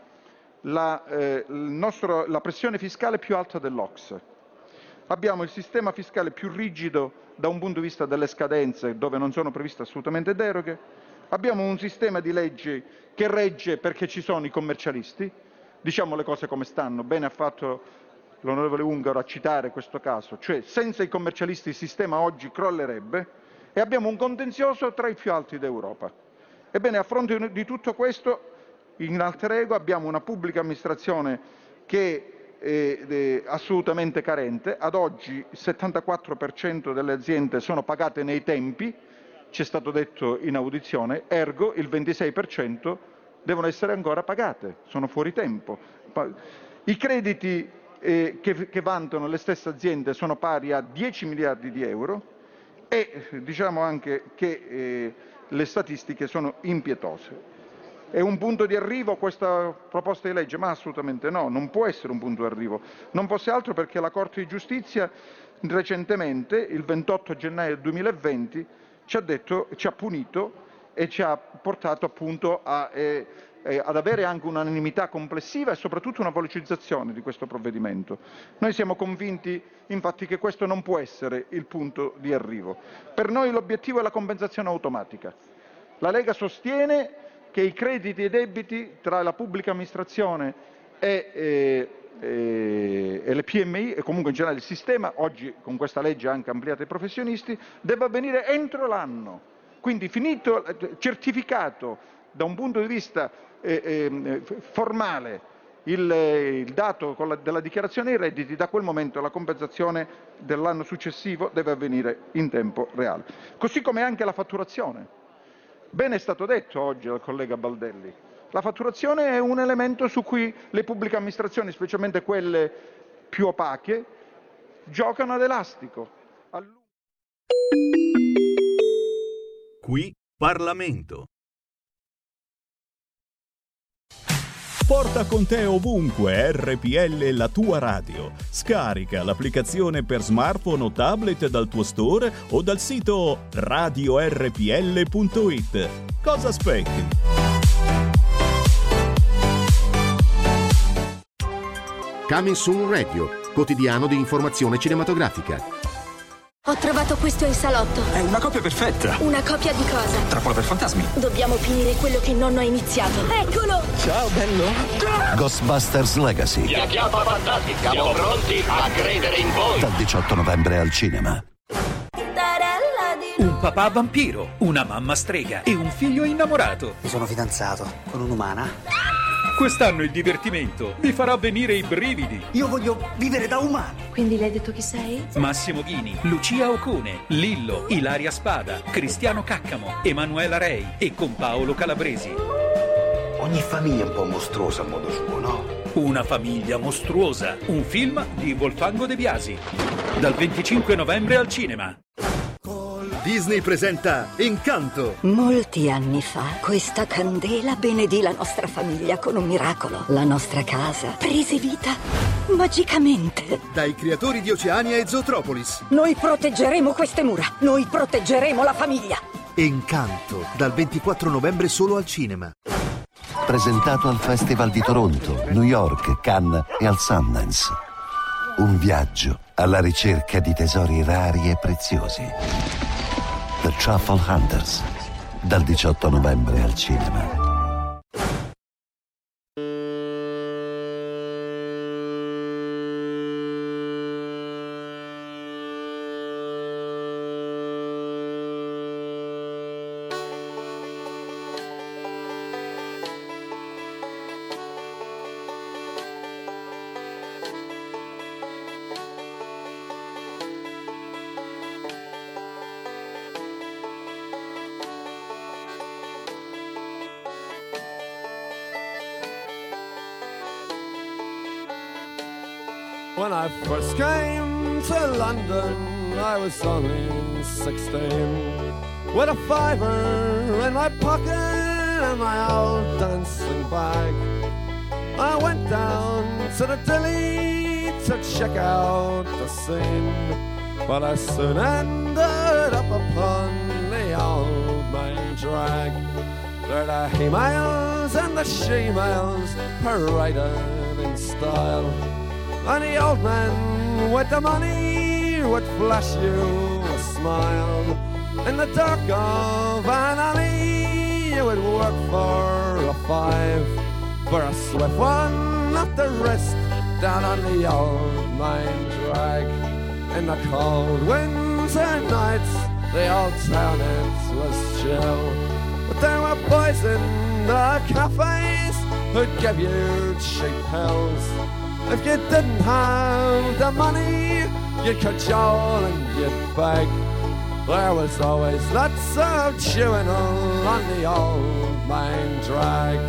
la, eh, il nostro, la pressione fiscale più alta dell'O C S E. Abbiamo il sistema fiscale più rigido da un punto di vista delle scadenze, dove non sono previste assolutamente deroghe. Abbiamo un sistema di leggi che regge perché ci sono i commercialisti. Diciamo le cose come stanno. Bene ha fatto l'onorevole Ungaro a citare questo caso, cioè senza i commercialisti il sistema oggi crollerebbe e abbiamo un contenzioso tra i più alti d'Europa. Ebbene, a fronte di tutto questo, in alter ego abbiamo una pubblica amministrazione che è, è assolutamente carente. Ad oggi il settantaquattro per cento delle aziende sono pagate nei tempi, ci è stato detto in audizione, ergo il ventisei per cento devono essere ancora pagate, sono fuori tempo. I crediti Eh, che, che vantano le stesse aziende sono pari a dieci miliardi di euro e diciamo anche che eh, le statistiche sono impietose. È un punto di arrivo questa proposta di legge? Ma assolutamente no, non può essere un punto di arrivo. Non fosse altro perché la Corte di Giustizia recentemente, il ventotto gennaio duemilaventi, ci ha, detto, ci ha punito e ci ha portato appunto a... Eh, ad avere anche un'unanimità complessiva e soprattutto una velocizzazione di questo provvedimento. Noi siamo convinti infatti che questo non può essere il punto di arrivo. Per noi l'obiettivo è la compensazione automatica. La Lega sostiene che i crediti e i debiti tra la pubblica amministrazione e, e, e, e le P M I e comunque in generale il sistema, oggi con questa legge anche ampliata ai professionisti, deve avvenire entro l'anno. Quindi finito, certificato da un punto di vista Eh, eh, formale il, il dato con la, della dichiarazione dei redditi, da quel momento la compensazione dell'anno successivo deve avvenire in tempo reale. Così come anche la fatturazione. Bene è stato detto oggi dal collega Baldelli, la fatturazione è un elemento su cui le pubbliche amministrazioni, specialmente quelle più opache, giocano ad elastico. Qui Parlamento. Porta con te ovunque R P L, la tua radio. Scarica l'applicazione per smartphone o tablet dal tuo store o dal sito radio R P L punto it. Cosa aspetti? Coming Soon Radio, quotidiano di informazione cinematografica. Ho trovato questo in salotto. È una coppia perfetta. Una coppia di cosa? Trappola per fantasmi. Dobbiamo finire quello che il nonno ha iniziato. Eccolo! Ciao, bello. Ghostbusters Legacy. La chiappa fantastica. Siamo pronti a credere in voi. Dal diciotto novembre al cinema. Un papà vampiro, una mamma strega e un figlio innamorato. Mi sono fidanzato con un'umana. Quest'anno il divertimento vi farà venire i brividi. Io voglio vivere da umano. Quindi le hai detto chi sei? Massimo Ghini, Lucia Ocone, Lillo, Ilaria Spada, Cristiano Caccamo, Emanuela Rei e con Paolo Calabresi. Ogni famiglia è un po' mostruosa a modo suo, no? Una famiglia mostruosa, un film di Volfango De Biasi. Dal venticinque novembre al cinema. Disney presenta Encanto. Molti anni fa questa candela benedì la nostra famiglia con un miracolo. La nostra casa prese vita magicamente. Dai creatori di Oceania e Zootropolis. Noi proteggeremo queste mura. Noi proteggeremo la famiglia. Encanto, dal ventiquattro novembre solo al cinema. Presentato al Festival di Toronto, New York, Cannes e al Sundance. Un viaggio alla ricerca di tesori rari e preziosi. The Truffle Hunters, dal diciotto novembre al cinema. When I first came to London, I was only sixteen, with a fiver in my pocket and my old dancing bag. I went down to the Dilly to check out the scene, but I soon ended up upon the old main drag. There the he-males and the she-males paraded in style, and the old man with the money would flash you a smile. In the dark of an alley, you would work for a five, for a swift one up the wrist, down on the old main drag. In the cold winter nights, the old town it was chill, but there were boys in the cafes who'd give you cheap pills. If you didn't have the money, you'd cajole and you'd beg. There was always lots of chewing on the old main drag.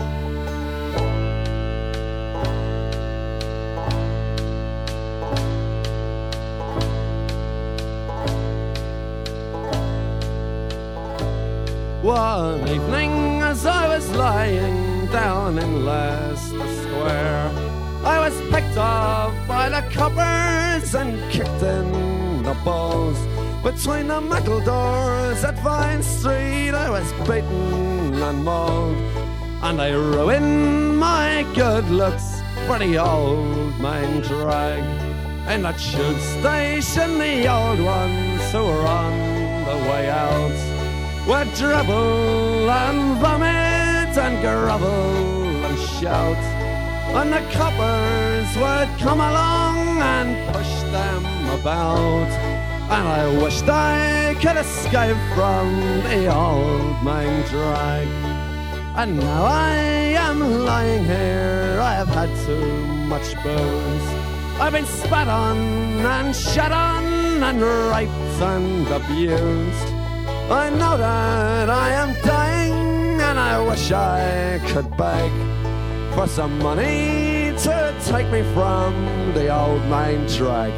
One evening as I was lying down in Leicester Square, I was picked up by the coppers and kicked in the balls. Between the muckle doors at Vine Street, I was beaten and mauled, and I ruined my good looks for the old main drag. In the tube station, the old ones who were on the way out would dribble and vomit and grovel and shout, and the coppers would come along and push them about. And I wished I could escape from the old main drag. And now I am lying here, I have had too much booze. I've been spat on and shot on and raped and abused. I know that I am dying, and I wish I could beg for some money to take me from the old main drag.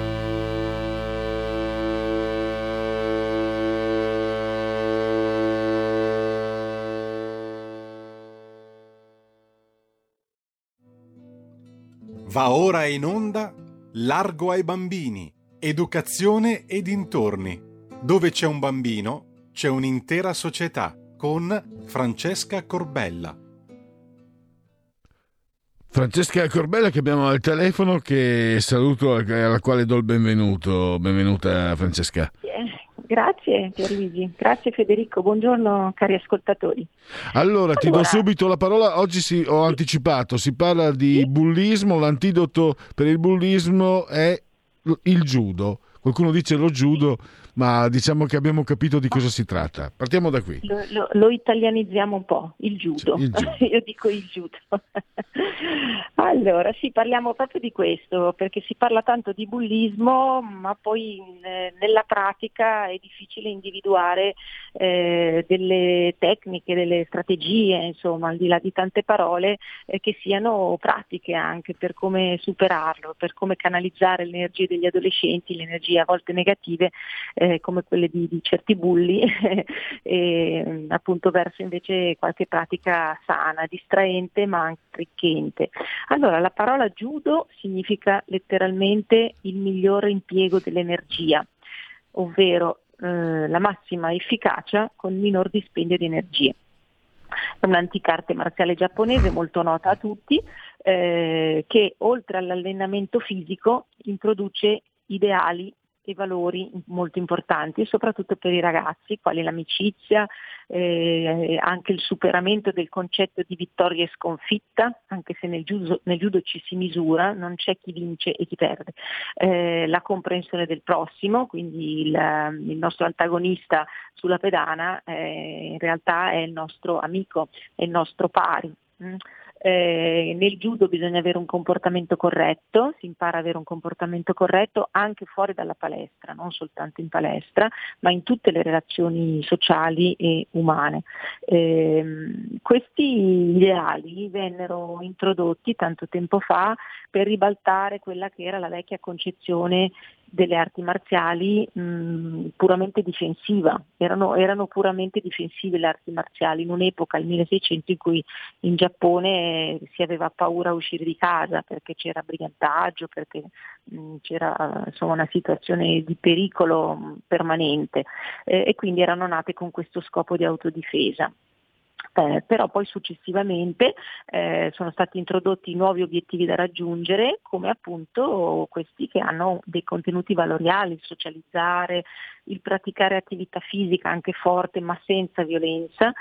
Va ora in onda Largo ai bambini, educazione e dintorni. Dove c'è un bambino, c'è un'intera società, con Francesca Corbella. Francesca Corbella che abbiamo al telefono, che saluto, alla quale do il benvenuto. Benvenuta Francesca. Grazie Pierluigi, grazie Federico, buongiorno cari ascoltatori. Allora, ti allora, do subito la parola. Oggi si, ho anticipato, si parla di bullismo, l'antidoto per il bullismo è il judo. Qualcuno dice lo judo, ma diciamo che abbiamo capito di cosa si tratta. Partiamo da qui. Lo, lo, lo italianizziamo un po', il judo. Sì, il judo. Io dico il judo. Allora, sì, parliamo proprio di questo, perché si parla tanto di bullismo, ma poi in, nella pratica è difficile individuare eh, delle tecniche, delle strategie, insomma, al di là di tante parole, eh, che siano pratiche anche per come superarlo, per come canalizzare le energie degli adolescenti, le energie a volte negative, eh, come quelle di, di certi bulli, e appunto verso invece qualche pratica sana, distraente ma anche arricchente. Allora, la parola judo significa letteralmente il migliore impiego dell'energia, ovvero eh, la massima efficacia con minor dispendio di energie. È un'antica arte marziale giapponese molto nota a tutti, eh, che oltre all'allenamento fisico introduce ideali e valori molto importanti, e soprattutto per i ragazzi, quali l'amicizia, eh, anche il superamento del concetto di vittoria e sconfitta, anche se nel judo, nel judo ci si misura, non c'è chi vince e chi perde, eh, la comprensione del prossimo, quindi il, il nostro antagonista sulla pedana eh, in realtà è il nostro amico, è il nostro pari. Mm. Eh, nel judo bisogna avere un comportamento corretto, si impara ad avere un comportamento corretto anche fuori dalla palestra, non soltanto in palestra, ma in tutte le relazioni sociali e umane. Eh, questi ideali vennero introdotti tanto tempo fa per ribaltare quella che era la vecchia concezione delle arti marziali mh, puramente difensiva, erano, erano puramente difensive le arti marziali in un'epoca, il milleseicento, in cui in Giappone si aveva paura a uscire di casa perché c'era brigantaggio, perché mh, c'era insomma una situazione di pericolo mh, permanente, eh, e quindi erano nate con questo scopo di autodifesa. Eh, però poi successivamente eh, sono stati introdotti nuovi obiettivi da raggiungere, come appunto questi che hanno dei contenuti valoriali, il socializzare, il praticare attività fisica anche forte ma senza violenza,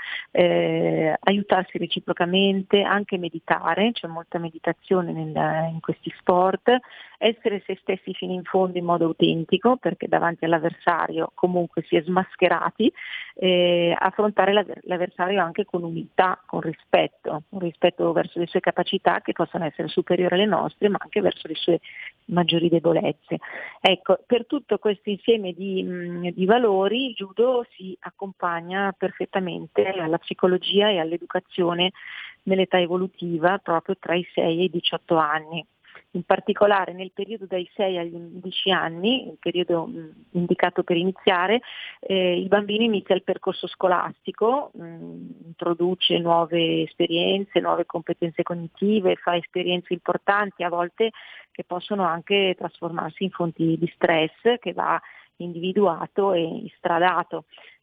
eh, aiutarsi reciprocamente, anche meditare, c'è molta meditazione nel, in questi sport, essere se stessi fino in fondo in modo autentico, perché davanti all'avversario comunque si è smascherati, eh, affrontare l'avversario anche con umiltà, con rispetto, un rispetto verso le sue capacità che possono essere superiori alle nostre, ma anche verso le sue maggiori debolezze. Ecco, per tutto questo insieme di, mh, di valori il judo si accompagna perfettamente alla psicologia e all'educazione nell'età evolutiva proprio tra i sei e i diciotto anni. In particolare nel periodo dai sei agli undici anni, il periodo mh, indicato per iniziare, eh, il bambino inizia il percorso scolastico, mh, introduce nuove esperienze, nuove competenze cognitive, fa esperienze importanti a volte che possono anche trasformarsi in fonti di stress che va individuato e istradato.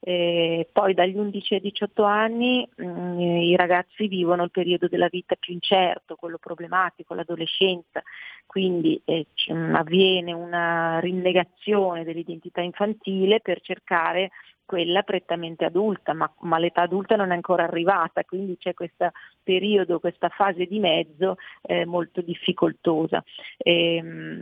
Eh, poi dagli undici ai diciotto anni mh, i ragazzi vivono il periodo della vita più incerto, quello problematico, l'adolescenza, quindi eh, c- avviene una rinnegazione dell'identità infantile per cercare quella prettamente adulta, ma, ma l'età adulta non è ancora arrivata, quindi c'è questo periodo, questa fase di mezzo eh, molto difficoltosa. E,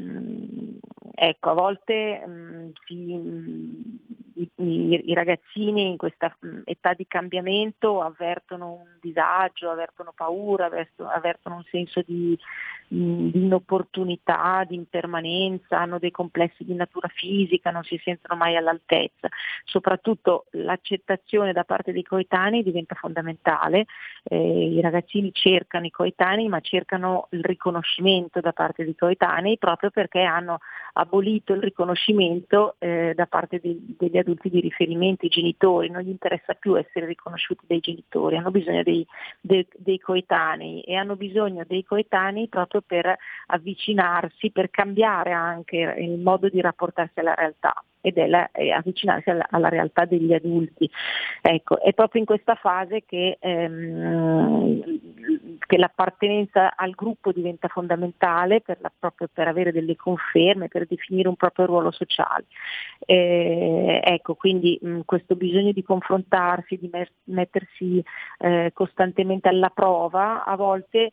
mh, ecco, a volte mh, si, mh, i, i, i ragazzini in questa mh, età di cambiamento avvertono un disagio, avvertono paura, avvertono, avvertono un senso di, mh, di inopportunità, di impermanenza, hanno dei complessi di natura fisica, non si sentono mai all'altezza. Soprattutto l'accettazione da parte dei coetanei diventa fondamentale, eh, i ragazzini cercano i coetanei ma cercano il riconoscimento da parte dei coetanei proprio perché hanno abolito il riconoscimento eh, da parte di, degli adulti di riferimento, i genitori, non gli interessa più essere riconosciuti dai genitori, hanno bisogno dei, dei, dei coetanei e hanno bisogno dei coetanei proprio per avvicinarsi, per cambiare anche il modo di rapportarsi alla realtà. ed è, la, è avvicinarsi alla, alla realtà degli adulti. Ecco, è proprio in questa fase che, ehm, che l'appartenenza al gruppo diventa fondamentale per, la, proprio per avere delle conferme, per definire un proprio ruolo sociale. Eh, ecco, quindi mh, questo bisogno di confrontarsi, di me- mettersi eh, costantemente alla prova, a volte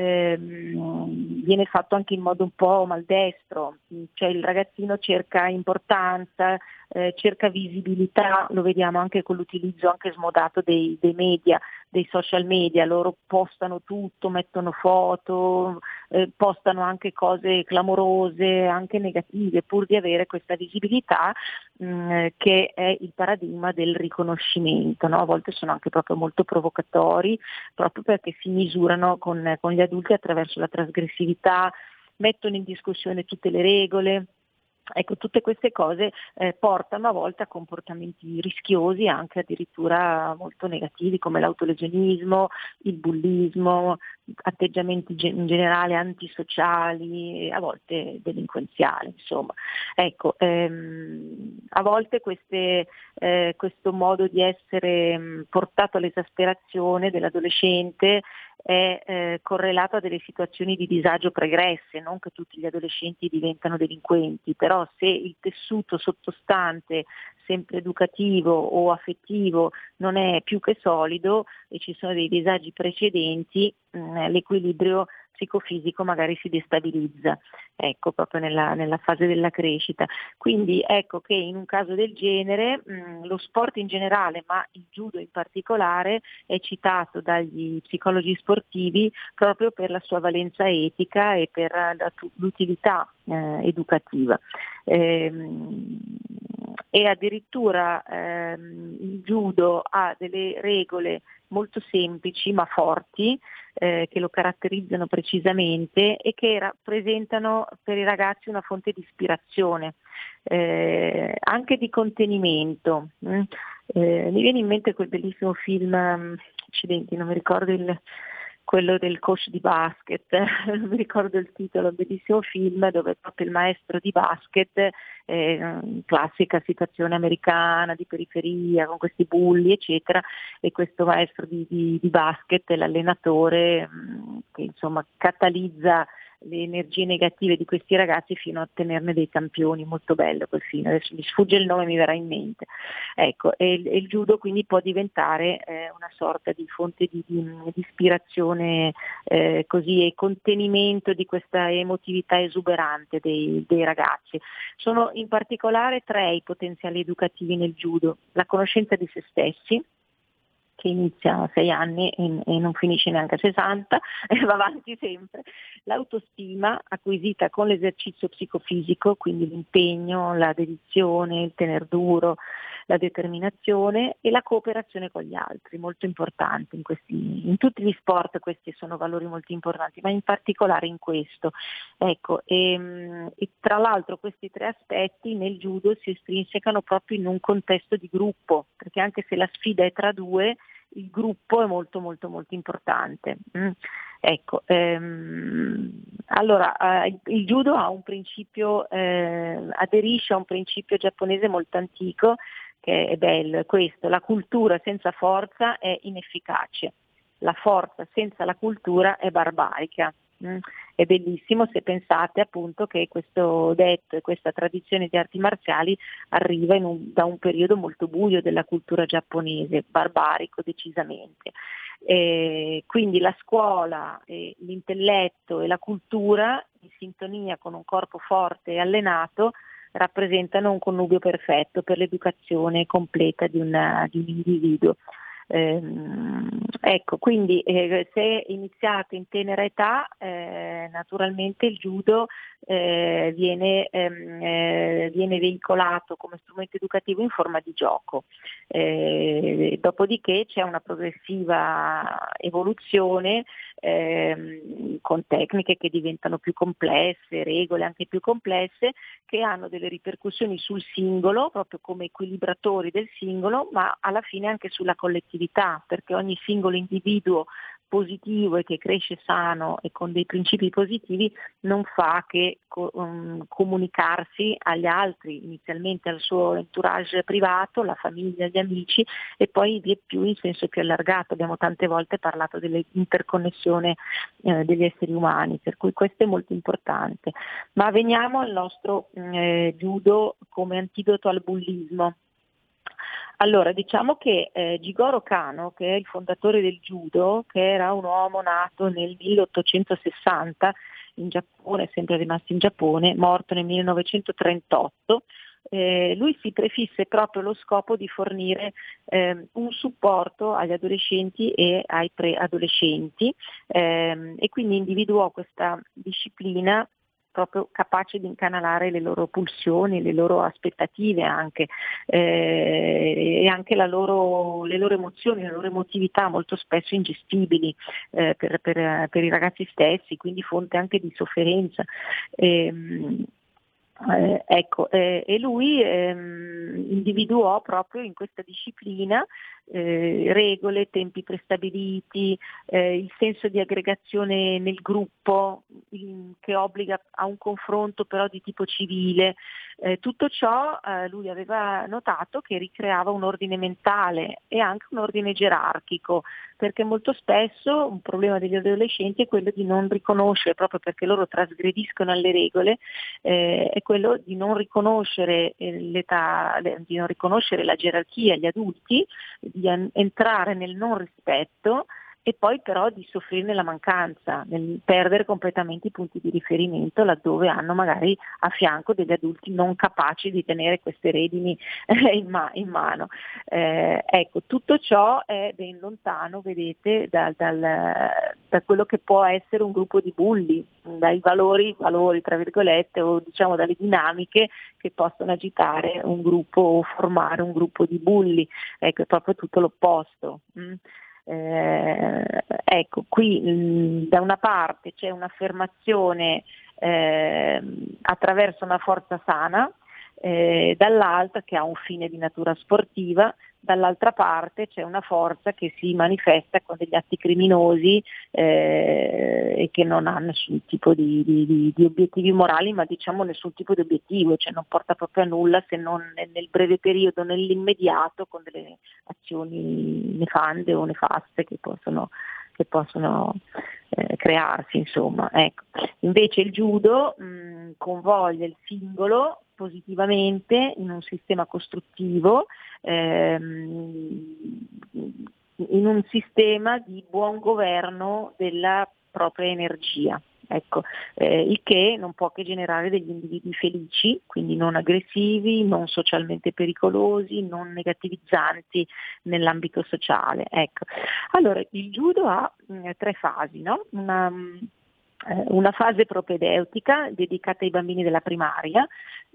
ehm, viene fatto anche in modo un po' maldestro, cioè il ragazzino cerca importanza, eh, cerca visibilità, lo vediamo anche con l'utilizzo anche smodato dei, dei media, dei social media, loro postano tutto, mettono foto, eh, postano anche cose clamorose, anche negative, pur di avere questa visibilità mh, che è il paradigma del riconoscimento, no? A volte sono anche proprio molto provocatori, proprio perché si misurano con, con gli adulti attraverso la trasgressività, mettono in discussione tutte le regole. Ecco, tutte queste cose eh, portano a volte a comportamenti rischiosi, anche addirittura molto negativi, come l'autolesionismo, il bullismo, atteggiamenti gen- in generale antisociali, a volte delinquenziali, insomma. Ecco, ehm, a volte queste, eh, questo modo di essere mh, portato all'esasperazione dell'adolescente è eh, correlato a delle situazioni di disagio pregresse, non che tutti gli adolescenti diventano delinquenti, però se il tessuto sottostante, sempre educativo o affettivo, non è più che solido e ci sono dei disagi precedenti, mh, l'equilibrio psicofisico magari si destabilizza, ecco, proprio nella, nella fase della crescita. Quindi ecco che in un caso del genere mh, lo sport in generale, ma il judo in particolare, è citato dagli psicologi sportivi proprio per la sua valenza etica e per la, l'utilità eh, educativa. Ehm, e addirittura ehm, il judo ha delle regole molto semplici ma forti eh, che lo caratterizzano precisamente e che rappresentano per i ragazzi una fonte di ispirazione, eh, anche di contenimento. Mm? Eh, mi viene in mente quel bellissimo film, um, accidenti, non mi ricordo il quello del coach di basket, non mi ricordo il titolo, un bellissimo film dove proprio il maestro di basket, eh, classica situazione americana di periferia con questi bulli eccetera, e questo maestro di, di, di basket, l'allenatore mh, che insomma catalizza le energie negative di questi ragazzi fino a ottenerne dei campioni. Molto bello quel film, adesso mi sfugge il nome, mi verrà in mente. Ecco, e il, e il judo quindi può diventare eh, una sorta di fonte di, di, di ispirazione eh, così, e contenimento di questa emotività esuberante dei, dei ragazzi. Sono in particolare tre i potenziali educativi nel judo: la conoscenza di se stessi, che inizia a sei anni e, e non finisce neanche a sessanta e va avanti sempre, l'autostima acquisita con l'esercizio psicofisico, quindi l'impegno, la dedizione, il tener duro, la determinazione, e la cooperazione con gli altri, molto importante in questi, in tutti gli sport. Questi sono valori molto importanti, ma in particolare in questo. Ecco, e, e tra l'altro questi tre aspetti nel judo si estrinsecano proprio in un contesto di gruppo, perché anche se la sfida è tra due, il gruppo è molto molto molto importante. Mm. Ecco, ehm, allora eh, il, il judo ha un principio, eh, aderisce a un principio giapponese molto antico, che è bello, è questo: la cultura senza forza è inefficace, la forza senza la cultura è barbarica. Mm. È bellissimo se pensate appunto che questo detto e questa tradizione di arti marziali arriva in un, da un periodo molto buio della cultura giapponese, barbarico decisamente. E quindi la scuola, e l'intelletto e la cultura, in sintonia con un corpo forte e allenato, rappresentano un connubio perfetto per l'educazione completa di, una, di un individuo. Eh, ecco, quindi eh, se iniziate in tenera età, eh, naturalmente il judo eh, viene, ehm, eh, viene veicolato come strumento educativo in forma di gioco. Eh, dopodiché c'è una progressiva evoluzione ehm, con tecniche che diventano più complesse, regole anche più complesse, che hanno delle ripercussioni sul singolo, proprio come equilibratori del singolo, ma alla fine anche sulla collettività, perché ogni singolo individuo positivo e che cresce sano e con dei principi positivi non fa che co- um, comunicarsi agli altri, inizialmente al suo entourage privato, la famiglia, gli amici, e poi di più in senso più allargato. Abbiamo tante volte parlato dell'interconnessione eh, degli esseri umani, per cui questo è molto importante. Ma veniamo al nostro eh, judo come antidoto al bullismo. Allora, diciamo che eh, Jigoro Kano, che è il fondatore del judo, che era un uomo nato nel milleottocentosessanta in Giappone, sempre rimasto in Giappone, morto nel millenovecentotrentotto, eh, lui si prefisse proprio lo scopo di fornire eh, un supporto agli adolescenti e ai preadolescenti eh, e quindi individuò questa disciplina proprio capace di incanalare le loro pulsioni, le loro aspettative anche eh, e anche la loro, le loro emozioni, le loro emotività molto spesso ingestibili eh, per, per, per i ragazzi stessi, quindi fonte anche di sofferenza. Ehm, Eh, ecco, eh, e lui ehm, individuò proprio in questa disciplina eh, regole, tempi prestabiliti, eh, il senso di aggregazione nel gruppo in, che obbliga a un confronto però di tipo civile. Eh, tutto ciò eh, lui aveva notato che ricreava un ordine mentale e anche un ordine gerarchico, perché molto spesso un problema degli adolescenti è quello di non riconoscere, proprio perché loro trasgrediscono alle regole, eh, è quello di non riconoscere eh, l'età, di non riconoscere la gerarchia agli adulti, di en- entrare nel non rispetto e poi però di soffrirne la mancanza, nel perdere completamente i punti di riferimento laddove hanno magari a fianco degli adulti non capaci di tenere queste redini eh, in, ma- in mano. Eh, ecco, tutto ciò è ben lontano, vedete, dal, dal, da quello che può essere un gruppo di bulli, dai valori, valori tra virgolette, o diciamo dalle dinamiche che possono agitare un gruppo o formare un gruppo di bulli. Ecco, è proprio tutto l'opposto. Mm? Eh, ecco, qui mh, da una parte c'è un'affermazione eh, attraverso una forza sana, eh, dall'altra che ha un fine di natura sportiva, dall'altra parte c'è una forza che si manifesta con degli atti criminosi eh, e che non ha nessun tipo di, di, di obiettivi morali, ma diciamo nessun tipo di obiettivo, cioè non porta proprio a nulla se non nel breve periodo, nell'immediato, con delle azioni nefande o nefaste che possono, che possono eh, crearsi, insomma. Ecco. Invece il judo mh, convoglia il singolo positivamente in un sistema costruttivo, ehm, in un sistema di buon governo della propria energia. Ecco, eh, il che non può che generare degli individui felici, quindi non aggressivi, non socialmente pericolosi, non negativizzanti nell'ambito sociale. Ecco. Allora, il judo ha mh, tre fasi, no? Una, una fase propedeutica dedicata ai bambini della primaria,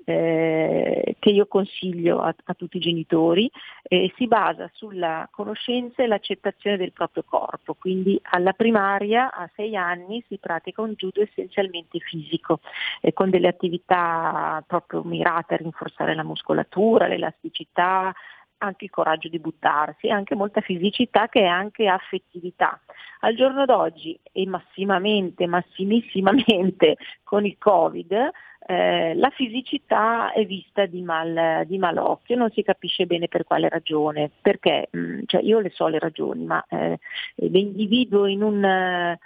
eh, che io consiglio a, a tutti i genitori, eh, si basa sulla conoscenza e l'accettazione del proprio corpo, quindi alla primaria a sei anni si pratica un judo essenzialmente fisico, eh, con delle attività proprio mirate a rinforzare la muscolatura, l'elasticità, anche il coraggio di buttarsi, anche molta fisicità che è anche affettività. Al giorno d'oggi e massimamente, massimissimamente con il Covid, eh, la fisicità è vista di, mal, di malocchio, non si capisce bene per quale ragione, perché mh, cioè io le so le ragioni, ma eh, l'individuo in un... Eh,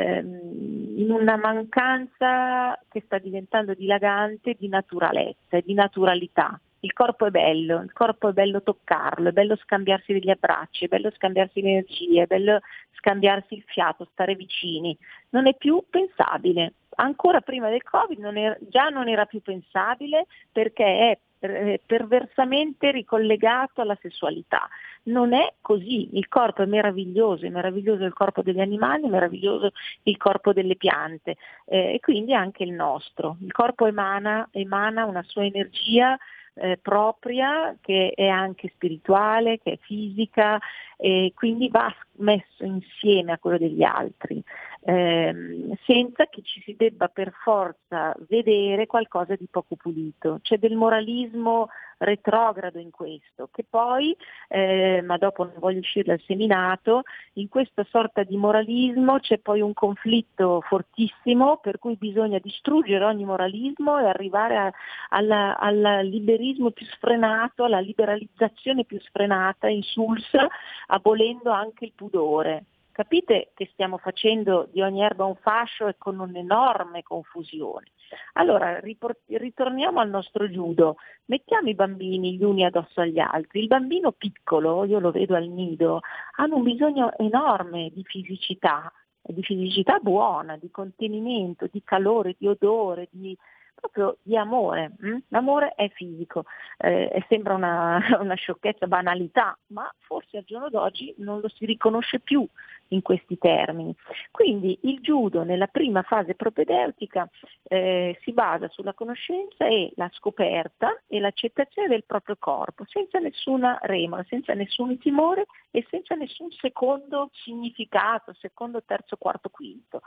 in una mancanza che sta diventando dilagante di naturalezza, di naturalità. Il corpo è bello, il corpo è bello toccarlo, è bello scambiarsi degli abbracci, è bello scambiarsi le energie, è bello scambiarsi il fiato, stare vicini. Non è più pensabile. Ancora prima del Covid non era, già non era più pensabile perché è perversamente ricollegato alla sessualità. Non è così, il corpo è meraviglioso, è meraviglioso il corpo degli animali, è meraviglioso il corpo delle piante eh, e quindi anche il nostro. Il corpo emana, emana una sua energia eh, propria che è anche spirituale, che è fisica e quindi va messo insieme a quello degli altri. ehm, senza che ci si debba per forza vedere qualcosa di poco pulito. C'è del moralismo retrogrado in questo, che poi, eh, ma dopo non voglio uscire dal seminato, in questa sorta di moralismo c'è poi un conflitto fortissimo per cui bisogna distruggere ogni moralismo e arrivare a, alla, al liberismo più sfrenato, alla liberalizzazione più sfrenata, insulsa, abolendo anche il pudore. Capite che stiamo facendo di ogni erba un fascio e con un'enorme confusione. Allora, riport- ritorniamo al nostro judo, mettiamo i bambini gli uni addosso agli altri. Il bambino piccolo, io lo vedo al nido, hanno un bisogno enorme di fisicità, di fisicità buona, di contenimento, di calore, di odore, di proprio di amore. Hm? L'amore è fisico, eh, sembra una, una sciocchezza, banalità, ma forse al giorno d'oggi non lo si riconosce più in questi termini. Quindi il judo nella prima fase propedeutica eh, si basa sulla conoscenza e la scoperta e l'accettazione del proprio corpo, senza nessuna remora, senza nessun timore e senza nessun secondo significato, secondo, terzo, quarto, quinto.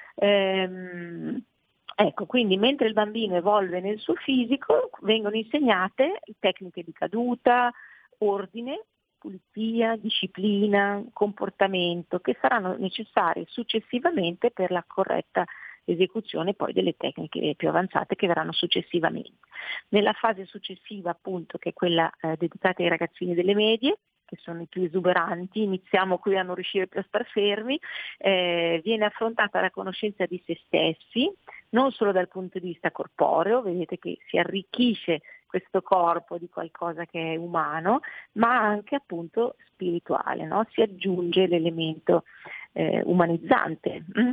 Ehm, Ecco, quindi mentre il bambino evolve nel suo fisico, vengono insegnate tecniche di caduta, ordine, pulizia, disciplina, comportamento, che saranno necessarie successivamente per la corretta esecuzione poi delle tecniche più avanzate che verranno successivamente. Nella fase successiva, appunto, che è quella eh, dedicata ai ragazzini delle medie, che sono i più esuberanti, iniziamo qui a non riuscire più a star fermi, eh, viene affrontata la conoscenza di se stessi, non solo dal punto di vista corporeo, vedete che si arricchisce questo corpo di qualcosa che è umano, ma anche appunto spirituale, no? Si aggiunge l'elemento eh, umanizzante. Mm?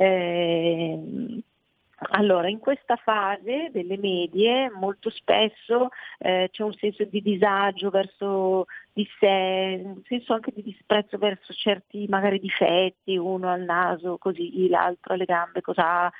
Eh, Allora, in questa fase delle medie molto spesso eh, c'è un senso di disagio verso di sé, un senso anche di disprezzo verso certi magari difetti, uno al naso così, l'altro alle gambe cos'ha.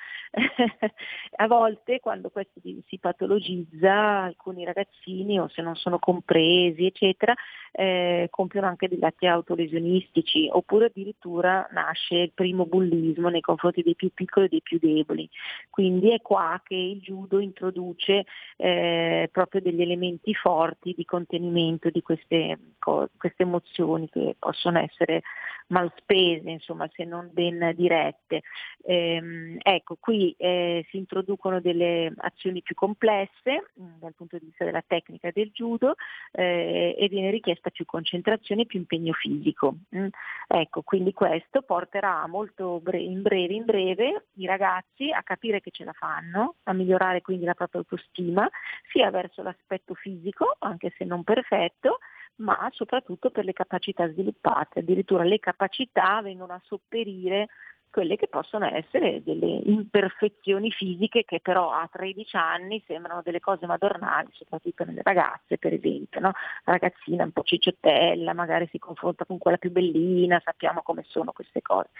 A volte quando questo si patologizza, alcuni ragazzini, o se non sono compresi, eccetera, eh, compiono anche degli atti autolesionistici, oppure addirittura nasce il primo bullismo nei confronti dei più piccoli e dei più deboli. Quindi è qua che il judo introduce eh, proprio degli elementi forti di contenimento di queste, co- queste emozioni che possono essere mal spese, insomma, se non ben dirette. Ehm, ecco, qui eh, si introducono delle azioni più complesse mh, dal punto di vista della tecnica del judo eh, e viene richiesta più concentrazione e più impegno fisico. Mh. Ecco, quindi questo porterà molto bre- in breve in breve i ragazzi a capire che ce la fanno, a migliorare quindi la propria autostima, sia verso l'aspetto fisico, anche se non perfetto, ma soprattutto per le capacità sviluppate. Addirittura le capacità vengono a sopperire quelle che possono essere delle imperfezioni fisiche che però a tredici anni sembrano delle cose madornali, soprattutto nelle ragazze, per esempio, no? La ragazzina un po' cicciottella, magari si confronta con quella più bellina, sappiamo come sono queste cose.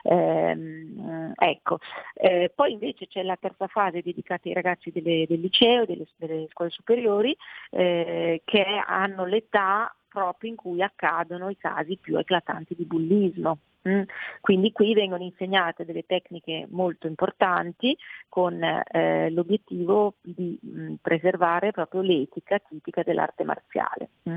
Ehm, ecco, eh, poi invece c'è la terza fase dedicata ai ragazzi delle, del liceo, delle, delle scuole superiori, eh, che hanno l'età proprio in cui accadono i casi più eclatanti di bullismo. Mm. Quindi qui vengono insegnate delle tecniche molto importanti con eh, l'obiettivo di mh, preservare proprio l'etica tipica dell'arte marziale. Mm.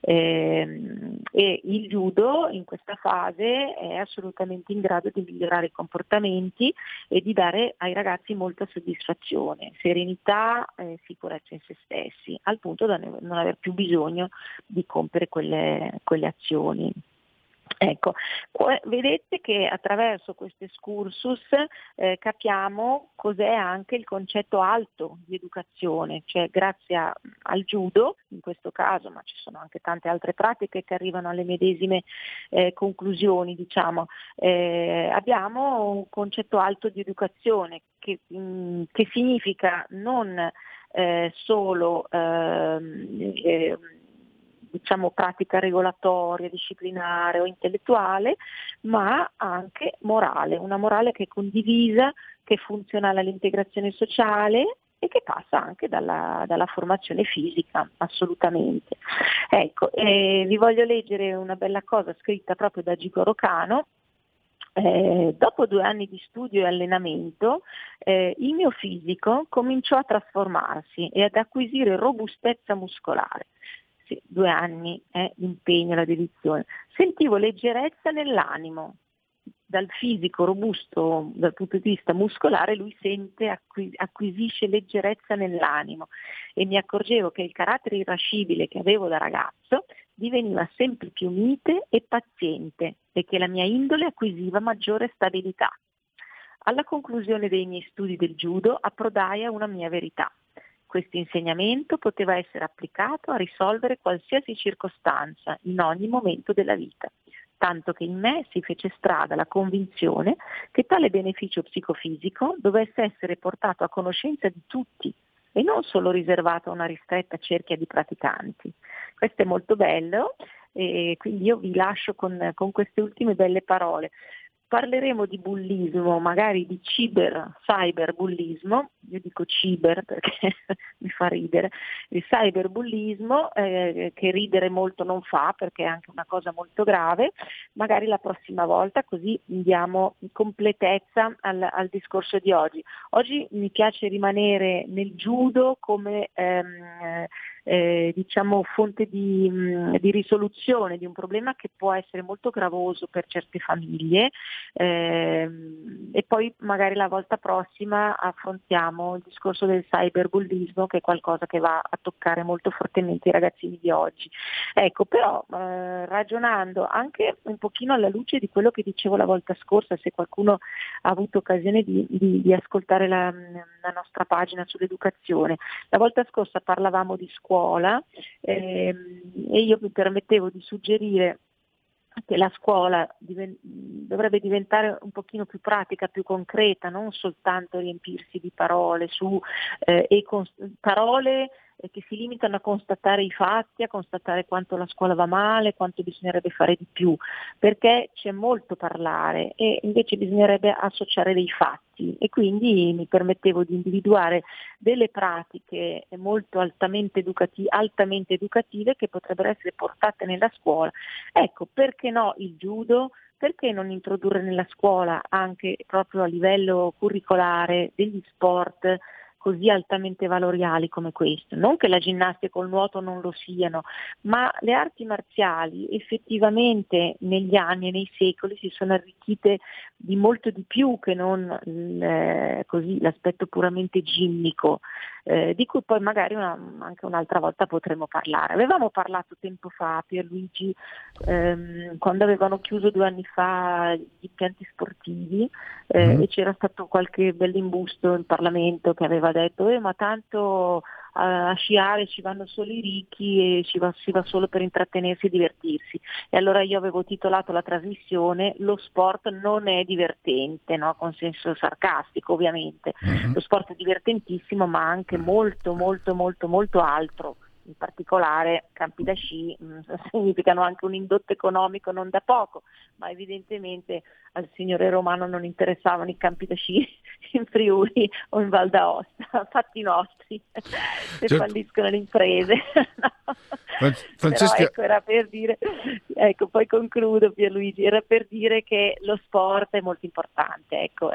E, e il judo in questa fase è assolutamente in grado di migliorare i comportamenti e di dare ai ragazzi molta soddisfazione, serenità e sicurezza in se stessi, al punto da non aver più bisogno di compiere quelle, quelle azioni. Ecco, vedete che attraverso questo excursus eh, capiamo cos'è anche il concetto alto di educazione, cioè grazie a, al judo in questo caso, ma ci sono anche tante altre pratiche che arrivano alle medesime eh, conclusioni, diciamo, eh, abbiamo un concetto alto di educazione che, mh, che significa non eh, solo eh, eh, diciamo pratica regolatoria, disciplinare o intellettuale, ma anche morale, una morale che è condivisa, che è funzionale all'integrazione sociale e che passa anche dalla, dalla formazione fisica, assolutamente. Ecco, eh, vi voglio leggere una bella cosa scritta proprio da Jigoro Kano, Eh, dopo due anni di studio e allenamento, eh, il mio fisico cominciò a trasformarsi e ad acquisire robustezza muscolare. Sì, due anni eh, di impegno e la dedizione. Sentivo leggerezza nell'animo. Dal fisico robusto dal punto di vista muscolare, lui sente, acquis- acquisisce leggerezza nell'animo, e mi accorgevo che il carattere irascibile che avevo da ragazzo diveniva sempre più mite e paziente, e che la mia indole acquisiva maggiore stabilità. Alla conclusione dei miei studi del judo approdai a una mia verità. Questo insegnamento poteva essere applicato a risolvere qualsiasi circostanza in ogni momento della vita, tanto che in me si fece strada la convinzione che tale beneficio psicofisico dovesse essere portato a conoscenza di tutti e non solo riservato a una ristretta cerchia di praticanti. Questo è molto bello, e quindi io vi lascio con, con queste ultime belle parole. Parleremo di bullismo, magari di ciber, cyberbullismo, io dico ciber perché mi fa ridere, il cyberbullismo, eh, che ridere molto non fa perché è anche una cosa molto grave, magari la prossima volta, così diamo completezza al, al discorso di oggi. Oggi mi piace rimanere nel judo come ehm, eh, diciamo fonte di, mh, di risoluzione di un problema che può essere molto gravoso per certe famiglie. Eh, e poi magari la volta prossima affrontiamo il discorso del cyberbullismo, che è qualcosa che va a toccare molto fortemente i ragazzini di oggi. Ecco, però eh, ragionando anche un pochino alla luce di quello che dicevo la volta scorsa, se qualcuno ha avuto occasione di, di, di ascoltare la, la nostra pagina sull'educazione, la volta scorsa parlavamo di scuola eh, e io mi permettevo di suggerire che la scuola diven- dovrebbe diventare un pochino più pratica, più concreta, non soltanto riempirsi di parole su eh, e con- parole eh, che si limitano a constatare i fatti, a constatare quanto la scuola va male, quanto bisognerebbe fare di più, perché c'è molto parlare e invece bisognerebbe associare dei fatti, e quindi mi permettevo di individuare delle pratiche molto altamente, educati- altamente educative che potrebbero essere portate nella scuola. Ecco, perché no il judo? Perché non introdurre nella scuola anche proprio a livello curricolare degli sport così altamente valoriali come questo? Non che la ginnastica o il nuoto non lo siano, ma le arti marziali effettivamente negli anni e nei secoli si sono arricchite di molto di più che non eh, così l'aspetto puramente ginnico, eh, di cui poi magari una, anche un'altra volta potremo parlare. Avevamo parlato tempo fa, Pierluigi, ehm, quando avevano chiuso due anni fa gli impianti sportivi eh, mm. e c'era stato qualche bell'imbusto in Parlamento che aveva detto eh, ma tanto a, a sciare ci vanno solo i ricchi e ci va, si va solo per intrattenersi e divertirsi. E allora io avevo titolato la trasmissione "Lo sport non è divertente", no? Con senso sarcastico ovviamente. Mm-hmm. Lo sport è divertentissimo, ma anche molto molto molto molto altro. In particolare campi da sci mh, significano anche un indotto economico non da poco, ma evidentemente al signore Romano non interessavano i campi da sci in Friuli o in Val d'Aosta, fatti nostri, se certo. falliscono le imprese. No. Francesca... Però ecco, era per dire, ecco, poi concludo Pierluigi, era per dire che lo sport è molto importante, ecco.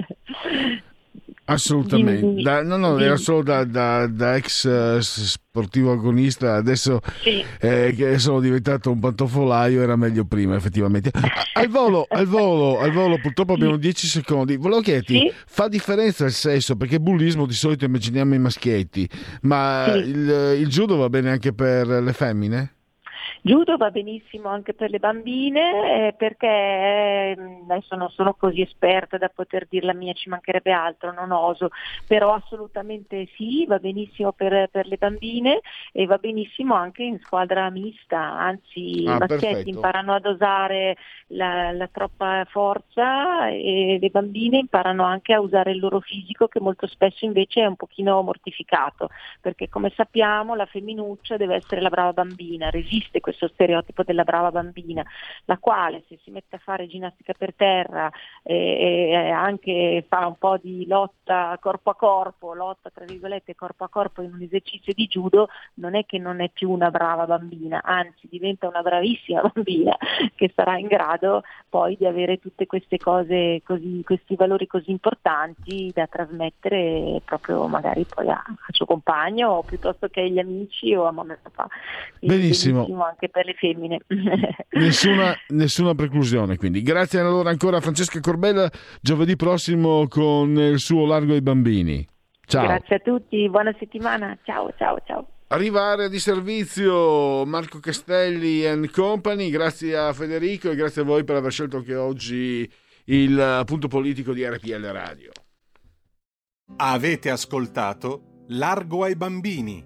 Assolutamente, da, no, no, era solo da, da, da ex uh, sportivo agonista, adesso sì. eh, che sono diventato un pantofolaio, era meglio prima effettivamente. Al volo, al volo, al volo purtroppo abbiamo dieci secondi, volevo chiederti, sì. fa differenza il sesso? Perché bullismo di solito immaginiamo i maschietti, ma sì. il, il judo va bene anche per le femmine? Judo va benissimo anche per le bambine eh, perché eh, adesso non sono così esperta da poter dir la mia, ci mancherebbe altro, non oso, però assolutamente sì, va benissimo per, per le bambine e va benissimo anche in squadra mista, anzi ah, i maschietti perfetto. imparano a dosare la, la troppa forza e le bambine imparano anche a usare il loro fisico, che molto spesso invece è un pochino mortificato, perché come sappiamo la femminuccia deve essere la brava bambina, resiste questo stereotipo della brava bambina, la quale se si mette a fare ginnastica per terra e, e anche fa un po' di lotta corpo a corpo, lotta tra virgolette corpo a corpo in un esercizio di judo, non è che non è più una brava bambina, anzi diventa una bravissima bambina che sarà in grado poi di avere tutte queste cose così, questi valori così importanti da trasmettere proprio magari poi a, al suo compagno o piuttosto che agli amici o a mamma e papà. Quindi benissimo. benissimo anche per le femmine. Nessuna, nessuna preclusione, quindi grazie allora ancora a Francesca Corbella, giovedì prossimo con il suo Largo ai bambini. Ciao. Grazie a tutti, buona settimana, ciao ciao ciao. Arriva area di servizio Marco Castelli and Company, grazie a Federico e grazie a voi per aver scelto anche oggi il punto politico di R P L Radio. Avete ascoltato Largo ai bambini.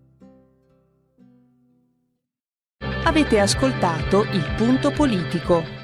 Avete ascoltato il punto politico.